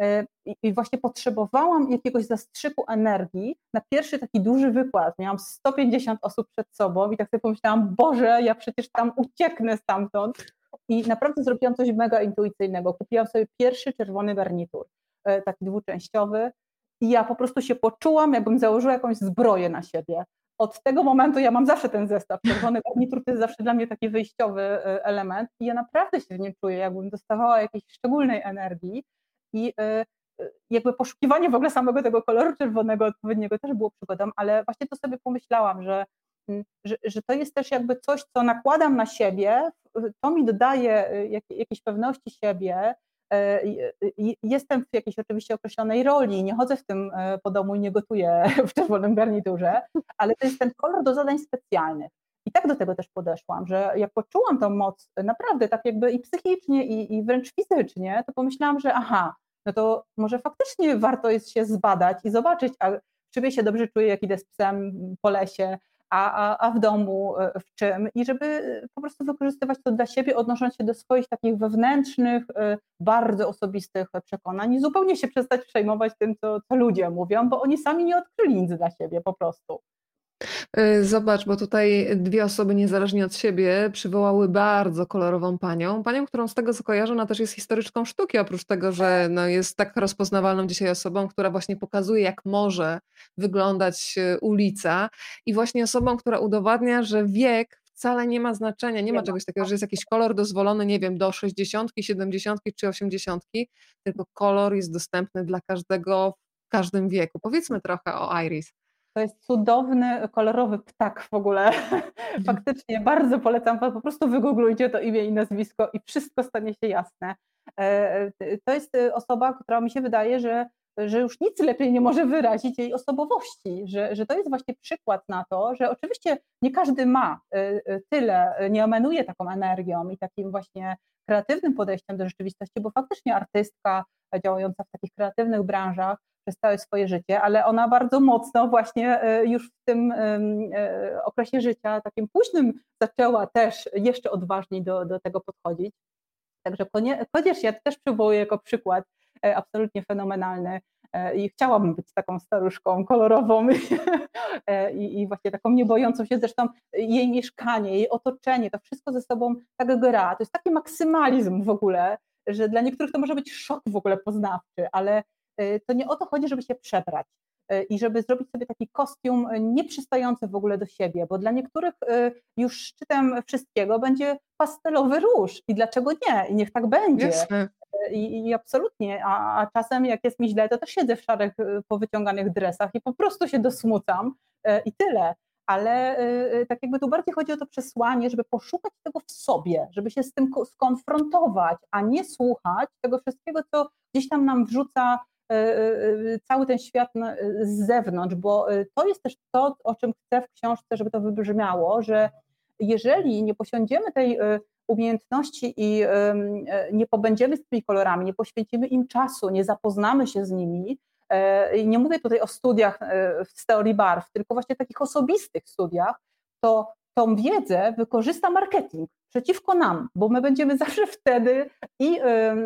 i właśnie potrzebowałam jakiegoś zastrzyku energii na pierwszy taki duży wykład. Miałam sto pięćdziesiąt osób przed sobą i tak sobie pomyślałam, Boże, ja przecież tam ucieknę stamtąd. I naprawdę zrobiłam coś mega intuicyjnego. Kupiłam sobie pierwszy czerwony garnitur, taki dwuczęściowy, i ja po prostu się poczułam, jakbym założyła jakąś zbroję na siebie. Od tego momentu ja mam zawsze ten zestaw. Czerwony garnitur to jest zawsze dla mnie taki wyjściowy element i ja naprawdę się w nim czuję, jakbym dostawała jakiejś szczególnej energii. I jakby poszukiwanie w ogóle samego tego koloru czerwonego odpowiedniego też było przygodą, ale właśnie to sobie pomyślałam, że, że, że to jest też jakby coś, co nakładam na siebie, to mi dodaje jakiejś pewności siebie. Jestem w jakiejś oczywiście określonej roli, nie chodzę w tym po domu i nie gotuję w czerwonym garniturze, ale to jest ten kolor do zadań specjalnych. I tak do tego też podeszłam, że jak poczułam tą moc naprawdę tak jakby i psychicznie, i, i wręcz fizycznie, to pomyślałam, że aha, no to może faktycznie warto jest się zbadać i zobaczyć, a czy ja się dobrze czuję, jak idę z psem po lesie, a, a, a w domu w czym, i żeby po prostu wykorzystywać to dla siebie, odnosząc się do swoich takich wewnętrznych, bardzo osobistych przekonań i zupełnie się przestać przejmować tym, co, co ludzie mówią, bo oni sami nie odkryli nic dla siebie po prostu. Zobacz, bo tutaj dwie osoby niezależnie od siebie przywołały bardzo kolorową panią. Panią, którą z tego co kojarzę, ona też jest historyczką sztuki, oprócz tego, że no jest tak rozpoznawalną dzisiaj osobą, która właśnie pokazuje, jak może wyglądać ulica, i właśnie osobą, która udowadnia, że wiek wcale nie ma znaczenia, nie ma czegoś takiego, że jest jakiś kolor dozwolony, nie wiem, do sześćdziesiątki, siedemdziesiątki czy osiemdziesiątki, tylko kolor jest dostępny dla każdego w każdym wieku. Powiedzmy trochę o Iris. To jest cudowny, kolorowy ptak w ogóle. Faktycznie bardzo polecam, po prostu wygooglujcie to imię i nazwisko i wszystko stanie się jasne. To jest osoba, która mi się wydaje, że, że już nic lepiej nie może wyrazić jej osobowości, że, że to jest właśnie przykład na to, że oczywiście nie każdy ma tyle, nie emanuje taką energią i takim właśnie kreatywnym podejściem do rzeczywistości, bo faktycznie artystka działająca w takich kreatywnych branżach przez całe swoje życie, ale ona bardzo mocno właśnie już w tym okresie życia takim późnym zaczęła też jeszcze odważniej do, do tego podchodzić. Także Kłodzież ja też przywołuję jako przykład absolutnie fenomenalny i chciałabym być taką staruszką kolorową i, i właśnie taką nie bojącą się, zresztą jej mieszkanie, jej otoczenie, to wszystko ze sobą tak gra. To jest taki maksymalizm w ogóle, że dla niektórych to może być szok w ogóle poznawczy, ale to nie o to chodzi, żeby się przebrać i żeby zrobić sobie taki kostium nieprzystający w ogóle do siebie, bo dla niektórych już szczytem wszystkiego będzie pastelowy róż i dlaczego nie? I niech tak będzie. Jasne. I, i absolutnie, a, a czasem jak jest mi źle, to też siedzę w szarych, powyciąganych dresach i po prostu się dosmucam i tyle. Ale tak jakby tu bardziej chodzi o to przesłanie, żeby poszukać tego w sobie, żeby się z tym skonfrontować, a nie słuchać tego wszystkiego, co gdzieś tam nam wrzuca cały ten świat z zewnątrz, bo to jest też to, o czym chcę w książce, żeby to wybrzmiało, że jeżeli nie posiądziemy tej umiejętności i nie pobędziemy z tymi kolorami, nie poświęcimy im czasu, nie zapoznamy się z nimi, i nie mówię tutaj o studiach z teorii barw, tylko właśnie takich osobistych studiach, to tą wiedzę wykorzysta marketing przeciwko nam, bo my będziemy zawsze wtedy i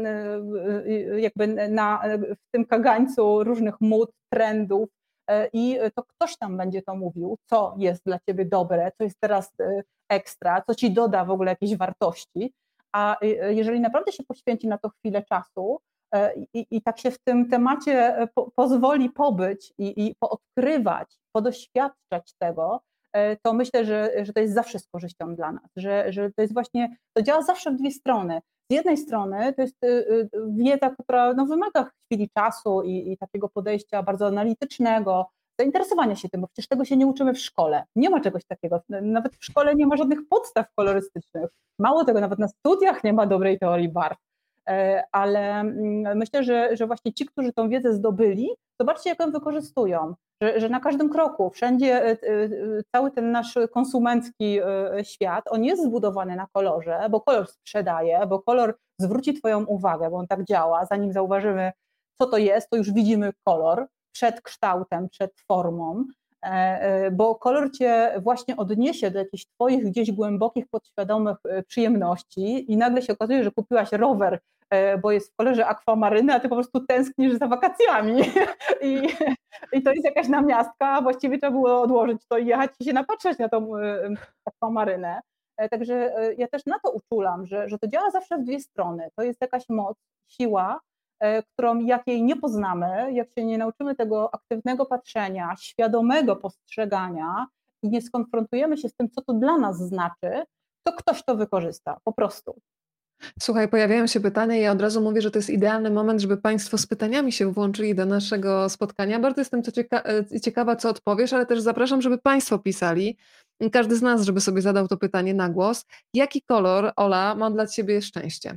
jakby na, w tym kagańcu różnych mód, trendów i to ktoś tam będzie to mówił, co jest dla ciebie dobre, co jest teraz ekstra, co ci doda w ogóle jakiejś wartości, a jeżeli naprawdę się poświęci na to chwilę czasu i, i tak się w tym temacie po, pozwoli pobyć i, i poodkrywać, podoświadczać tego, to myślę, że, że to jest zawsze z korzyścią dla nas, że, że to jest właśnie, to działa zawsze w dwie strony. Z jednej strony to jest wiedza, która no, wymaga chwili czasu i, i takiego podejścia bardzo analitycznego, zainteresowania się tym, bo przecież tego się nie uczymy w szkole. Nie ma czegoś takiego. Nawet w szkole nie ma żadnych podstaw kolorystycznych. Mało tego, nawet na studiach nie ma dobrej teorii barw. Ale myślę, że, że właśnie ci, którzy tą wiedzę zdobyli, zobaczcie, jak ją wykorzystują, że, że na każdym kroku, wszędzie cały ten nasz konsumencki świat, on jest zbudowany na kolorze, bo kolor sprzedaje, bo kolor zwróci twoją uwagę, bo on tak działa, zanim zauważymy, co to jest, to już widzimy kolor przed kształtem, przed formą bo kolor cię właśnie odniesie do jakichś twoich gdzieś głębokich, podświadomych przyjemności i nagle się okazuje, że kupiłaś rower, bo jest w kolorze akwamaryny, a ty po prostu tęsknisz za wakacjami i, i to jest jakaś namiastka, a właściwie trzeba było odłożyć to i jechać i się napatrzeć na tą akwamarynę. Także ja też na to uczulam, że, że to działa zawsze w dwie strony. To jest jakaś moc, siła, którą jak jej nie poznamy, jak się nie nauczymy tego aktywnego patrzenia, świadomego postrzegania i nie skonfrontujemy się z tym, co to dla nas znaczy, to ktoś to wykorzysta, po prostu. Słuchaj, pojawiają się pytania i ja od razu mówię, że to jest idealny moment, żeby Państwo z pytaniami się włączyli do naszego spotkania. Bardzo jestem co cieka- ciekawa, co odpowiesz, ale też zapraszam, żeby Państwo pisali. Każdy z nas, żeby sobie zadał to pytanie na głos. Jaki kolor, Ola, ma dla Ciebie szczęście?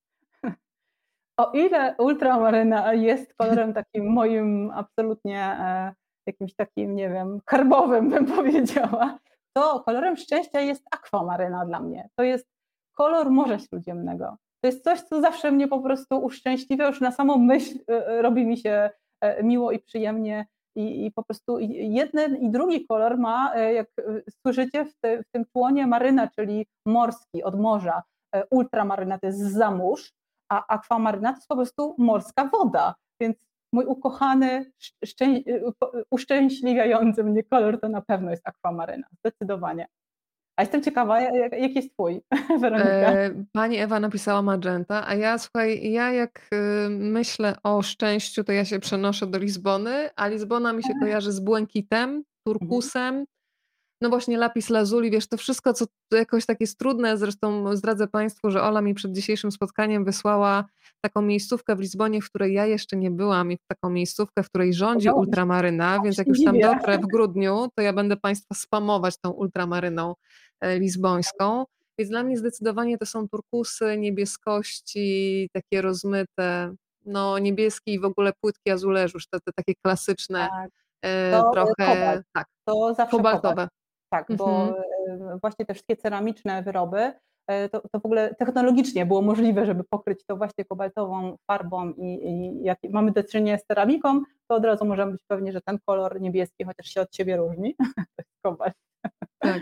O ile ultramaryna jest kolorem takim moim absolutnie e, jakimś takim, nie wiem, herbowym, bym powiedziała, to kolorem szczęścia jest akwamaryna dla mnie. To jest kolor Morza Śródziemnego. To jest coś, co zawsze mnie po prostu uszczęśliwia, już na samą myśl e, robi mi się e, miło i przyjemnie i, i po prostu jeden i drugi kolor ma, e, jak słyszycie, w, te, w tym członie maryna, czyli morski, od morza. E, ultramaryna to jest zza mórz, a akwamaryna to jest po prostu morska woda, więc mój ukochany, szczę- uszczęśliwiający mnie kolor to na pewno jest akwamaryna, zdecydowanie. A jestem ciekawa, jak, jak jest twój, Weronika? E, Pani Ewa napisała magenta, a ja, słuchaj, ja jak y, myślę o szczęściu, to ja się przenoszę do Lizbony, a Lizbona mi się kojarzy z błękitem, Mhm. turkusem, no właśnie lapis lazuli, wiesz, to wszystko, co jakoś takie jest trudne, zresztą zdradzę Państwu, że Ola mi przed dzisiejszym spotkaniem wysłała taką miejscówkę w Lizbonie, w której ja jeszcze nie byłam i taką miejscówkę, w której rządzi Podobało mi się, ultramaryna, więc jak się już tam dziwię. dotrę w grudniu, to ja będę Państwa spamować tą ultramaryną e, lizbońską. Więc dla mnie zdecydowanie to są turkusy, niebieskości, takie rozmyte, no niebieski i w ogóle płytki azuleżusz, te, te takie klasyczne, Tak, e, to kobalt, trochę, tak, to zawsze kobalt. kobaltowe. Tak, Mhm. bo właśnie te wszystkie ceramiczne wyroby, to, to w ogóle technologicznie było możliwe, żeby pokryć to właśnie kobaltową farbą i, i jak mamy do czynienia z ceramiką, to od razu możemy być pewni, że ten kolor niebieski, chociaż się od siebie różni, to jest kobalt. Tak.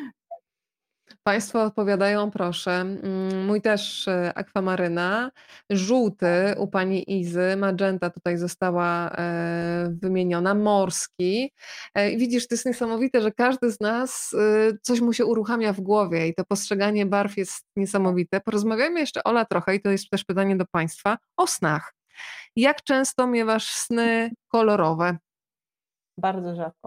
Państwo odpowiadają, proszę. Mój też akwamaryna, żółty u pani Izy, magenta tutaj została e, wymieniona, morski. E, I widzisz, to jest niesamowite, że każdy z nas e, coś mu się uruchamia w głowie i to postrzeganie barw jest niesamowite. Porozmawiajmy jeszcze, Ola, trochę, i to jest też pytanie do Państwa, o snach. Jak często miewasz sny kolorowe? Bardzo rzadko.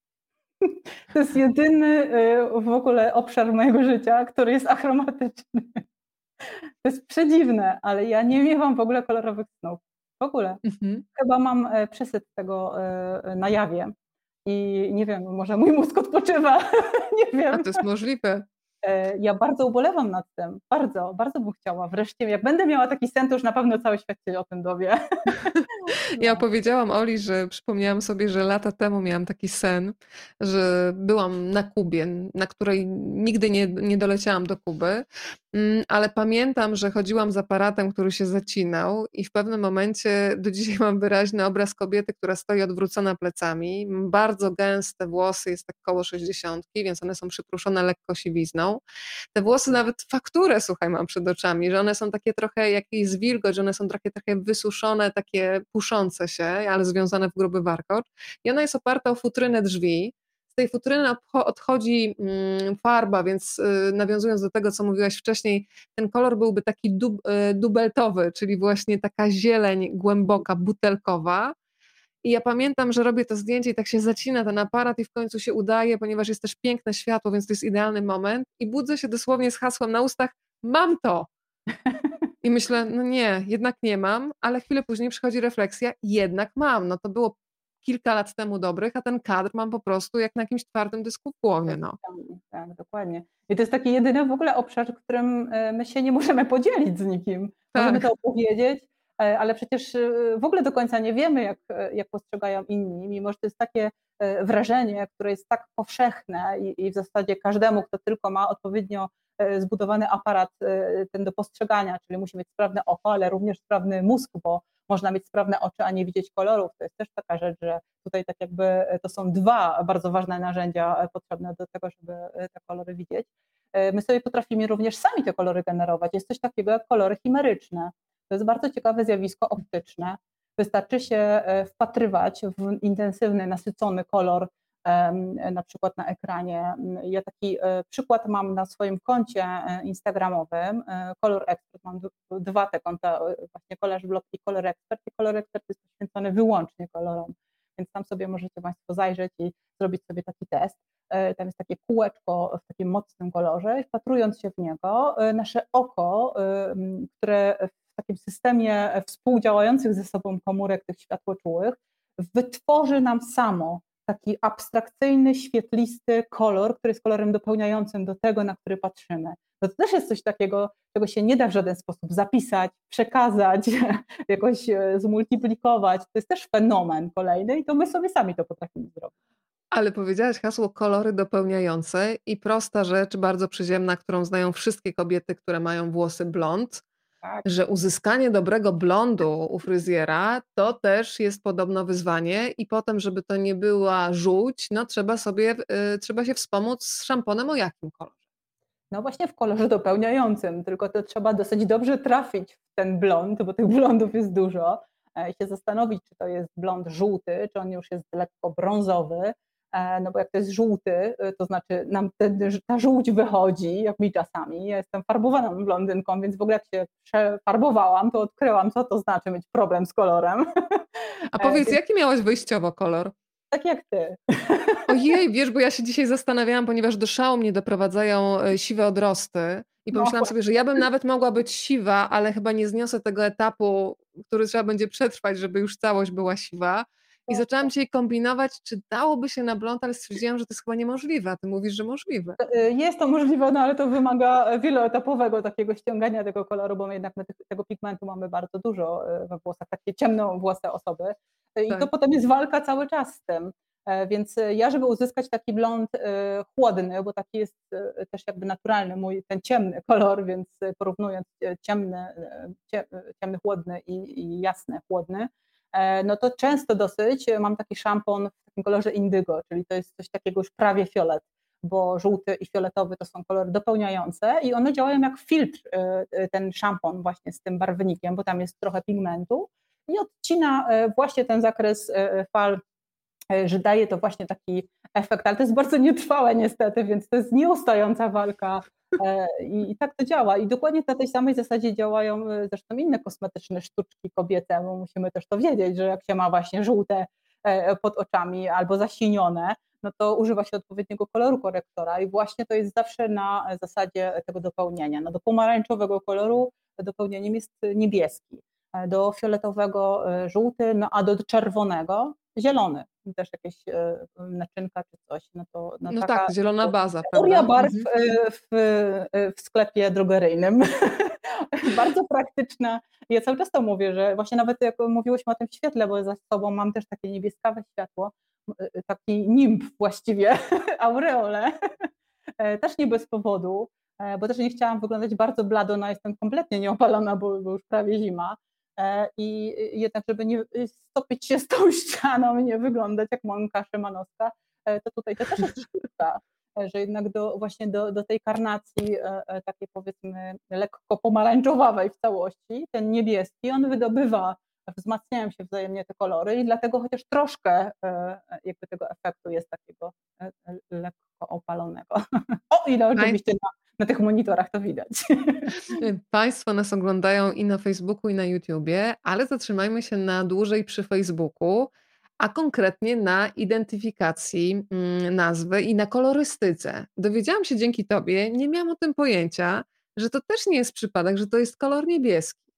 To jest jedyny w ogóle obszar mojego życia, który jest achromatyczny. To jest przedziwne, ale ja nie miewam w ogóle kolorowych snów. W ogóle. Mhm. Chyba mam przesyt tego na jawie i nie wiem, może mój mózg odpoczywa, nie A wiem. to jest możliwe. Ja bardzo ubolewam nad tym, bardzo, bardzo bym chciała. Wreszcie, jak będę miała taki sen, to już na pewno cały świat się o tym dowie. Ja opowiedziałam Oli, że przypomniałam sobie, że lata temu miałam taki sen, że byłam na Kubie, na której nigdy nie, nie doleciałam do Kuby, ale pamiętam, że chodziłam z aparatem, który się zacinał i w pewnym momencie, do dzisiaj mam wyraźny obraz kobiety, która stoi odwrócona plecami, bardzo gęste włosy, jest tak koło sześćdziesiątki, więc one są przypruszone lekko siwizną. Te włosy nawet fakturę, słuchaj, mam przed oczami, że one są takie trochę, jak jest wilgoć, że one są takie trochę wysuszone, takie puszące się, ale związane w gruby warkocz. I ona jest oparta o futrynę drzwi. Z tej futryny odchodzi farba, więc nawiązując do tego, co mówiłaś wcześniej, ten kolor byłby taki dub, dubeltowy, czyli właśnie taka zieleń głęboka, butelkowa. I ja pamiętam, że robię to zdjęcie i tak się zacina ten aparat i w końcu się udaje, ponieważ jest też piękne światło, więc to jest idealny moment. I budzę się dosłownie z hasłem na ustach: mam to! I myślę, no nie, jednak nie mam, ale chwilę później przychodzi refleksja, jednak mam. No to było kilka lat temu dobrych, a ten kadr mam po prostu jak na jakimś twardym dysku w głowie. No. Tak, tak, dokładnie. I to jest taki jedyny w ogóle obszar, w którym my się nie możemy podzielić z nikim. Tak. Możemy to opowiedzieć, ale przecież w ogóle do końca nie wiemy, jak, jak postrzegają inni, mimo że to jest takie wrażenie, które jest tak powszechne i, i w zasadzie każdemu, kto tylko ma odpowiednio zbudowany aparat ten do postrzegania, czyli musi mieć sprawne oko, ale również sprawny mózg, bo można mieć sprawne oczy, a nie widzieć kolorów. To jest też taka rzecz, że tutaj tak jakby to są dwa bardzo ważne narzędzia potrzebne do tego, żeby te kolory widzieć. My sobie potrafimy również sami te kolory generować. Jest coś takiego jak kolory chimeryczne. To jest bardzo ciekawe zjawisko optyczne. Wystarczy się wpatrywać w intensywny, nasycony kolor, na przykład na ekranie. Ja taki przykład mam na swoim koncie instagramowym, Color Expert, mam dwa te konta, właśnie Collage Blog i Color Expert, i Color Expert jest poświęcony wyłącznie kolorom, więc tam sobie możecie Państwo zajrzeć i zrobić sobie taki test. Tam jest takie kółeczko w takim mocnym kolorze i wpatrując się w niego, nasze oko, które w takim systemie współdziałających ze sobą komórek tych światłoczułych wytworzy nam samo taki abstrakcyjny, świetlisty kolor, który jest kolorem dopełniającym do tego, na który patrzymy. No to też jest coś takiego, czego się nie da w żaden sposób zapisać, przekazać, jakoś zmultiplikować. To jest też fenomen kolejny i to my sobie sami to potrafimy zrobić. Ale powiedziałaś hasło kolory dopełniające i prosta rzecz, bardzo przyziemna, którą znają wszystkie kobiety, które mają włosy blond, Tak. że uzyskanie dobrego blondu u fryzjera to też jest podobno wyzwanie i potem, żeby to nie była żółć, no trzeba sobie, y, trzeba się wspomóc z szamponem o jakim kolorze? No właśnie w kolorze dopełniającym, tylko to trzeba dosyć dobrze trafić w ten blond, bo tych blondów jest dużo, i się zastanowić, czy to jest blond żółty, czy on już jest lekko brązowy, no bo jak to jest żółty, to znaczy nam wtedy ta żółć wychodzi, jak mi czasami. Ja jestem farbowaną blondynką, więc w ogóle jak się przefarbowałam, to odkryłam, co to znaczy mieć problem z kolorem. A powiedz, jaki miałaś wyjściowo kolor? Tak jak ty. Ojej, wiesz, bo ja się dzisiaj zastanawiałam, ponieważ do szału mnie doprowadzają siwe odrosty i pomyślałam No. sobie, że ja bym nawet mogła być siwa, ale chyba nie zniosę tego etapu, który trzeba będzie przetrwać, żeby już całość była siwa. I zaczęłam dzisiaj kombinować, czy dałoby się na blond, ale stwierdziłam, że to jest chyba niemożliwe, a ty mówisz, że możliwe. Jest to możliwe, no ale to wymaga wieloetapowego takiego ściągania tego koloru, bo my jednak my tego pigmentu mamy bardzo dużo we włosach, takie ciemnowłose osoby i Tak. to potem jest walka cały czas z tym. Więc ja, żeby uzyskać taki blond chłodny, bo taki jest też jakby naturalny mój ten ciemny kolor, więc porównując ciemny, ciemny chłodny i, i jasny chłodny, no to często dosyć mam taki szampon w takim kolorze indygo, czyli to jest coś takiego już prawie fiolet, bo żółty i fioletowy to są kolory dopełniające i one działają jak filtr, ten szampon właśnie z tym barwnikiem, bo tam jest trochę pigmentu i odcina właśnie ten zakres fal, że daje to właśnie taki efekt, ale to jest bardzo nietrwałe niestety, więc to jest nieustająca walka i, i tak to działa. I dokładnie na tej samej zasadzie działają zresztą inne kosmetyczne sztuczki kobiece, bo musimy też to wiedzieć, że jak się ma właśnie żółte pod oczami albo zasinione, no to używa się odpowiedniego koloru korektora i właśnie to jest zawsze na zasadzie tego dopełnienia. No do pomarańczowego koloru dopełnieniem jest niebieski, do fioletowego żółty, no a do czerwonego zielony. Też jakieś naczynka czy coś. No, to, no, no taka, tak, zielona baza, teoria prawda? barw Mhm. w, w sklepie drogeryjnym. Bardzo praktyczna. Ja cały czas to mówię, że właśnie nawet jak mówiłyśmy o tym świetle, bo za sobą mam też takie niebieskawe światło, taki nimb właściwie, aureole, też nie bez powodu, bo też nie chciałam wyglądać bardzo blado, no jestem kompletnie nieopalona, bo, bo już prawie zima. I jednak, żeby nie stopić się z tą ścianą i nie wyglądać jak Monka Szymanowska, to tutaj to też jest sztuka, że jednak do, właśnie do, do tej karnacji takiej powiedzmy lekko pomarańczowawej w całości, ten niebieski, on wydobywa, wzmacniają się wzajemnie te kolory i dlatego chociaż troszkę jakby tego efektu jest takiego lekko opalonego. O ile oczywiście na, na tych monitorach to widać. Państwo nas oglądają i na Facebooku, i na YouTubie, ale zatrzymajmy się na dłużej przy Facebooku, a konkretnie na identyfikacji nazwy i na kolorystyce. Dowiedziałam się dzięki tobie, nie miałam o tym pojęcia, że to też nie jest przypadek, że to jest kolor niebieski.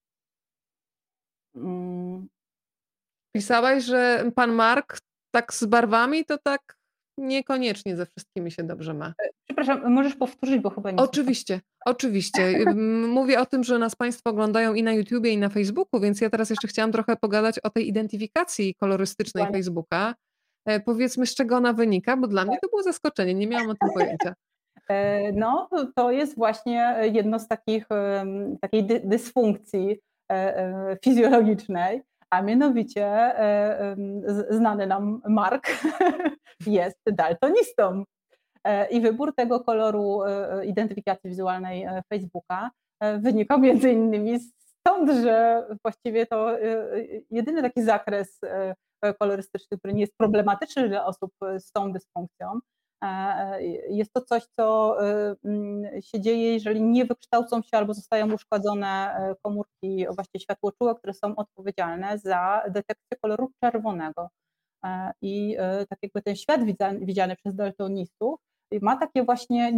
Mm. Pisałaś, że pan Mark tak z barwami to tak niekoniecznie ze wszystkimi się dobrze ma. Przepraszam, możesz powtórzyć, bo chyba nie Oczywiście, oczywiście. Mówię o tym, że nas Państwo oglądają i na YouTubie, i na Facebooku, więc ja teraz jeszcze chciałam trochę pogadać o tej identyfikacji kolorystycznej Dokładnie. Facebooka. Powiedzmy, z czego ona wynika, bo dla mnie to było zaskoczenie, nie miałam o tym pojęcia. No, to jest właśnie jedno z takich, takiej dysfunkcji fizjologicznej, a mianowicie znany nam Mark jest daltonistą. I wybór tego koloru identyfikacji wizualnej Facebooka wynika między innymi stąd, że właściwie to jedyny taki zakres kolorystyczny, który nie jest problematyczny dla osób z tą dysfunkcją, jest to coś, co się dzieje, jeżeli nie wykształcą się albo zostają uszkodzone komórki właśnie światłoczułe, które są odpowiedzialne za detekcję koloru czerwonego. I tak jakby ten świat widziany przez daltonistów ma takie właśnie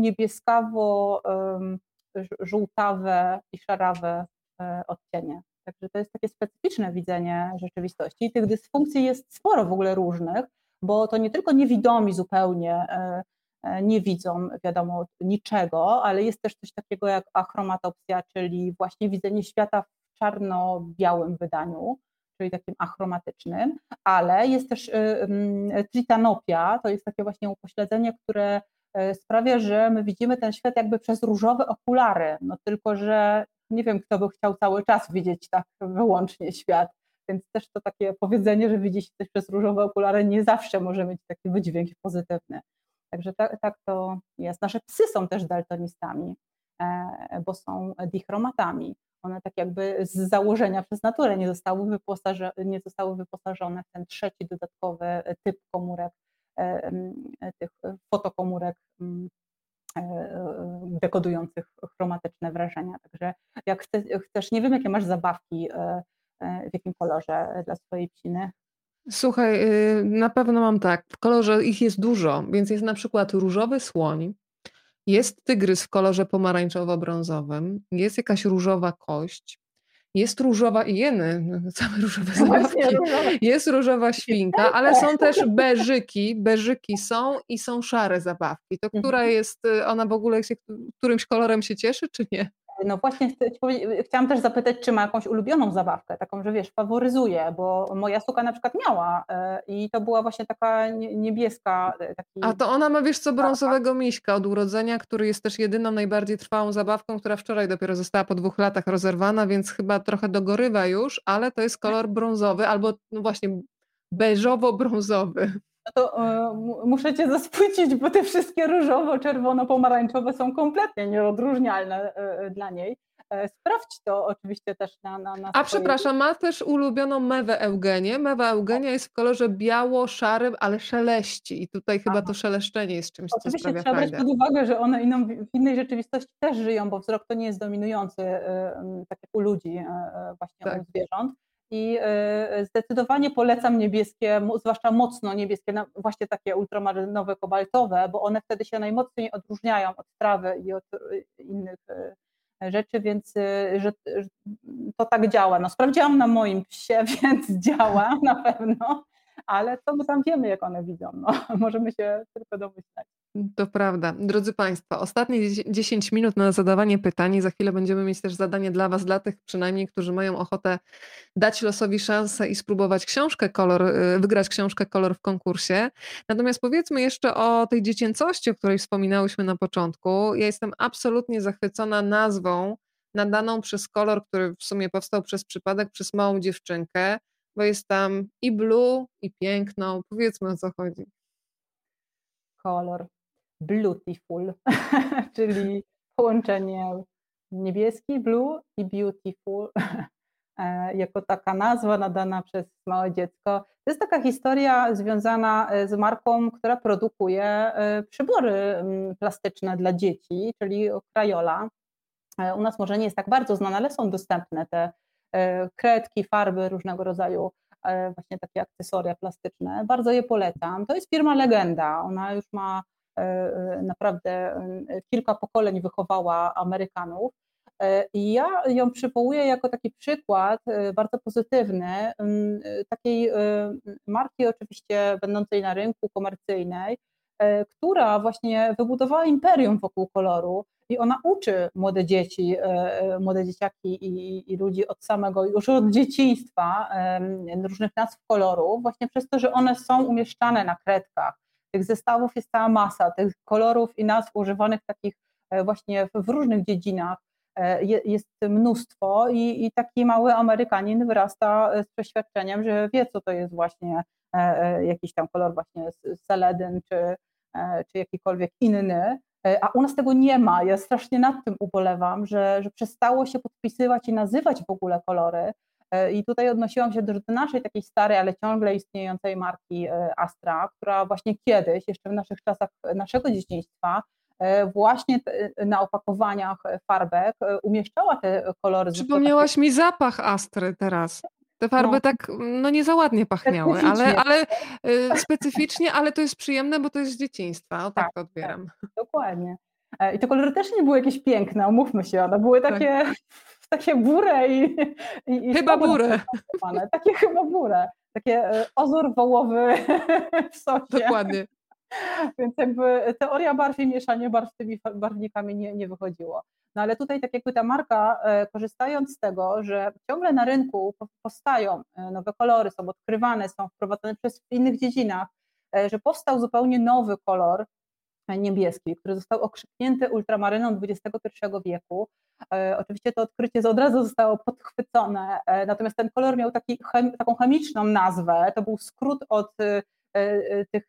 niebieskawo-żółtawe i szarawe odcienie. Także to jest takie specyficzne widzenie rzeczywistości. I tych dysfunkcji jest sporo w ogóle różnych, bo to nie tylko niewidomi zupełnie nie widzą, wiadomo, niczego, ale jest też coś takiego jak achromatopsja, czyli właśnie widzenie świata w czarno-białym wydaniu, czyli takim achromatycznym, ale jest też tritanopia, to jest takie właśnie upośledzenie, które sprawia, że my widzimy ten świat jakby przez różowe okulary, no tylko, że nie wiem, kto by chciał cały czas widzieć tak wyłącznie świat, więc też to takie powiedzenie, że widzi się coś przez różowe okulary, nie zawsze może mieć taki wydźwięk pozytywny. Także tak, tak to jest. Nasze psy są też daltonistami, bo są dichromatami. One tak jakby z założenia przez naturę nie zostały, wyposaże, nie zostały wyposażone w ten trzeci dodatkowy typ komórek, tych fotokomórek dekodujących chromatyczne wrażenia. Także jak chcesz, nie wiem, jakie masz zabawki, w jakim kolorze dla swojej psiny. Słuchaj, na pewno mam tak, w kolorze ich jest dużo, więc jest na przykład różowy słoń, jest tygrys w kolorze pomarańczowo-brązowym, jest jakaś różowa kość, jest różowa, jeny, same różowe zabawki, jest różowa świnka, ale są też beżyki, beżyki są i są szare zabawki. To która jest, ona w ogóle się, którymś kolorem się cieszy, czy nie? No właśnie chciałam też zapytać, czy ma jakąś ulubioną zabawkę, taką, że wiesz, faworyzuje, bo moja suka na przykład miała i to była właśnie taka niebieska. Taki... A to ona ma, wiesz co, brązowego miśka od urodzenia, który jest też jedyną najbardziej trwałą zabawką, która wczoraj dopiero została po dwóch latach rozerwana, więc chyba trochę dogorywa już, ale to jest kolor brązowy albo no właśnie beżowo-brązowy. No to y, muszę cię zaspłycić, bo te wszystkie różowo, czerwono, pomarańczowe są kompletnie nieodróżnialne y, dla niej. Y, sprawdź to oczywiście też na na, na A swojej... przepraszam, ma też ulubioną mewę Eugenię. Mewa Eugenia jest w kolorze biało-szarym, ale szeleści i tutaj chyba Aha. to szeleszczenie jest czymś, oczywiście co sprawia trzeba frajdę. brać pod uwagę, że one inną, w innej rzeczywistości też żyją, bo wzrok to nie jest dominujący, y, tak jak u ludzi, y, właśnie tak. u zwierząt. I zdecydowanie polecam niebieskie, zwłaszcza mocno niebieskie, właśnie takie ultramarynowe, kobaltowe, bo one wtedy się najmocniej odróżniają od trawy i od innych rzeczy, więc że, że to tak działa. No, sprawdziłam na moim psie, więc działa na pewno, ale co my tam wiemy, jak one widzą? No, możemy się tylko domyślać. To prawda. Drodzy Państwo, ostatnie dziesięć minut na zadawanie pytań i za chwilę będziemy mieć też zadanie dla Was, dla tych przynajmniej, którzy mają ochotę dać losowi szansę i spróbować książkę Kolor, wygrać książkę Kolor w konkursie. Natomiast powiedzmy jeszcze o tej dziecięcości, o której wspominałyśmy na początku. Ja jestem absolutnie zachwycona nazwą nadaną przez kolor, który w sumie powstał przez przypadek, przez małą dziewczynkę, bo jest tam i blue, i piękną. Powiedzmy, o co chodzi. Kolor Bluetiful, czyli połączenie niebieski, blue i beautiful, jako taka nazwa nadana przez małe dziecko. To jest taka historia związana z marką, która produkuje przybory plastyczne dla dzieci, czyli Crayola. U nas może nie jest tak bardzo znane, ale są dostępne te kredki, farby różnego rodzaju, właśnie takie akcesoria plastyczne. Bardzo je polecam. To jest firma Legenda. Ona już ma naprawdę kilka pokoleń, wychowała Amerykanów. I ja ją przywołuję jako taki przykład bardzo pozytywny takiej marki, oczywiście będącej na rynku komercyjnej, która właśnie wybudowała imperium wokół koloru i ona uczy młode dzieci, młode dzieciaki i, i ludzi od samego, już od dzieciństwa różnych nazw kolorów, właśnie przez to, że one są umieszczane na kredkach. Tych zestawów jest cała masa, tych kolorów i nazw używanych takich właśnie w różnych dziedzinach jest mnóstwo i, i taki mały Amerykanin wyrasta z przeświadczeniem, że wie, co to jest właśnie jakiś tam kolor właśnie seledyn czy, czy jakikolwiek inny, a u nas tego nie ma. Ja strasznie nad tym ubolewam, że, że przestało się podpisywać i nazywać w ogóle kolory. I tutaj odnosiłam się do, do naszej takiej starej, ale ciągle istniejącej marki Astra, która właśnie kiedyś, jeszcze w naszych czasach naszego dzieciństwa, właśnie na opakowaniach farbek umieszczała te kolory. Przypomniałaś mi zapach Astry teraz. Te farby no, tak no nie za ładnie pachniały, ale, ale y, specyficznie, ale to jest przyjemne, bo to jest z dzieciństwa. O tak, tak to odbieram. Tak, dokładnie. I te kolory też nie były jakieś piękne, umówmy się, one były takie, tak. takie burę i, i, i chyba burę. Takie chyba burę. Takie ozór wołowy w sosie. Dokładnie. Więc jakby teoria barw i mieszanie barw z tymi barwnikami nie, nie wychodziło. No ale tutaj tak jakby ta marka, korzystając z tego, że ciągle na rynku powstają nowe kolory, są odkrywane, są wprowadzane przez w innych dziedzinach, że powstał zupełnie nowy kolor niebieski, który został okrzyknięty ultramaryną dwudziestego pierwszego wieku. Oczywiście to odkrycie od razu zostało podchwycone, natomiast ten kolor miał taki, taką chemiczną nazwę, to był skrót od tych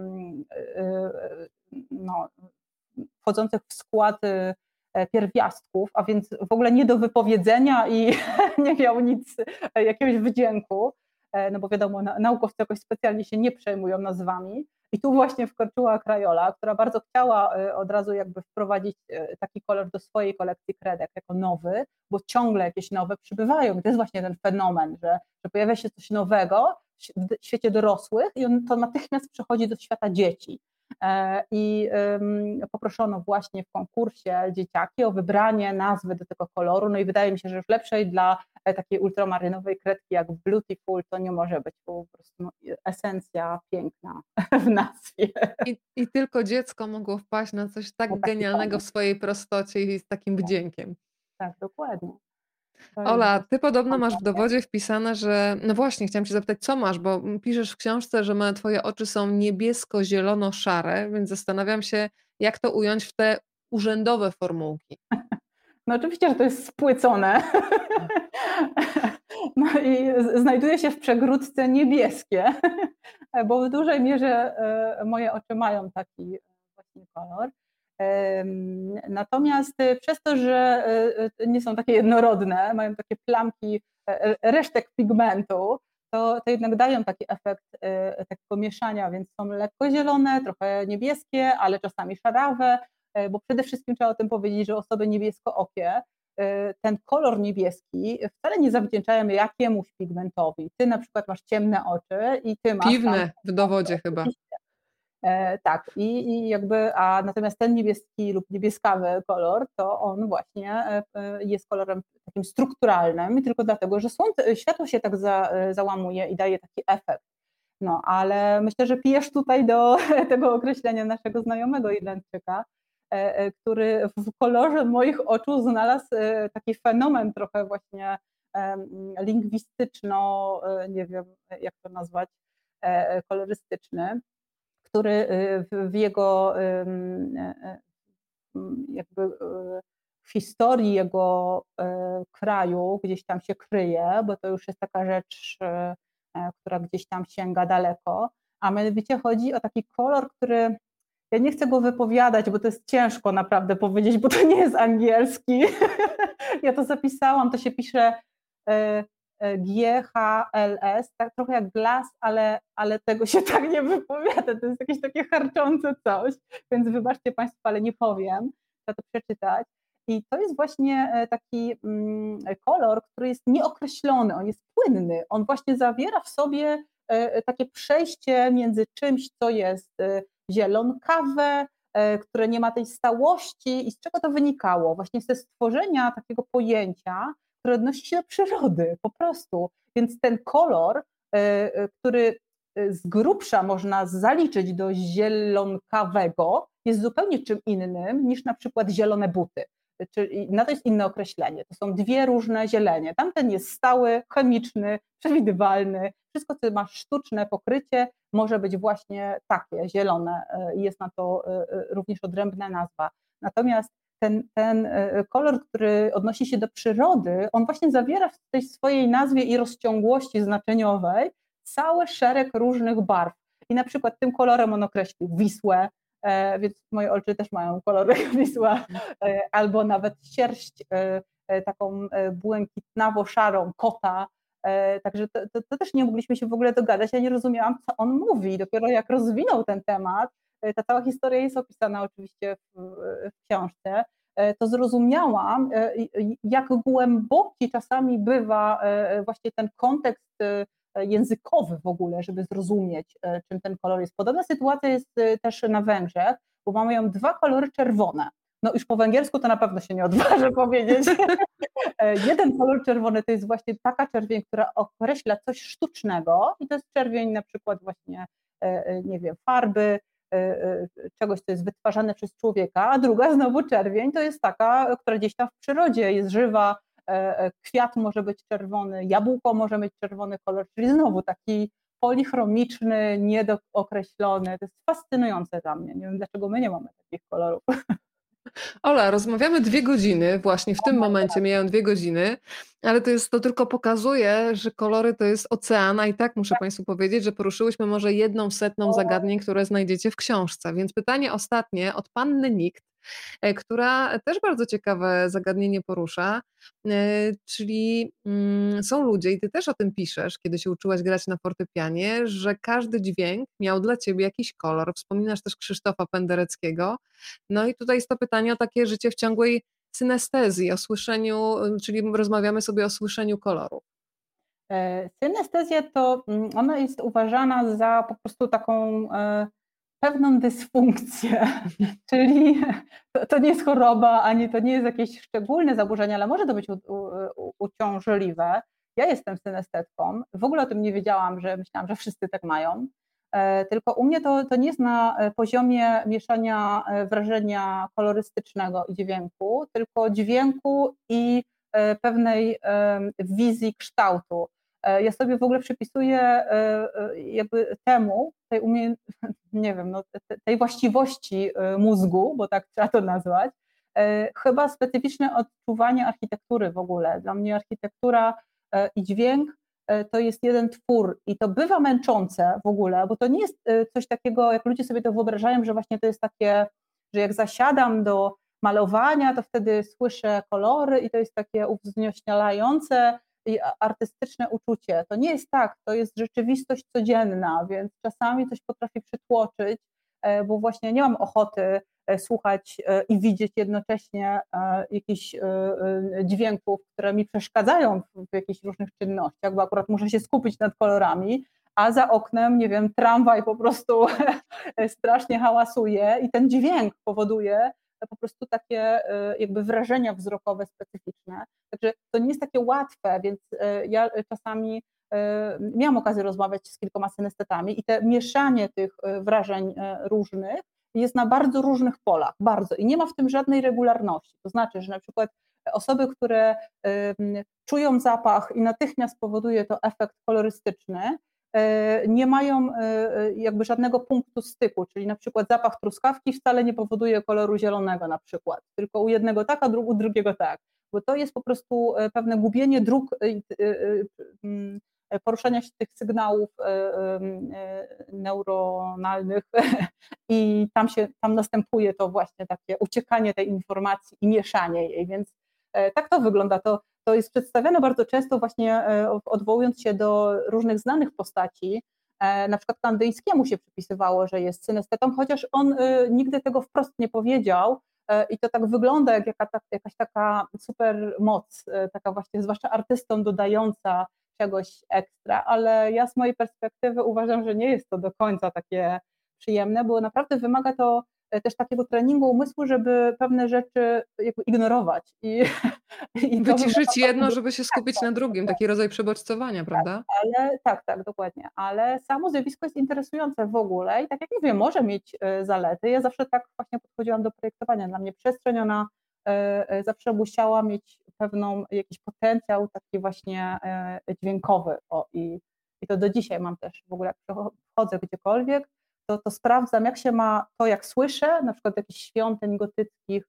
no, wchodzących w skład pierwiastków, a więc w ogóle nie do wypowiedzenia i nie miał nic, jakiegoś wdzięku, no bo wiadomo, naukowcy jakoś specjalnie się nie przejmują nazwami. I tu właśnie wkroczyła Crayola, która bardzo chciała od razu jakby wprowadzić taki kolor do swojej kolekcji kredek jako nowy, bo ciągle jakieś nowe przybywają. I to jest właśnie ten fenomen, że, że pojawia się coś nowego w świecie dorosłych i on to natychmiast przechodzi do świata dzieci. I poproszono właśnie w konkursie dzieciaki o wybranie nazwy do tego koloru, no i wydaje mi się, że już lepszej dla takiej ultramarynowej kredki jak Beautiful to nie może być, po prostu esencja piękna w nazwie. I, i tylko dziecko mogło wpaść na coś tak no, genialnego w swojej prostocie i z takim wdziękiem. Tak, dokładnie. Ola, ty podobno masz w dowodzie wpisane, że, no właśnie, chciałam cię zapytać, co masz, bo piszesz w książce, że ma, twoje oczy są niebiesko-zielono-szare, więc zastanawiam się, jak to ująć w te urzędowe formułki. No oczywiście, że to jest spłycone. No i znajduje się w przegródce niebieskie, bo w dużej mierze moje oczy mają taki właśnie kolor. Natomiast przez to, że nie są takie jednorodne, mają takie plamki resztek pigmentu, to, to jednak dają taki efekt takiego mieszania, więc są lekko zielone, trochę niebieskie, ale czasami szarawe, bo przede wszystkim trzeba o tym powiedzieć, że osoby niebieskookie ten kolor niebieski wcale nie zawdzięczają jakiemuś pigmentowi. Ty na przykład masz ciemne oczy i ty masz... Piwne tam, w dowodzie chyba. E, tak, i, i jakby, a natomiast ten niebieski lub niebieskawy kolor, to on właśnie e, jest kolorem takim strukturalnym i tylko dlatego, że słońce, światło się tak za, załamuje i daje taki efekt. No, ale myślę, że pijesz tutaj do tego określenia naszego znajomego Irlandczyka, e, który w kolorze moich oczu znalazł taki fenomen trochę właśnie e, lingwistyczno, nie wiem jak to nazwać, e, kolorystyczny, który w jego jakby w historii jego kraju gdzieś tam się kryje, bo to już jest taka rzecz, która gdzieś tam sięga daleko, a mianowicie chodzi o taki kolor, który, ja nie chcę go wypowiadać, bo to jest ciężko naprawdę powiedzieć, bo to nie jest angielski. Ja to zapisałam, to się pisze G H L S, tak trochę jak glass, ale, ale tego się tak nie wypowiada, to jest jakieś takie harczące coś, więc wybaczcie Państwo, ale nie powiem, trzeba to przeczytać. I to jest właśnie taki kolor, który jest nieokreślony, on jest płynny, on właśnie zawiera w sobie takie przejście między czymś, co jest zielonkawe, które nie ma tej stałości i z czego to wynikało? Właśnie ze stworzenia takiego pojęcia, które odnosi się do przyrody, po prostu. Więc ten kolor, który z grubsza można zaliczyć do zielonkawego, jest zupełnie czym innym niż na przykład zielone buty. Czyli na to jest inne określenie. To są dwie różne zielenie. Tamten jest stały, chemiczny, przewidywalny. Wszystko, co ma sztuczne pokrycie, może być właśnie takie, zielone. Jest na to również odrębna nazwa. Natomiast ten, ten kolor, który odnosi się do przyrody, on właśnie zawiera w tej swojej nazwie i rozciągłości znaczeniowej cały szereg różnych barw. I na przykład tym kolorem on określił Wisłę, więc moje oczy też mają kolor jak Wisła, albo nawet sierść taką błękitnawo-szarą kota. Także to, to, to też nie mogliśmy się w ogóle dogadać. Ja nie rozumiałam, co on mówi. Dopiero jak rozwinął ten temat, ta cała historia jest opisana oczywiście w, w książce, to zrozumiałam, jak głęboki czasami bywa właśnie ten kontekst językowy w ogóle, żeby zrozumieć, czym ten kolor jest. Podobna sytuacja jest też na Węgrzech, bo mamy ją dwa kolory czerwone. No już po węgiersku to na pewno się nie odważę powiedzieć. Jeden kolor czerwony to jest właśnie taka czerwień, która określa coś sztucznego i to jest czerwień na przykład właśnie, nie wiem, farby, czegoś, co jest wytwarzane przez człowieka, a druga znowu czerwień to jest taka, która gdzieś tam w przyrodzie jest żywa, kwiat może być czerwony, jabłko może mieć czerwony kolor, czyli znowu taki polichromiczny, niedookreślony. To jest fascynujące dla mnie. Nie wiem, dlaczego my nie mamy takich kolorów. Ola, rozmawiamy dwie godziny, właśnie w tym momencie mijają dwie godziny, ale to jest, to tylko pokazuje, że kolory to jest ocean, a i tak muszę Państwu powiedzieć, że poruszyłyśmy może jedną setną zagadnień, które znajdziecie w książce. Więc pytanie ostatnie od Panny Nikt, która też bardzo ciekawe zagadnienie porusza, czyli są ludzie, i ty też o tym piszesz, kiedy się uczyłaś grać na fortepianie, że każdy dźwięk miał dla ciebie jakiś kolor. Wspominasz też Krzysztofa Pendereckiego. No i tutaj jest to pytanie o takie życie w ciągłej synestezji, o słyszeniu, czyli rozmawiamy sobie o słyszeniu koloru. Synestezja to, ona jest uważana za po prostu taką pewną dysfunkcję, czyli to, to nie jest choroba, ani to nie jest jakieś szczególne zaburzenie, ale może to być u, u, uciążliwe. Ja jestem synestetką, w ogóle o tym nie wiedziałam, że myślałam, że wszyscy tak mają, tylko u mnie to, to nie jest na poziomie mieszania wrażenia kolorystycznego i dźwięku, tylko dźwięku i pewnej wizji kształtu. Ja sobie w ogóle przypisuję jakby temu, tej umie... nie wiem, no, tej właściwości mózgu, bo tak trzeba to nazwać, chyba specyficzne odczuwanie architektury w ogóle. Dla mnie architektura i dźwięk to jest jeden twór i to bywa męczące w ogóle, bo to nie jest coś takiego, jak ludzie sobie to wyobrażają, że właśnie to jest takie, że jak zasiadam do malowania, to wtedy słyszę kolory i to jest takie uwzniośnialające i artystyczne uczucie. To nie jest tak, to jest rzeczywistość codzienna, więc czasami coś potrafi przytłoczyć, bo właśnie nie mam ochoty słuchać i widzieć jednocześnie jakichś dźwięków, które mi przeszkadzają w jakichś różnych czynnościach, bo akurat muszę się skupić nad kolorami, a za oknem, nie wiem, tramwaj po prostu strasznie hałasuje i ten dźwięk powoduje po prostu takie jakby wrażenia wzrokowe specyficzne. Także to nie jest takie łatwe, więc ja czasami miałam okazję rozmawiać z kilkoma synestetami i te mieszanie tych wrażeń różnych jest na bardzo różnych polach, bardzo. I nie ma w tym żadnej regularności. To znaczy, że na przykład osoby, które czują zapach i natychmiast powoduje to efekt kolorystyczny, nie mają jakby żadnego punktu styku, czyli na przykład zapach truskawki wcale nie powoduje koloru zielonego na przykład, tylko u jednego tak, a u drugiego tak, bo to jest po prostu pewne gubienie dróg poruszania się tych sygnałów neuronalnych i tam się, tam następuje to właśnie takie uciekanie tej informacji i mieszanie jej, więc tak to wygląda. To, to jest przedstawiane bardzo często właśnie odwołując się do różnych znanych postaci. Na przykład Kandyjskiemu się przypisywało, że jest synestetą, chociaż on nigdy tego wprost nie powiedział i to tak wygląda jak jaka, jakaś taka super moc, taka właśnie zwłaszcza artystom dodająca czegoś ekstra, ale ja z mojej perspektywy uważam, że nie jest to do końca takie przyjemne, bo naprawdę wymaga to też takiego treningu umysłu, żeby pewne rzeczy jakby ignorować. I, i wyciszyć jedno, żeby się skupić na drugim, taki rodzaj przebodźcowania, prawda? Ale tak, tak, dokładnie. Ale samo zjawisko jest interesujące w ogóle i tak jak mówię, może mieć zalety. Ja zawsze tak właśnie podchodziłam do projektowania. Dla mnie przestrzeń, ona zawsze musiała mieć pewną, jakiś potencjał taki właśnie dźwiękowy. O, i, i to do dzisiaj mam też w ogóle, jak wchodzę gdziekolwiek, to, to sprawdzam, jak się ma to, jak słyszę, na przykład jakichś świątyń gotyckich,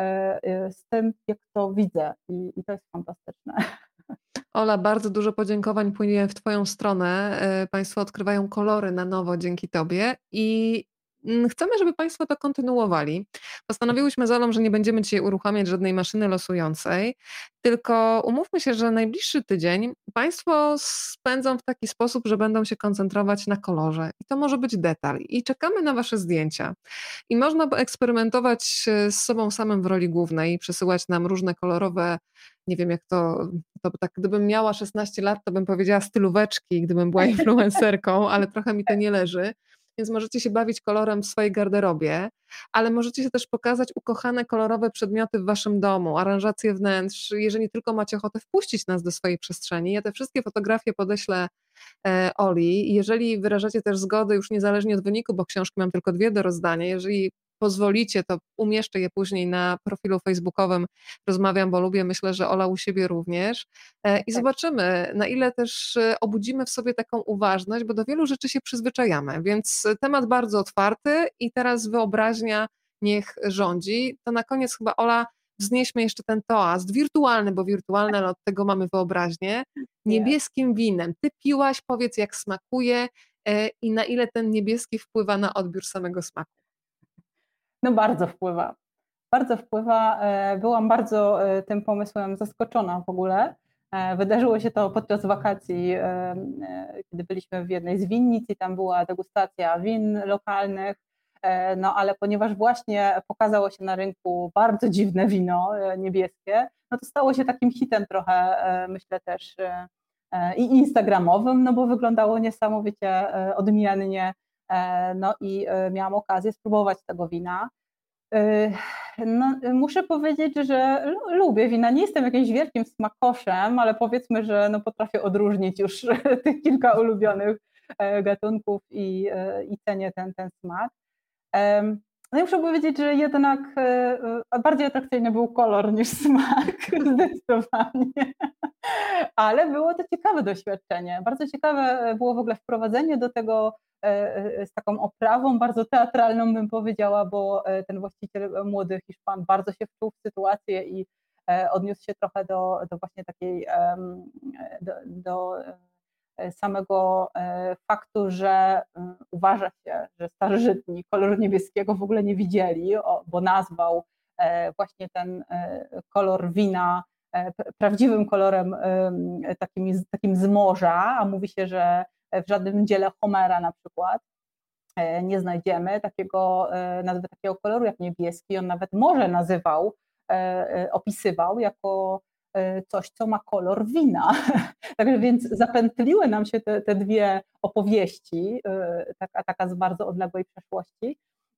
z tym, jak to widzę i, i to jest fantastyczne. Ola, bardzo dużo podziękowań płynie w Twoją stronę. Państwo odkrywają kolory na nowo dzięki Tobie i chcemy, żeby Państwo to kontynuowali. Postanowiłyśmy z Olą, że nie będziemy dzisiaj uruchamiać żadnej maszyny losującej, tylko umówmy się, że najbliższy tydzień Państwo spędzą w taki sposób, że będą się koncentrować na kolorze. I to może być detal. I czekamy na Wasze zdjęcia. I można eksperymentować z sobą samym w roli głównej, przesyłać nam różne kolorowe, nie wiem jak to, to tak gdybym miała szesnaście lat, to bym powiedziała stylóweczki, gdybym była influencerką, ale trochę mi to nie leży. Więc możecie się bawić kolorem w swojej garderobie, ale możecie się też pokazać ukochane kolorowe przedmioty w waszym domu, aranżacje wnętrz, jeżeli tylko macie ochotę wpuścić nas do swojej przestrzeni. Ja te wszystkie fotografie podeślę e, Oli. Jeżeli wyrażacie też zgodę, już niezależnie od wyniku, bo książki mam tylko dwie do rozdania, jeżeli pozwolicie, to umieszczę je później na profilu facebookowym Rozmawiam, bo lubię. Myślę, że Ola u siebie również. I zobaczymy, na ile też obudzimy w sobie taką uważność, bo do wielu rzeczy się przyzwyczajamy. Więc temat bardzo otwarty i teraz wyobraźnia niech rządzi. To na koniec chyba, Ola, wznieśmy jeszcze ten toast wirtualny, bo wirtualny, ale od tego mamy wyobraźnię. Niebieskim winem. Ty piłaś, powiedz jak smakuje i na ile ten niebieski wpływa na odbiór samego smaku. No bardzo wpływa. Bardzo wpływa. Byłam bardzo tym pomysłem zaskoczona w ogóle. Wydarzyło się to podczas wakacji, kiedy byliśmy w jednej z winnic i tam była degustacja win lokalnych, no ale ponieważ właśnie pokazało się na rynku bardzo dziwne wino niebieskie, no to stało się takim hitem trochę, myślę też i instagramowym, no bo wyglądało niesamowicie odmiennie. No i miałam okazję spróbować tego wina. No, muszę powiedzieć, że lubię wina. Nie jestem jakimś wielkim smakoszem, ale powiedzmy, że no potrafię odróżnić już tych kilka ulubionych gatunków i, i cenię ten, ten smak. No i muszę powiedzieć, że jednak bardziej atrakcyjny był kolor niż smak, zdecydowanie. Ale było to ciekawe doświadczenie. Bardzo ciekawe było w ogóle wprowadzenie do tego z taką oprawą bardzo teatralną, bym powiedziała, bo ten właściciel, młody Hiszpan, bardzo się wczuł w sytuację i odniósł się trochę do, do właśnie takiej, do, do samego faktu, że uważa się, że starożytni koloru niebieskiego w ogóle nie widzieli, bo nazwał właśnie ten kolor wina prawdziwym kolorem takim, takim z morza, a mówi się, że w żadnym dziele Homera na przykład nie znajdziemy takiego, nazwy takiego koloru jak niebieski. On nawet morze nazywał, opisywał jako coś, co ma kolor wina. Także więc zapętliły nam się te, te dwie opowieści, taka, taka z bardzo odległej przeszłości,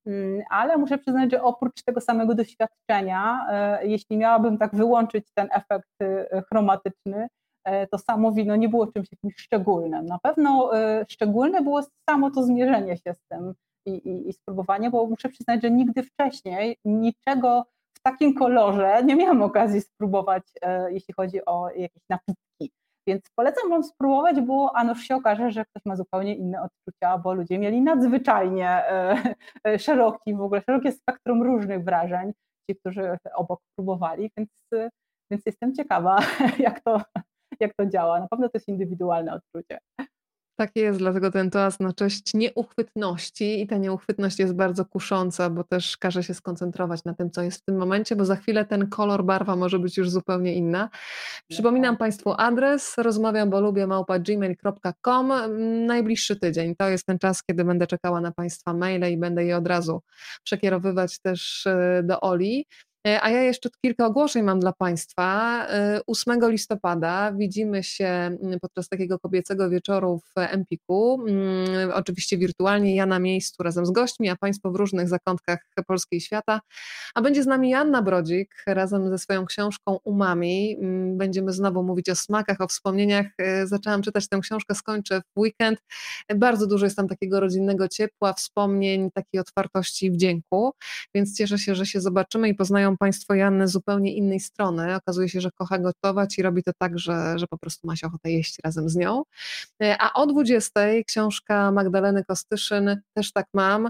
ale muszę przyznać, że oprócz tego samego doświadczenia, jeśli miałabym tak wyłączyć ten efekt chromatyczny, to samo wino nie było czymś jakimś szczególnym. Na pewno szczególne było samo to zmierzenie się z tym i, i, i spróbowanie, bo muszę przyznać, że nigdy wcześniej niczego w takim kolorze nie miałam okazji spróbować, jeśli chodzi o jakieś napitki. Więc polecam Wam spróbować, bo a nuż się okaże, że ktoś ma zupełnie inne odczucia, bo ludzie mieli nadzwyczajnie szeroki, w ogóle szerokie spektrum różnych wrażeń, ci, którzy obok próbowali, więc, więc jestem ciekawa, jak to jak to działa. Na pewno to jest indywidualne odczucie. Tak jest, dlatego ten toast na cześć nieuchwytności i ta nieuchwytność jest bardzo kusząca, bo też każe się skoncentrować na tym, co jest w tym momencie, bo za chwilę ten kolor, barwa może być już zupełnie inna. Przypominam Państwu adres rozmawiam, bo lubię małpa gmail kropka com. Najbliższy tydzień to jest ten czas, kiedy będę czekała na Państwa maile i będę je od razu przekierowywać też do Oli. A ja jeszcze kilka ogłoszeń mam dla Państwa. ósmego listopada widzimy się podczas takiego kobiecego wieczoru w Empiku, oczywiście wirtualnie, ja na miejscu razem z gośćmi, a Państwo w różnych zakątkach Polski i świata. A będzie z nami Joanna Brodzik razem ze swoją książką Umami. Będziemy znowu mówić o smakach, o wspomnieniach. Zaczęłam czytać tę książkę, skończę w weekend. Bardzo dużo jest tam takiego rodzinnego ciepła, wspomnień, takiej otwartości i wdzięku, więc cieszę się, że się zobaczymy i poznają Państwo Joannę z zupełnie innej strony. Okazuje się, że kocha gotować i robi to tak, że, że po prostu ma się ochotę jeść razem z nią. A o dwudziestej książka Magdaleny Kostyszyn, Też tak mam.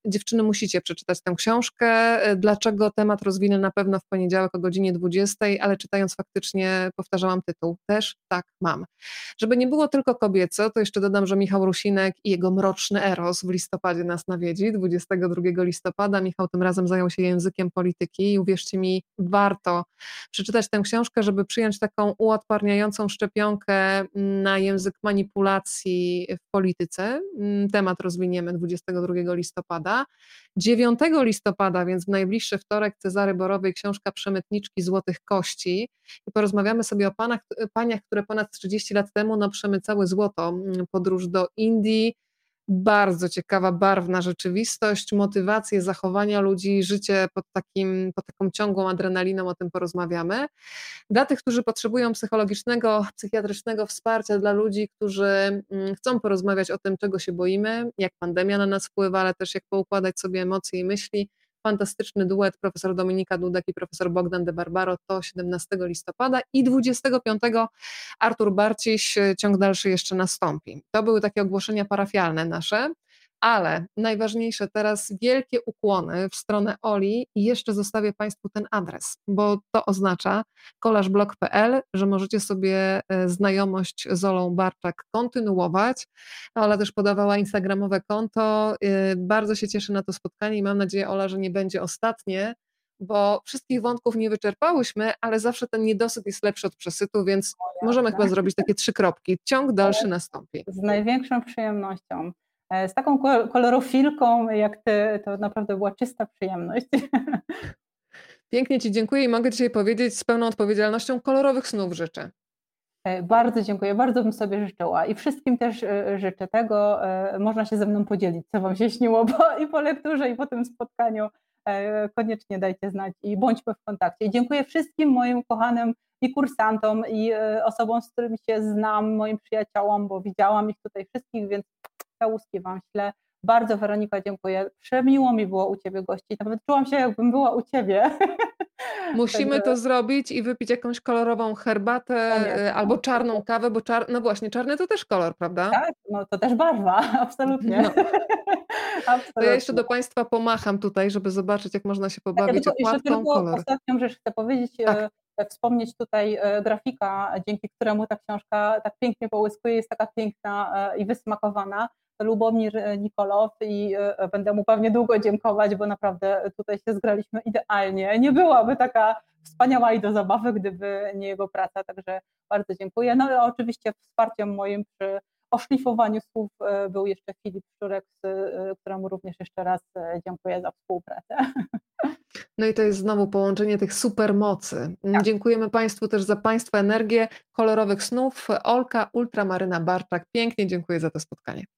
dziewczyny, musicie przeczytać tę książkę. Dlaczego? Temat rozwinę na pewno w poniedziałek o godzinie dwudziestej, ale czytając faktycznie powtarzałam tytuł. Też tak mam. Żeby nie było tylko kobieco, to jeszcze dodam, że Michał Rusinek i jego Mroczny Eros w listopadzie nas nawiedzi, dwudziestego drugiego listopada. Michał tym razem zajął się językiem polityki i uwierzcie mi, warto przeczytać tę książkę, żeby przyjąć taką uodparniającą szczepionkę na język manipulacji w polityce. Temat rozwiniemy dwudziestego drugiego listopada. dziewiątego listopada, więc w najbliższy wtorek, Cezary Borowej książka Przemytniczki Złotych Kości i porozmawiamy sobie o panach, paniach, które ponad trzydzieści lat temu no, przemycały złoto. Podróż do Indii, bardzo ciekawa, barwna rzeczywistość, motywacje, zachowania ludzi, życie pod, takim, pod taką ciągłą adrenaliną, o tym porozmawiamy. Dla tych, którzy potrzebują psychologicznego, psychiatrycznego wsparcia, dla ludzi, którzy chcą porozmawiać o tym, czego się boimy, jak pandemia na nas wpływa, ale też jak poukładać sobie emocje i myśli, fantastyczny duet profesor Dominika Dudek i profesor Bogdan de Barbaro, to siedemnastego listopada i dwudziestego piątego Artur Barciś, ciąg dalszy jeszcze nastąpi. To były takie ogłoszenia parafialne nasze, ale najważniejsze teraz wielkie ukłony w stronę Oli i jeszcze zostawię Państwu ten adres, bo to oznacza kolażblog kropka pe el, że możecie sobie znajomość z Olą Barczak kontynuować. Ola też podawała instagramowe konto. Bardzo się cieszę na to spotkanie i mam nadzieję, Ola, że nie będzie ostatnie, bo wszystkich wątków nie wyczerpałyśmy, ale zawsze ten niedosyt jest lepszy od przesytu, więc możemy chyba zrobić takie trzy kropki. Ciąg dalszy nastąpi. Z największą przyjemnością. Z taką kolorofilką jak ty, to naprawdę była czysta przyjemność. Pięknie Ci dziękuję i mogę dzisiaj powiedzieć z pełną odpowiedzialnością, kolorowych snów życzę. Bardzo dziękuję, bardzo bym sobie życzyła i wszystkim też życzę tego. Można się ze mną podzielić, co Wam się śniło, bo i po lekturze, i po tym spotkaniu koniecznie dajcie znać i bądźmy w kontakcie. I dziękuję wszystkim moim kochanym i kursantom, i osobom, z którymi się znam, moim przyjaciołom, bo widziałam ich tutaj wszystkich, więc całuski Wam ślę. Bardzo, Weronika, dziękuję. Przemiło mi było u Ciebie gościć. Nawet czułam się, jakbym była u Ciebie. Musimy Także... to zrobić i wypić jakąś kolorową herbatę nie, albo czarną kawę, bo czar... no właśnie, czarny to też kolor, prawda? Tak, no to też barwa, absolutnie. No. absolutnie. To ja jeszcze do Państwa pomacham tutaj, żeby zobaczyć, jak można się pobawić tak, ja okładką, tylko kolor. Ostatnią rzecz chcę powiedzieć, tak. Wspomnieć tutaj grafika, dzięki któremu ta książka tak pięknie połyskuje, jest taka piękna i wysmakowana. Lubomir Nikolow i będę mu pewnie długo dziękować, bo naprawdę tutaj się zgraliśmy idealnie. Nie byłaby taka wspaniała i do zabawy, gdyby nie jego praca, także bardzo dziękuję. No i oczywiście wsparciem moim przy oszlifowaniu słów był jeszcze Filip Szczurek, któremu również jeszcze raz dziękuję za współpracę. No i to jest znowu połączenie tych supermocy. Tak. Dziękujemy Państwu też za Państwa energię, kolorowych snów. Olka Ultramaryna Barczak, pięknie dziękuję za to spotkanie.